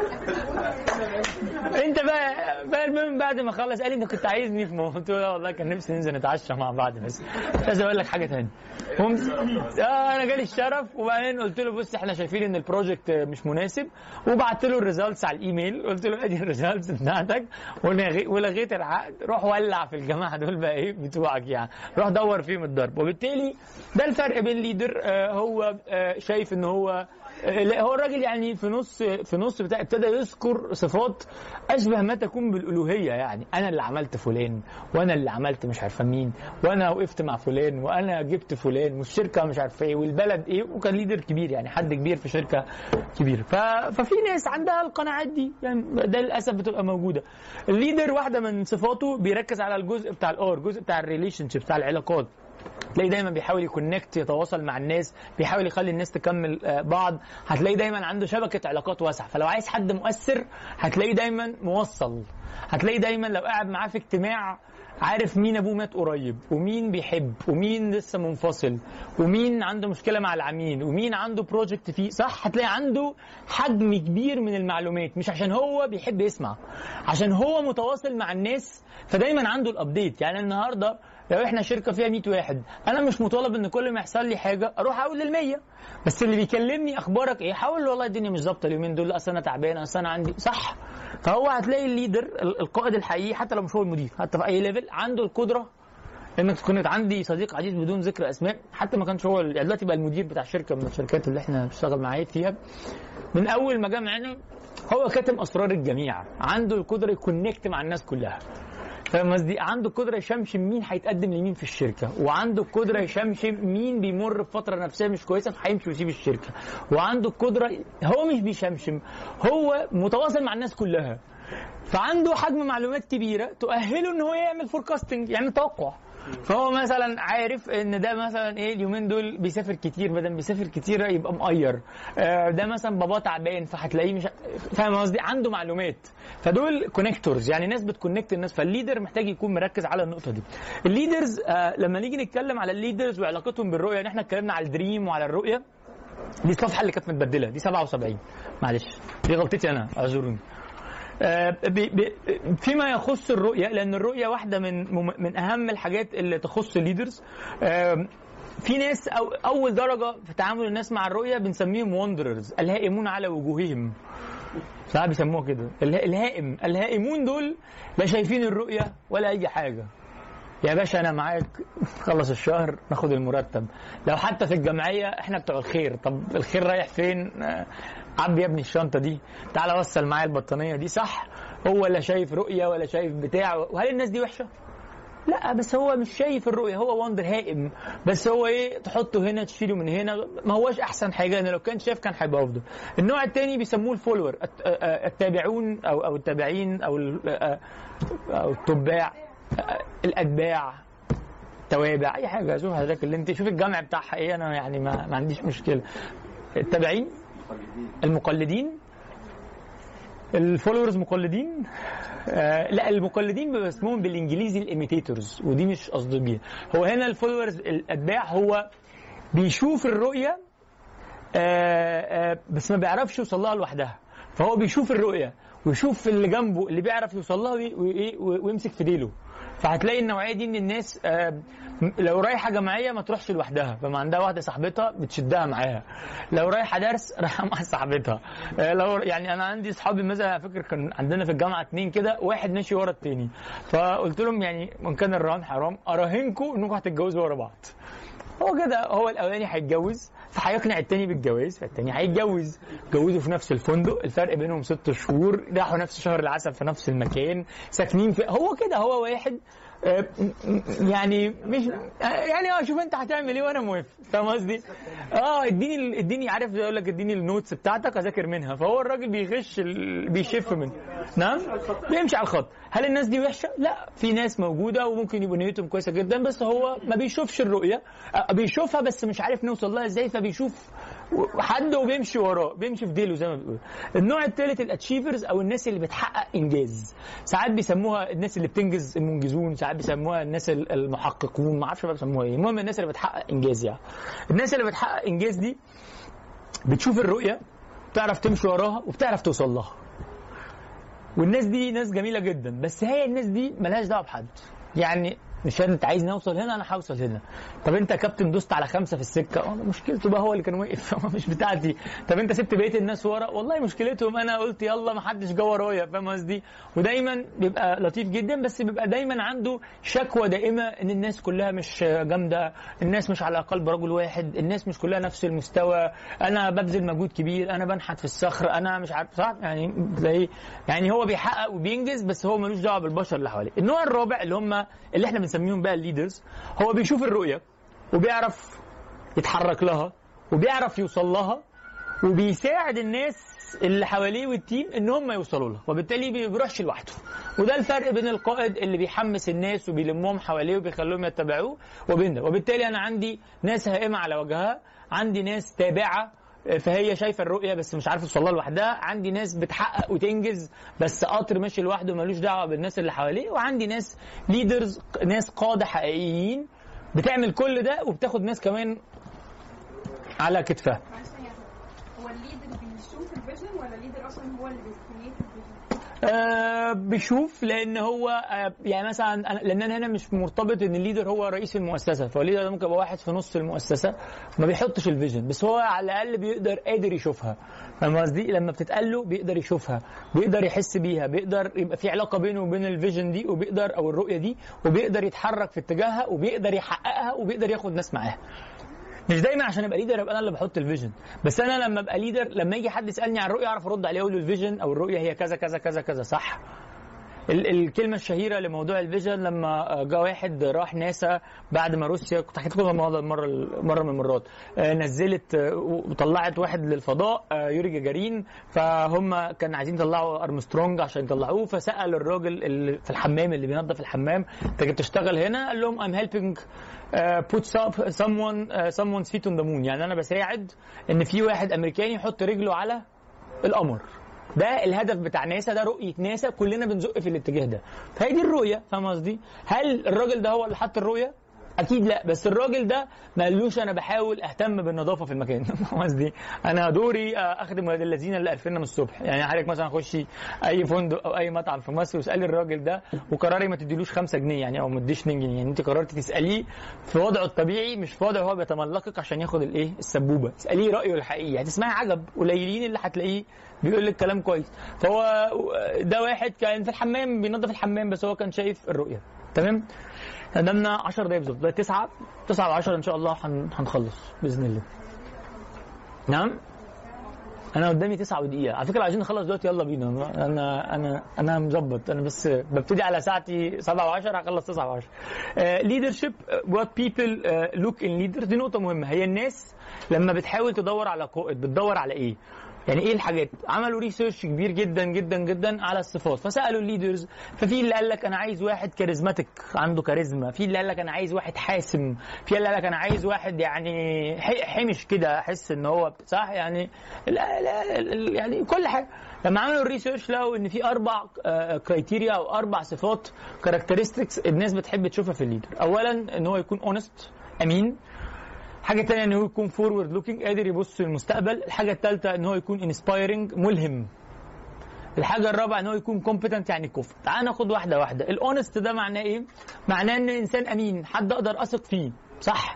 Speaker 3: انت بقى المهم بعد ما خلص قال لي انت كنت عايزني في موضوع. قلت له والله كان نفسي ننزل نتعشى مع بعض بس عايز اقول لك حاجه ثانيه. انا جالي الشرف. وبعدين قلت له بص احنا شايفين ان البروجكت مش مناسب، وبعت له الريزلتس على الايميل. قلت له ادي الريزلتس بتاعتك ولغيت العقد، روح ولع في الجماعه دول بقى ايه بتوعك يعني، روح دور فيهم الضرب. وبالتالي ده الفرق بين ليدر هو شايف ان هو الراجل يعني في نص بتاع ابتدى يذكر صفات اشبه ما تكون بالالوهيه. يعني انا اللي عملت فلان، وانا اللي عملت مش عارفه مين، وانا وقفت مع فلان، وانا جبت فلان، والشركه مش عارفه ايه، والبلد ايه. وكان ليدر كبير يعني حد كبير في شركه كبيره. ففي ناس عندها القناعات دي يعني، ده للاسف بتبقى موجوده. الليدر واحده من صفاته بيركز على الجزء بتاع الجزء بتاع الريليشن شيب، بتاع العلاقات. تلاقي دايما بيحاول يكونكت، يتواصل مع الناس، بيحاول يخلي الناس تكمل بعض. هتلاقي دايما عنده شبكه علاقات واسعه. فلو عايز حد مؤثر هتلاقيه دايما موصل. هتلاقي دايما لو قاعد معاه في اجتماع عارف مين ابوه مات قريب، ومين بيحب، ومين لسه منفصل، ومين عنده مشكله مع العميل، ومين عنده بروجكت فيه صح. هتلاقي عنده حجم كبير من المعلومات، مش عشان هو بيحب يسمع، عشان هو متواصل مع الناس. فدايما عنده الابديت. يعني النهارده لو احنا شركه فيها 100 واحد، انا مش مطالب ان كل ما يحصل لي حاجه اروح اقول لل100، بس اللي بيكلمني اخبارك ايه، حاول والله الدنيا مش ظابطه اليومين دول، اصل انا تعبان، اصل انا عندي صح. فهو هتلاقي الليدر القائد الحقيقي حتى لو مش هو المدير، حتى في اي ليفل عنده القدره انك كنت عندي صديق عزيز بدون ذكر اسماء، حتى ما كانش هو يعني دلوقتي بقى المدير بتاع شركه من الشركات اللي احنا بنشتغل معاه فيها. من اول ما جه معانا هو كاتم اسرار الجميع، عنده القدره يكونكت مع الناس كلها، فاهم قصدي؟ عنده القدره يشمشم مين هيتقدم لمين في الشركه، وعنده القدره يشمشم مين بيمر بفتره نفسيه مش كويسه فهيمشي ويسيب الشركه، وعنده القدره هو مش بيشمشم، هو متواصل مع الناس كلها. فعنده حجم معلومات كبيره تؤهله ان هو يعمل فوركاستنج، يعمل توقع. فهو مثلا عارف ان ده مثلا ايه اليومين دول بيسافر كتير، بدل بيسافر كتير يبقى مقير، ده مثلا باباه تعبان فهتلاقيه مش فاهم قصدي، عنده معلومات. فدول كونكتورز، يعني ناس بتكونكت الناس. فالليدر محتاج يكون مركز على النقطه دي. الليدرز لما نيجي نتكلم على الليدرز وعلاقتهم بالرؤيه، يعني احنا اتكلمنا على الدريم وعلى الرؤيه. دي الصفحه اللي كانت متبدله، دي 77 معلش دي غلطتي انا اعذروني. فيما يخص الرؤية، لأن الرؤية واحدة من أهم الحاجات اللي تخص الليدرز. في ناس أول درجة في تعامل الناس مع الرؤية بنسميهم وندرز، الهائمون على وجوههم، ساعات بيسموها كده الهائمون. دول لا شايفين الرؤية ولا أي حاجة. يا باشا أنا معاك، خلص الشهر ناخد المرتب. لو حتى في الجمعية إحنا بتوع الخير، طب الخير رايح فين؟ عبي يا ابني الشنطة دي، تعالى وصل معايا البطانية دي، صح؟ هو لا شايف رؤية ولا شايف بتاع. وهل الناس دي وحشة؟ لا، بس هو مش شايف الرؤية، هو وندر هائم. بس هو ايه، تحطه هنا تشيله من هنا، ما هوش احسن حاجة. لان لو كان شايف كان هيبقى افضل. النوع الثاني بيسموه الفولور، التابعون او التابعين او التباع، الاتباع، توابع، اي حاجة. شوف حضرتك اللي انت شوف الجمع بتاعها ايه، انا يعني ما عنديش مشكلة. التابعين، المقلدين، الفولورز مقلدين. لا، المقلدين اسمهم بالانجليزي الايميتيتورز، ودي مش قصدي بيها. هو هنا الفولورز الاتباع، هو بيشوف الرؤيه بس ما بيعرفش يوصل لها لوحدها، فهو بيشوف الرؤيه ويشوف اللي جنبه اللي بيعرف يوصل لها ويمسك في ديله. فهتلاقي النوعيه دي من الناس لو رايحه جمعيه ما تروحش لوحدها، فما عندها واحده صاحبتها بتشدها معاها. لو رايحه درس رايحه مع صاحبتها. لو يعني انا عندي اصحابي مثلا، فاكر كان عندنا في الجامعه 2 كده، واحد ماشي ورا الثاني، فقلت لهم يعني من كان الرهان حرام اراهنكم انكم هتتجوزوا ورا بعض. هو كده، هو الاولاني هيتجوز فهيقنع التاني بالجواز، فالتاني هيتجوز. اتجوزوا في نفس الفندق، الفرق بينهم 6 شهور، راحوا نفس شهر العسل في نفس المكان، ساكنين في، هو كده، هو واحد يعني مش يعني شوف انت هتعمل ايه وانا موافق، فاهم قصدي؟ اديني عارف يقول لك اديني النوتس بتاعتك اذاكر منها. فهو الراجل بيغش بيشف منه. نعم، بيمشي على الخط. هل الناس دي وحشه؟ لا، في ناس موجوده وممكن يبقوا نيتهم كويسه جدا، بس هو ما بيشوفش الرؤيه، بيشوفها بس مش عارف نوصل لها ازاي، فبيشوف حد وبيمشي وراه، بيمشي في ديله زي ما بيقول. النوع الثالث الاتشيفرز او الناس اللي بتحقق انجاز. ساعات بيسموها الناس اللي بتنجز المنجزون، ساعات بيسموها الناس المحققون، ما اعرفش بقى بيسموها ايه. المهم الناس اللي بتحقق انجاز. يعني الناس اللي بتحقق انجاز دي بتشوف الرؤيه، بتعرف تمشي وراها وبتعرف توصل لها. والناس دي ناس جميله جدا، بس هي الناس دي ملهاش دعوه بحد. يعني مش انت عايز نوصل هنا انا هوصل هنا. طب انت يا كابتن دوست على 5 في السكه، مشكلته بقى، هو اللي كان واقف مش بتاعتي. طب انت سبت بقيه الناس ورا، والله مشكلتهم، انا قلت يلا ما حدش جه ورايا، فاهم قصدي؟ ودايما بيبقى لطيف جدا، بس بيبقى دايما عنده شكوى دائمه ان الناس كلها مش جامده، الناس مش على قلب رجل واحد، الناس مش كلها نفس المستوى، انا ببذل مجهود كبير، انا بنحت في الصخر، انا مش عارف، صح؟ يعني زي يعني هو بيحقق وبينجز بس هو ملوش دعوه بالبشر اللي حواليه. النوع الرابع اللي هم اللي احنا بنسميهم بقى الليدرز، هو بيشوف الرؤيه وبيعرف يتحرك لها وبيعرف يوصل لها وبيساعد الناس اللي حواليه والتيم ان هم يوصلوا لها، وبالتالي ما بيروحش لوحده. وده الفرق بين القائد اللي بيحمس الناس وبيلمهم حواليه وبيخليهم يتبعوه وبين ده. وبالتالي انا عندي ناس هائمه على وجهها، عندي ناس تابعه فهي شايفه الرؤيه بس مش عارفه توصلها لوحدها، عندي ناس بتحقق وتنجز بس قطر ماشي لوحده ملوش دعوه بالناس اللي حواليه، وعندي ناس ليدرز، ناس قاده حقيقيين بتعمل كل ده وبتاخد ناس كمان على كتفها.
Speaker 7: هو الليدر بيشوف الفيجن ولا الليدر اصلا هو اللي بيكرييت الفيجن؟
Speaker 3: بيشوف، لان هو يعني مثلا لان انا هنا مش مرتبط ان الليدر هو رئيس المؤسسه، فالليدر ممكن يبقى واحد في نص المؤسسه ما بيحطش الفيجن، بس هو على الاقل قادر يشوفها. فاهم قصدي؟ لما بتتقال له بيقدر يشوفها، بيقدر يحس بيها، بيقدر يبقى في علاقه بينه وبين الفيجن دي، وبيقدر او الرؤيه دي، وبيقدر يتحرك في اتجاهها وبيقدر يحققها وبيقدر ياخد ناس معاه. مش دايما عشان ابقى ليدر ابقى انا اللي بحط الفيجن، بس انا لما ابقى ليدر لما يجي حد يسالني عن الرؤيه اعرف ارد عليه اقول له الفيجن او الرؤيه هي كذا كذا كذا كذا، صح؟ الكلمه الشهيره لموضوع الفيجن لما جاء واحد راح ناسا بعد ما روسيا، كنت حكيت لكم مره من المرات، نزلت وطلعت واحد للفضاء يوري جاجارين، فهم كان عايزين يطلعوا ارمسترونج عشان يطلعوه، فسال الراجل اللي في الحمام اللي بينظف الحمام انت بتشتغل هنا؟ قال لهم I'm helping put someone's feet on the moon، يعني انا بساعد ان في واحد امريكاني يحط رجله على القمر. ده الهدف بتاع ناسا، ده رؤيه ناسا، كلنا بنزق في الاتجاه ده. فهي دي الرؤيه، فاهم قصدي؟ هل الراجل ده هو اللي حط الرؤيه؟ اكيد لا، بس الراجل ده ما قالوش انا بحاول اهتم بالنظافه في المكان، فاهم قصدي؟ انا دوري اخدم ولاد الذين اللي قرفنا من الصبح. يعني حضرتك مثلا اخش اي فندق او اي مطعم في مصر واسالي الراجل ده وقراري ما تديلوش 5 جنيه يعني او ما تديش 2 جنيه، يعني انت قررتي تساليه في وضعه الطبيعي مش في وضعه هو بيتملقك عشان ياخد الايه السبوبه، اساليه رايه الحقيقي، هتسمعي عجب قليلين اللي هتلاقيه بيقول لك كلام كويس. فهو ده واحد كان في الحمام بينظف الحمام بس هو كان شايف الرؤيه. تمام؟ قدامنا 10 دقايق بالظبط، 9 و10 ان شاء الله هنخلص باذن الله. نعم؟ انا قدامي 9 ودقيقه، على فكره عايزين نخلص دلوقتي، يلا بينا. انا مظبط، انا بس ببتدي على ساعتي 7 و10 هخلص 9 و10. leadership what people look in leaders، دي نقطه مهمه. هي الناس لما بتحاول تدور على قائد بتدور على ايه؟ يعني ايه الحاجات؟ عملوا ريسيرش كبير جدا جدا جدا على الصفات، فسالوا الليدرز، ففي اللي قال لك انا عايز واحد كاريزماتيك عنده كاريزما، في اللي قال لك انا عايز واحد حاسم، في اللي قال لك انا عايز واحد يعني حمش كده احس ان هو صح، يعني يعني كل حاجه. لما عملوا الريسيرش لقوا ان في 4 كرايتيريا او 4 صفات كاركترستكس الناس بتحب تشوفها في الليدر. اولا ان هو يكون اونست، امين. حاجة تانية ان هو يكون فورورد لوكينج، قادر يبص للمستقبل. الحاجة الثالثة ان هو يكون انسبايرنج، ملهم، الحاجه الرابعه ان هو يكون كومبتنت يعني كفء. تعال ناخد واحده واحده. الاونست ده معناه ايه؟ معناه ان انسان امين، حد اقدر اثق فيه، صح؟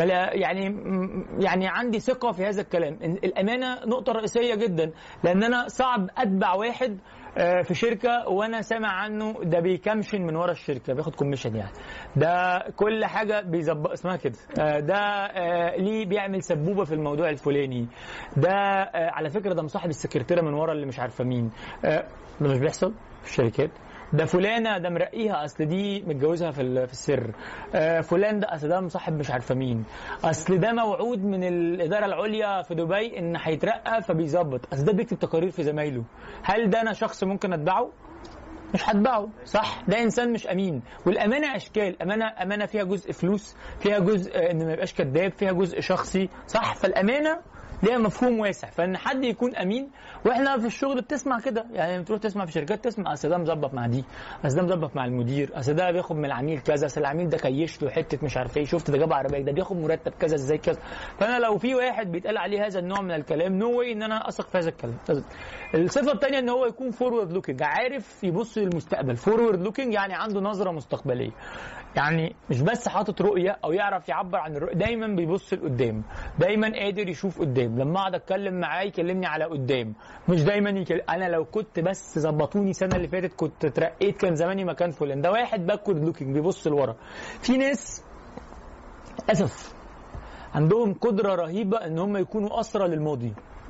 Speaker 3: يعني عندي ثقه في هذا الكلام. الامانه نقطه رئيسيه جدا، لان انا صعب اتبع واحد في شركه وانا سامع عنه ده بيكمشن من ورا الشركه، بياخد كوميشن، يعني ده كل حاجه بيظبط اسمها كده، ده ليه بيعمل سبوبه في الموضوع الفلاني، ده على فكره ده مصاحب السكرتيره من ورا اللي مش عارفه مين. ده مش بيحصل في الشركات. ده فلانه ده مرقيها اصل دي متجوزها في السر، فلان ده اصل ده مصاحب مش عارفه مين، اصل ده موعود من الاداره العليا في دبي ان هيترقى فبيظبط، اصل ده بيكتب تقارير في زمايله. هل ده انا شخص ممكن اتبعه؟ مش هتبعه، صح؟ ده انسان مش امين. والامانه اشكال، امانه فيها جزء فلوس، فيها جزء ان ما يبقاش كذاب، فيها جزء شخصي، صح؟ فالامانه ليها مفهوم واسع، فان حد يكون امين. واحنا في الشغل بتسمع كده، يعني بتروح تسمع في شركات تسمع اصل ده مظبط مع دي، اصل ده مظبط مع المدير، اصل ده بياخد من العميل كذا، اصل العميل ده كيش له حته مش عارف ايه، شفت ده جاب عربيه، ده بياخد مرتب كذا ازاي كذا. فانا لو في واحد بيتقال عليه هذا النوع من الكلام، نو واي ان انا اثق في هذا الكلام. الصفه الثانيه ان هو يكون فورورد لوكينج، عارف يبص للمستقبل. فورورد لوكينج يعني عنده نظره مستقبليه، يعني مش بس حاطط رؤيه او يعرف يعبر عن الرؤيه، دايما بيبص لقدام، دايما قادر يشوف قدام. لما اقعد اتكلم معاه يكلمني على قدام، مش دايما انا لو كنت بس ظبطوني السنه اللي فاتت كنت اترقيت كان زماني مكان فلان. ده واحد باكورد لوكينج بيبص لورا. في ناس اسف عندهم قدره رهيبه ان هم يكونوا اسرى للماضي،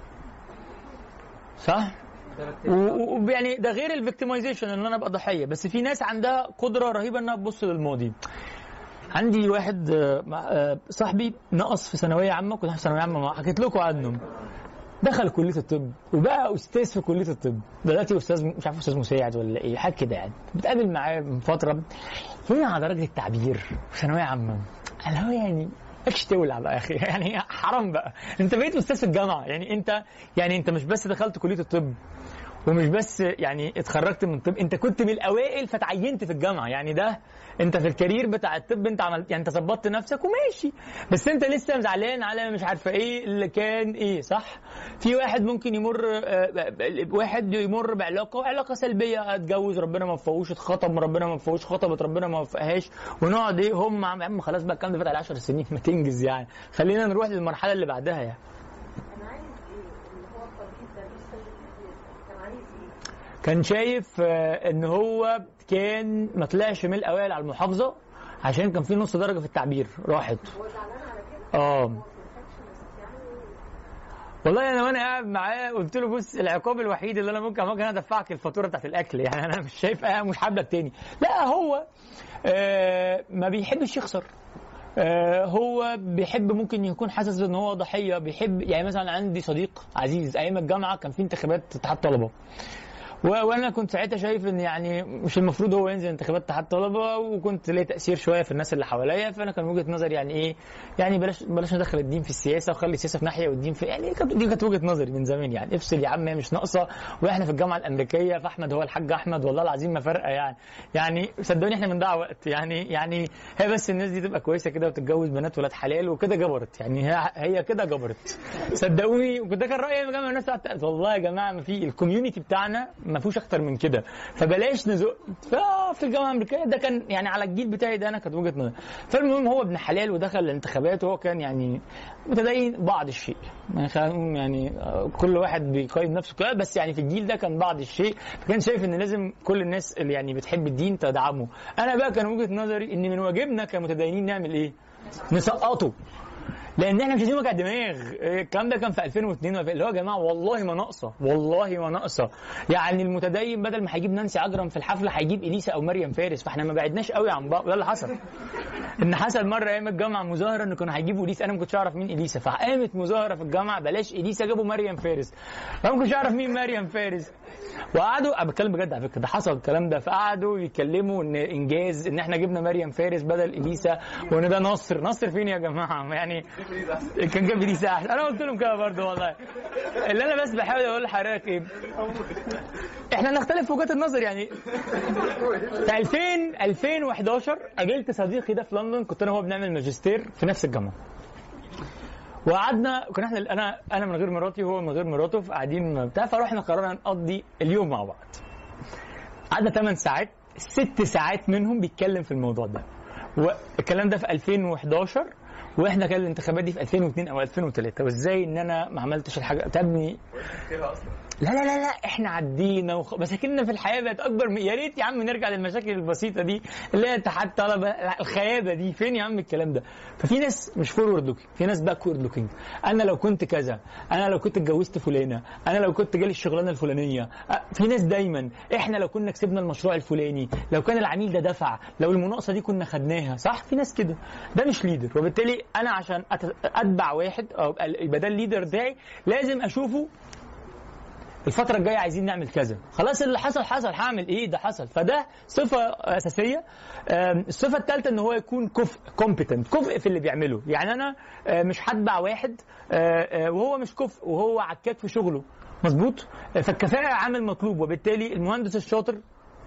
Speaker 3: صح؟ ويعني ده غير الفيكتيمايزيشن ان انا ابقى ضحيه، بس في ناس عندها قدره رهيبه انها تبص للماضي. عندي واحد صاحبي نقص في ثانويه عامه، كنت في ثانويه عامه حكيت لكم عنه، دخل كليه الطب وبقى استاذ في كليه الطب، دلوقتي استاذ مش عارف استاذ مساعد ولا ايه حاجه كده. يعني بتقابل معاه من فتره هنا على درجه التعبير في ثانويه عامه، اللي هو يعني اكش تولع بقى يا اخي، يعني حرام بقى، انت بقيت استاذ في الجامعه، يعني انت مش بس دخلت كليه الطب ومش بس يعني اتخرجت من الطب، انت كنت من الاوائل فتعينت في الجامعه. يعني ده انت في الكارير بتاع الطب انت عملت، يعني انت ظبطت نفسك وماشي، بس انت لسه زعلان على مش عارفه ايه اللي كان ايه، صح؟ في واحد ممكن يمر بعلاقه سلبيه، اتجوز ربنا ما وفقوش، اتخطب ربنا ما وفقوش، خطبت ربنا ما وفقهاش، ونقعد ايه هم يا عم خلاص بقى الكلام ده فات على 10 سنين، ما تنجز يعني، خلينا نروح للمرحله اللي بعدها. يعني كان شايف ان هو كان ما طلعش من الاوائل على المحافظه عشان كان في نص درجه في التعبير راحت. والله انا وانا قاعد معاه قلت له بص، العقاب الوحيد اللي انا ممكن انا ادفعك الفاتوره بتاعت الاكل، يعني انا مش شايف مش حابك تاني. لا هو ما بيحبش يخسر، هو بيحب ممكن يكون حاسس ان هو ضحيه، بيحب يعني مثلا عندي صديق عزيز ايام الجامعه كان في انتخابات اتحاد طلبه، وانا كنت ساعتها شايف ان يعني مش المفروض هو ينزل انتخابات اتحاد طلبه، وكنت ليه تاثير شويه في الناس اللي حواليا، فانا كان وجهه نظري يعني ايه، يعني بلاش ندخل الدين في السياسه وخلي السياسه في ناحيه والدين في، يعني دي كانت وجهه نظري من زمان، يعني افصل يا عم هي مش ناقصه، واحنا في الجامعه الامريكيه فاحمد هو الحاج احمد والله العظيم ما فارقه، يعني صدقوني احنا بنضيع وقت، يعني هي بس الناس دي تبقى كويسه كده وتتجوز بنات ولاد حلال وكده جبرت، يعني هي كده جبرت صدقوني. وده كان رايي الجامعه، الناس والله يا جماعه ما في الكوميونتي بتاعنا ما فيهوش اكتر من كده، فبلاش نزق. في الجامعه الامريكيه ده كان يعني على الجيل بتاعي ده انا كانت وجهه نظري. فالمهم هو ابن حلال ودخل الانتخابات، وهو كان يعني متدين بعض الشيء، يعني كل واحد بيقيم نفسه كده، بس يعني في الجيل ده كان بعض الشيء، فكان شايف ان لازم كل الناس اللي يعني بتحب الدين تدعمه. انا بقى كان وجهه نظري ان من واجبنا كمتدينين نعمل ايه؟ نسقطه، لان احنا مش عايزين وجع دماغ. الكلام ده كان في 2002 اللي هو يا جماعه والله ما ناقصه، يعني المتدين بدل ما هيجيب نانسي عجرم في الحفله هيجيب اليسا او مريم فارس، فاحنا ما بعدناش قوي عن بعض. ده اللي حصل، ان حصل مره ايام الجامعه مظاهره ان كانوا هيجيبوا اليسا، انا ما كنتش اعرف مين اليسا، فقامت مظاهره في الجامعه بلاش اليسا جابوا مريم فارس، انا ما كنتش اعرف مين مريم فارس، وقعدوا انا بتكلم بجد على فكره ده حصل الكلام ده، فقعدوا يتكلموا ان انجاز ان احنا جبنا مريم فارس بدل اليسا، وان ده نصر فين يا جماعه، يعني كان جاب اليسا احسن. انا قلت لهم كده برضه والله. اللي انا بس بحاول اقول لحضرتك ايه، احنا نختلف في وجهات النظر. يعني في 2011 قابلت صديقي ده في لندن، كنت انا وهو بنعمل ماجستير في نفس الجامعه، وقعدنا كنا احنا انا من غير مراتي وهو من غير مراته، فقاعدين بتاع، فروحنا قررنا نقضي اليوم مع بعض. قعدنا 8 ساعات، 6 ساعات منهم بيتكلم في الموضوع ده. والكلام ده في 2011 واحنا كان الانتخابات دي في 2002 او 2003، وازاي ان انا ما عملتش الحاجه تبني. لا لا لا لا احنا عدينا مشاكلنا في الحياه بقت اكبر يا ريت يا عم نرجع للمشاكل البسيطه دي اللي هي اتحاد طلبه الخيابه دي، فين يا عم الكلام ده؟ ففي ناس مش فورورد لوكينج، في ناس باكورد لوكينج. انا لو كنت كذا، انا لو كنت اتجوزت فلانه، انا لو كنت جالي الشغلانه الفلانيه. في ناس دايما احنا لو كنا كسبنا المشروع الفلاني، لو كان العميل ده دفع، لو المناقصه دي كنا خدناها، صح؟ في ناس كده. ده مش ليدر، وبالتالي انا عشان اتبع واحد او يبقى ده الليدر بتاعي لازم اشوفه الفترة الجاية عايزين نعمل كذا، خلاص اللي حصل حصل، هعمل ايه ده حصل. فده صفة أساسية. الصفة الثالثة ان هو يكون كفء في اللي بيعمله. يعني انا مش هتبع واحد وهو مش كفء وهو عكاك في شغله، مظبوط؟ فالكفاءة عامل مطلوب، وبالتالي المهندس الشاطر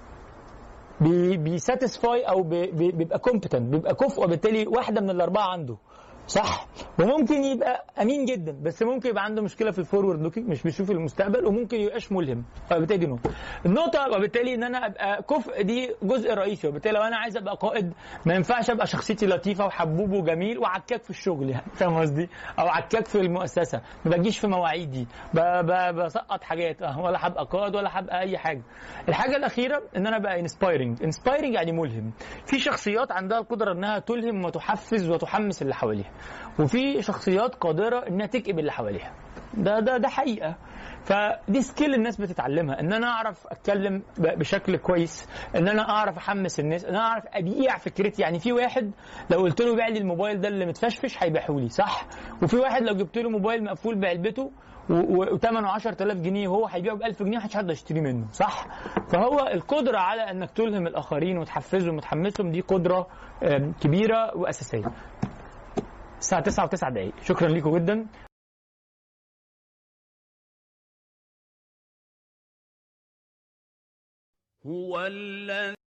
Speaker 3: بيساتسفاي او بيبقى كومبتنت، بيبقى كفء، وبالتالي واحدة من الأربعة عنده، صح؟ وممكن يبقى امين جدا بس ممكن يبقى عنده مشكله في الفورورد لوكينج، مش بيشوف المستقبل، وممكن يبقاش ملهم. فبالتالي النقطه، وبالتالي ان انا ابقى كفء دي جزء رئيسي. وبالتالي لو انا عايز ابقى قائد ما ينفعش ابقى شخصيتي لطيفه وحبوب وجميل وعكاك في الشغل، يعني فاهم قصدي؟ او عكاك في المؤسسه، ما بجيش في مواعيدي، بسقط حاجات، ولا هبقى قائد ولا هبقى اي حاجه. الحاجه الاخيره ان انا ابقى انسبايرنج يعني ملهم. في شخصيات عندها القدره انها تلهم وتحفز وتحمس اللي حواليها، وفي شخصيات قادرة انها تكئب اللي حواليها. ده حقيقة. فدي سكيل الناس بتتعلمها، ان انا اعرف اتكلم بشكل كويس، ان انا اعرف احمس الناس، ان انا اعرف ابيع فكرتي. يعني في واحد لو قلت له بيع لي الموبايل ده اللي متفشفش هيبيعه لي، صح؟ وفي واحد لو جبت له موبايل مقفول بعلبته وثمنه 10000 جنيه وهو هيبيعه ب 1000 جنيه محدش هيقدر يشتري منه، صح؟ فهو القدرة على انك تلهم الاخرين وتحفزهم وتحمسهم دي قدرة كبيرة واساسية. الساعة 9:09. شكرا لكم جدا.
Speaker 1: هو الذي